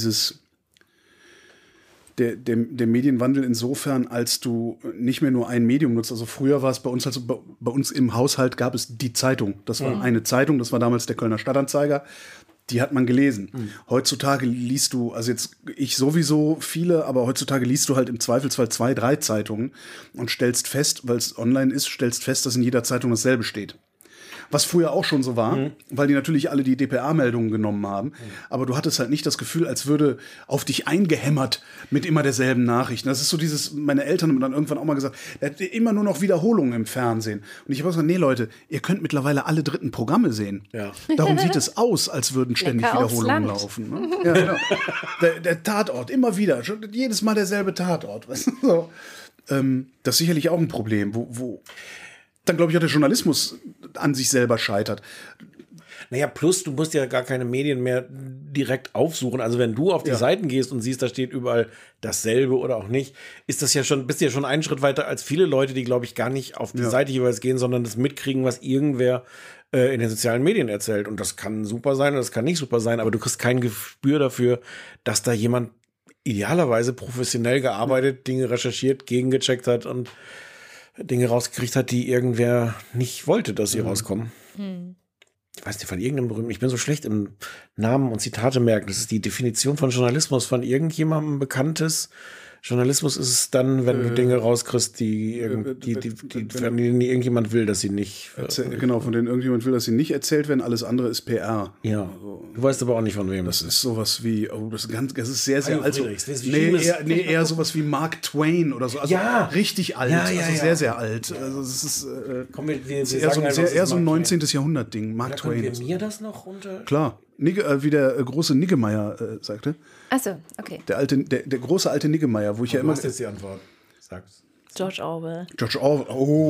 der Medienwandel insofern, als du nicht mehr nur ein Medium nutzt. Also früher war es bei uns, also bei uns im Haushalt gab es die Zeitung. Das war eine Zeitung, das war damals der Kölner Stadtanzeiger. Die hat man gelesen. Heutzutage liest du, also jetzt ich sowieso viele, aber heutzutage liest du halt im Zweifelsfall 2, 3 Zeitungen und stellst fest, weil es online ist, dass in jeder Zeitung dasselbe steht. Was früher auch schon so war, weil die natürlich alle die dpa-Meldungen genommen haben. Aber du hattest halt nicht das Gefühl, als würde auf dich eingehämmert mit immer derselben Nachricht. Das ist so meine Eltern haben dann irgendwann auch mal gesagt, er hat immer nur noch Wiederholungen im Fernsehen. Und ich habe gesagt, nee Leute, ihr könnt mittlerweile alle dritten Programme sehen. Ja. Darum sieht es aus, als würden ständig Wiederholungen laufen. Ne? Ja, genau. Der Tatort, immer wieder. Jedes Mal derselbe Tatort. Weißt du? So. Das ist sicherlich auch ein Problem, wo dann, glaube ich, auch der Journalismus an sich selber scheitert. Naja, plus du musst ja gar keine Medien mehr direkt aufsuchen. Also wenn du auf die Seiten gehst und siehst, da steht überall dasselbe oder auch nicht, bist du ja schon einen Schritt weiter als viele Leute, die, glaube ich, gar nicht auf die Seite jeweils gehen, sondern das mitkriegen, was irgendwer in den sozialen Medien erzählt. Und das kann super sein und das kann nicht super sein, aber du kriegst kein Gespür dafür, dass da jemand idealerweise professionell gearbeitet, Dinge recherchiert, gegengecheckt hat und Dinge rausgekriegt hat, die irgendwer nicht wollte, dass sie rauskommen. Ich weiß nicht, von irgendeinem berühmten, ich bin so schlecht im Namen und Zitate merken. Das ist die Definition von Journalismus von irgendjemandem Bekanntes. Journalismus ist es dann, wenn du Dinge rauskriegst, von denen irgendjemand will, dass sie nicht. Genau, von denen irgendjemand will, dass sie nicht erzählt werden. Alles andere ist PR. Ja. Du weißt aber auch nicht, von wem das ist. Sowas wie, das ist sehr, sehr alt. Eher sowas wie Mark Twain oder so. Also richtig alt. Sehr, sehr alt. Also es ist eher so ein 19. Jahrhundert-Ding. Mark Twain. Können wir mir das noch runter? Klar. Wie der große Niggemeier sagte. Achso, okay. Der große alte Niggemeier, wo ich immer. Was ist jetzt die Antwort? Sag's. George Orwell. George Orwell,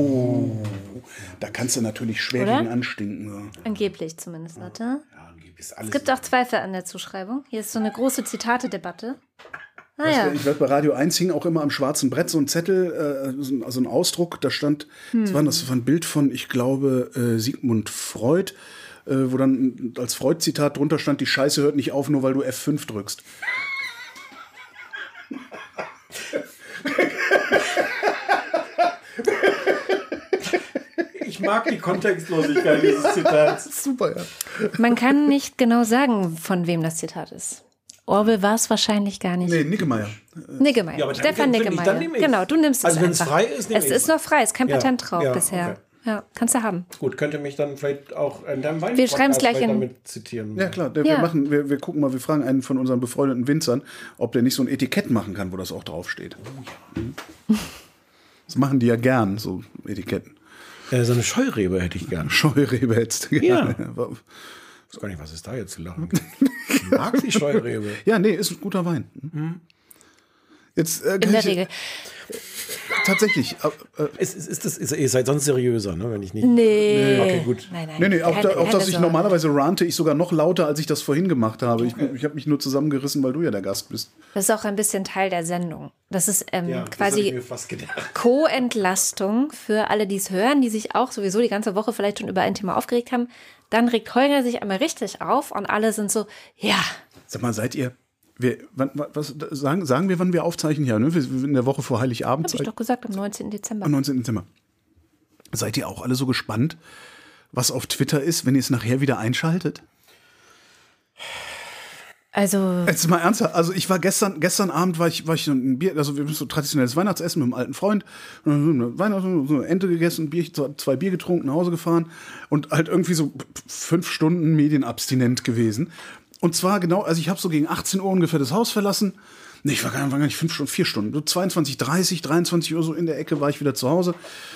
da kannst du natürlich schwer gegen anstinken. Ja. Angeblich zumindest, warte. Ja, angeblich ist alles. Es gibt auch Zweifel an der Zuschreibung. Hier ist so eine große Zitate-Debatte. Ich werde bei Radio 1 hing auch immer am schwarzen Brett so ein Zettel, also ein Ausdruck, da stand, das war ein Bild von, ich glaube, Sigmund Freud, wo dann als Freud-Zitat drunter stand, die Scheiße hört nicht auf, nur weil du F5 drückst. Ich mag die Kontextlosigkeit dieses Zitats. Super, ja. Man kann nicht genau sagen, von wem das Zitat ist. Orwell war es wahrscheinlich gar nicht. Nee, Niggemeier. Niggemeier. Ja, Stefan Niggemeier. Genau, du nimmst es also wenn es einfach. frei ist, es ist noch frei, es ist kein Patent drauf bisher. Okay. Ja, kannst du haben. Gut, könnte mich dann vielleicht auch in deinem Wein Wir schreiben es gleich in. damit zitieren. Ja, klar. Wir gucken mal, wir fragen einen von unseren befreundeten Winzern, ob der nicht so ein Etikett machen kann, wo das auch draufsteht. Oh, ja. Das machen die ja gern, so Etiketten. So eine Scheurebe hätte ich gern. Scheurebe hättest du gern. Ja. Ich weiß gar nicht, was ist da jetzt zu lachen. Ich mag die Scheurebe. Ja, nee, ist ein guter Wein. Jetzt, in der Regel. Tatsächlich. Ihr seid sonst seriöser, ne? Wenn ich nicht. Nee. Okay, gut. Nein. Auch dass ich normalerweise rante, ich sogar noch lauter, als ich das vorhin gemacht habe. Okay. Ich habe mich nur zusammengerissen, weil du ja der Gast bist. Das ist auch ein bisschen Teil der Sendung. Das ist quasi Co-Entlastung für alle, die es hören, die sich auch sowieso die ganze Woche vielleicht schon über ein Thema aufgeregt haben. Dann regt Holger sich einmal richtig auf und alle sind so, ja. Sag mal, seid ihr... sagen wir, wann wir aufzeichnen? Ja, ne? Wir sind in der Woche vor Heiligabend. Hab ich doch gesagt, am 19. Dezember. Am 19. Dezember. Seid ihr auch alle so gespannt, was auf Twitter ist, wenn ihr es nachher wieder einschaltet? Also. Jetzt mal ernsthaft, also ich war gestern Abend war ich ein Bier, also wir haben so traditionelles Weihnachtsessen mit einem alten Freund, Weihnachten, so Ente gegessen, Bier, 2 Bier getrunken, nach Hause gefahren und halt irgendwie so 5 Stunden medienabstinent gewesen. Und zwar genau, also ich habe so gegen 18 Uhr ungefähr das Haus verlassen. Nee, ich war gar nicht 5 Stunden, 4 Stunden. So 22:30, 23 Uhr so in der Ecke war ich wieder zu Hause.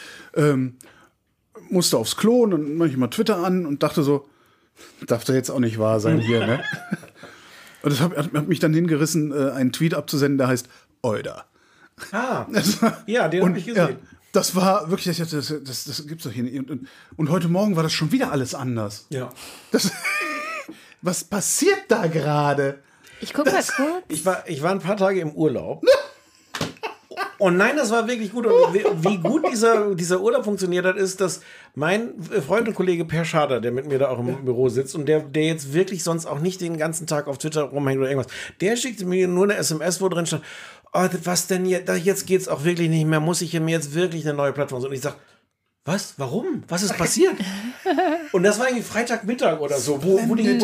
Musste aufs Klo und dann mache ich mal Twitter an und dachte so, darf doch jetzt auch nicht wahr sein hier, ne? Und das hat mich dann hingerissen, einen Tweet abzusenden, der heißt Euda. Ja, den habe ich gesehen. Ja, das war wirklich, das gibt's doch hier nicht. Und heute Morgen war das schon wieder alles anders. Ja. Was passiert da gerade? Ich guck mal kurz. Ich war ein paar Tage im Urlaub. Und nein, das war wirklich gut. Und wie gut dieser Urlaub funktioniert hat, ist, dass mein Freund und Kollege Per Schader, der mit mir da auch im Büro sitzt und der jetzt wirklich sonst auch nicht den ganzen Tag auf Twitter rumhängt oder irgendwas, der schickte mir nur eine SMS, wo drin stand, oh, was denn jetzt geht's auch wirklich nicht mehr, muss ich mir jetzt wirklich eine neue Plattform suchen? Und ich sag, was? Warum? Was ist passiert? Und das war irgendwie Freitagmittag oder so, wo die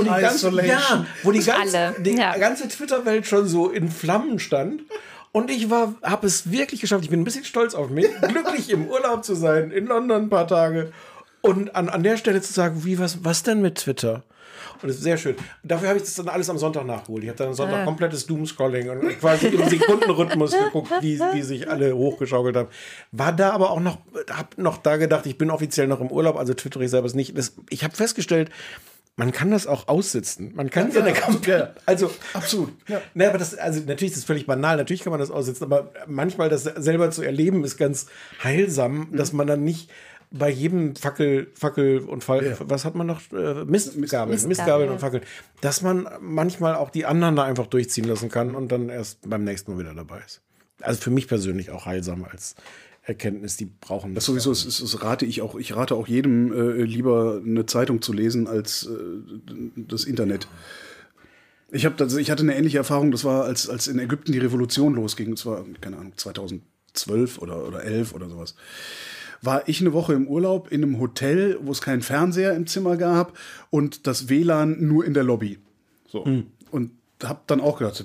ganze Twitter-Welt schon so in Flammen stand. Und ich habe es wirklich geschafft. Ich bin ein bisschen stolz auf mich, glücklich im Urlaub zu sein, in London ein paar Tage. Und an der Stelle zu sagen, was denn mit Twitter? Und das ist sehr schön. Und dafür habe ich das dann alles am Sonntag nachgeholt. Ich habe dann am Sonntag komplettes Doomscrolling und quasi im Sekundenrhythmus geguckt, wie sich alle hochgeschaukelt haben. War da aber auch habe noch da gedacht, ich bin offiziell noch im Urlaub, also twittere ich selber nicht. Ich habe festgestellt, man kann das auch aussitzen. Man kann so eine Kampagne. Also, absolut. Ja. Ne, aber natürlich ist das völlig banal. Natürlich kann man das aussitzen, aber manchmal das selber zu erleben ist ganz heilsam, dass man dann nicht bei jedem Fackel und Fall, was hat man noch? Mistgabeln und Fackeln. Dass man manchmal auch die anderen da einfach durchziehen lassen kann und dann erst beim nächsten Mal wieder dabei ist. Also für mich persönlich auch heilsam als Erkenntnis, die brauchen das sowieso. Ich rate auch jedem lieber eine Zeitung zu lesen als das Internet. Ich hatte eine ähnliche Erfahrung. Das war als in Ägypten die Revolution losging. Das war keine Ahnung 2012 oder 11 oder sowas. War ich eine Woche im Urlaub in einem Hotel, wo es keinen Fernseher im Zimmer gab und das WLAN nur in der Lobby. So. Und habe dann auch gedacht,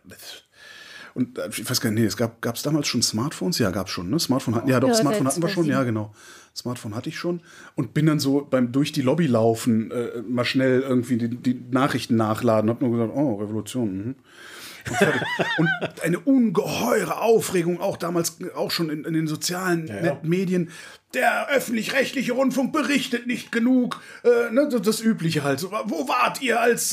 und ich weiß gar nicht, gab es damals schon Smartphones? Ja, gab es schon, ne? Smartphone hatten wir schon, ja genau. Smartphone hatte ich schon und bin dann so beim durch die Lobby laufen mal schnell irgendwie die Nachrichten nachladen. Hab nur gesagt, oh, Revolution. Und eine ungeheure Aufregung, auch damals auch schon in den sozialen Medien. Der öffentlich-rechtliche Rundfunk berichtet nicht genug. Das Übliche halt. So, wo wart ihr, als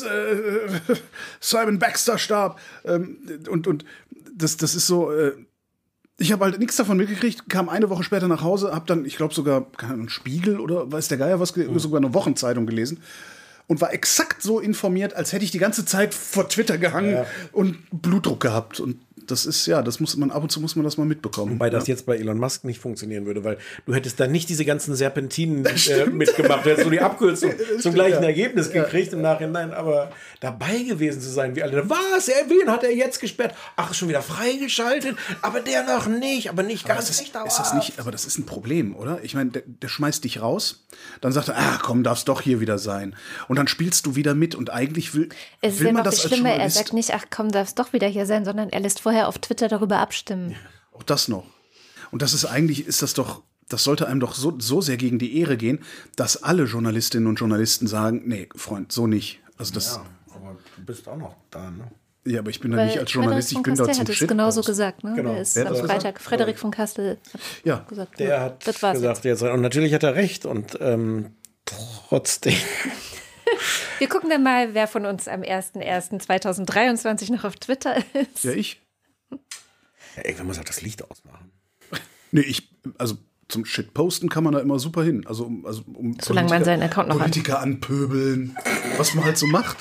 Simon Baxter starb? Und das ist so. Ich habe halt nichts davon mitgekriegt, kam eine Woche später nach Hause, habe dann, ich glaube sogar, keine Ahnung, Spiegel oder weiß der Geier was, sogar eine Wochenzeitung gelesen. Und war exakt so informiert, als hätte ich die ganze Zeit vor Twitter gehangen und Blutdruck gehabt. Und das ist, ab und zu muss man das mal mitbekommen. Wobei das jetzt bei Elon Musk nicht funktionieren würde, weil du hättest dann nicht diese ganzen Serpentinen mitgemacht. Du hättest so die Abkürzung zum gleichen Ergebnis gekriegt im Nachhinein, aber dabei gewesen zu sein, wie alle, was, wen hat er jetzt gesperrt? Ach, ist schon wieder freigeschaltet, aber der noch nicht, aber nicht ganz. Ist das nicht, aber das ist ein Problem, oder? Ich meine, der schmeißt dich raus, dann sagt er, ach komm, darf's doch hier wieder sein. Und dann spielst du wieder mit und eigentlich will man das als Journalist. Er sagt nicht, ach komm, darf's doch wieder hier sein, sondern er lässt vorher auf Twitter darüber abstimmen. Ja, auch das noch. Und das sollte einem doch so sehr gegen die Ehre gehen, dass alle Journalistinnen und Journalisten sagen, nee, Freund, so nicht. Also das. Ja, aber du bist auch noch da, ne? Ja, aber ich bin da nicht als Journalist, ich bin da zum hat es genauso gesagt, ne? Genau. Der ist am Freitag, Frederik von Kastel hat gesagt. Der hat gesagt, jetzt. Und natürlich hat er recht und trotzdem. Wir gucken dann mal, wer von uns am 01.01.2023 noch auf Twitter ist. Ja, ich. Ja, irgendwann muss auch das Licht ausmachen. Nee, also zum Shitposten kann man da immer super hin. Also um solange man seinen Account noch Politiker anpöbeln, was man halt so macht.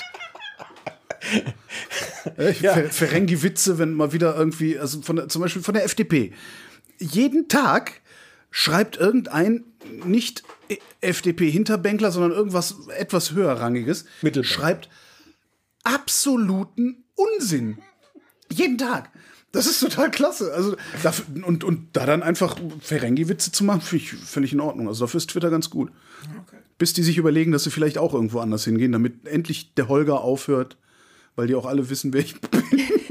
Ferengi-Witze, wenn mal wieder irgendwie, also zum Beispiel von der FDP. Jeden Tag schreibt irgendein nicht FDP-Hinterbänkler, sondern irgendwas etwas höherrangiges, schreibt absoluten Unsinn. Jeden Tag. Das ist total klasse. Also und da dann einfach Ferengi-Witze zu machen, finde ich völlig in Ordnung. Also dafür ist Twitter ganz gut. Okay. Bis die sich überlegen, dass sie vielleicht auch irgendwo anders hingehen, damit endlich der Holger aufhört, weil die auch alle wissen, wer ich bin.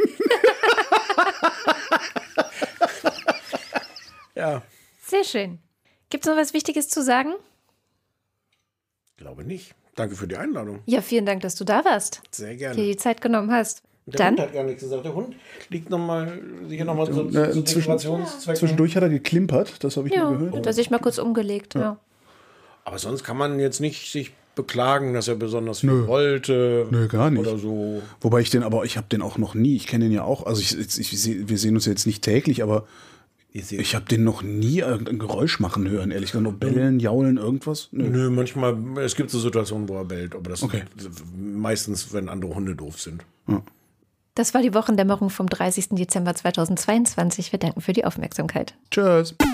Ja. Sehr schön. Gibt es noch was Wichtiges zu sagen? Glaube nicht. Danke für die Einladung. Ja, vielen Dank, dass du da warst. Sehr gerne. Dir die Zeit genommen hast. Der Hund hat gar nichts gesagt. Der Hund liegt sicher nochmal zu Dekorationszwecken. Zwischendurch hat er geklimpert, das habe ich nur gehört. Hat er sich mal kurz umgelegt, ja. Aber sonst kann man jetzt nicht sich beklagen, dass er besonders viel wollte. Nö, gar nicht. Oder so. Wobei ich habe den auch noch nie, ich kenne den ja auch, also wir sehen uns jetzt nicht täglich, aber ich habe den noch nie irgendein Geräusch machen hören, ehrlich gesagt. Nur bellen, jaulen, irgendwas? Nö, manchmal, es gibt so Situationen, wo er bellt, aber das meistens, wenn andere Hunde doof sind. Ja. Das war die Wochendämmerung vom 30. Dezember 2022. Wir danken für die Aufmerksamkeit. Tschüss.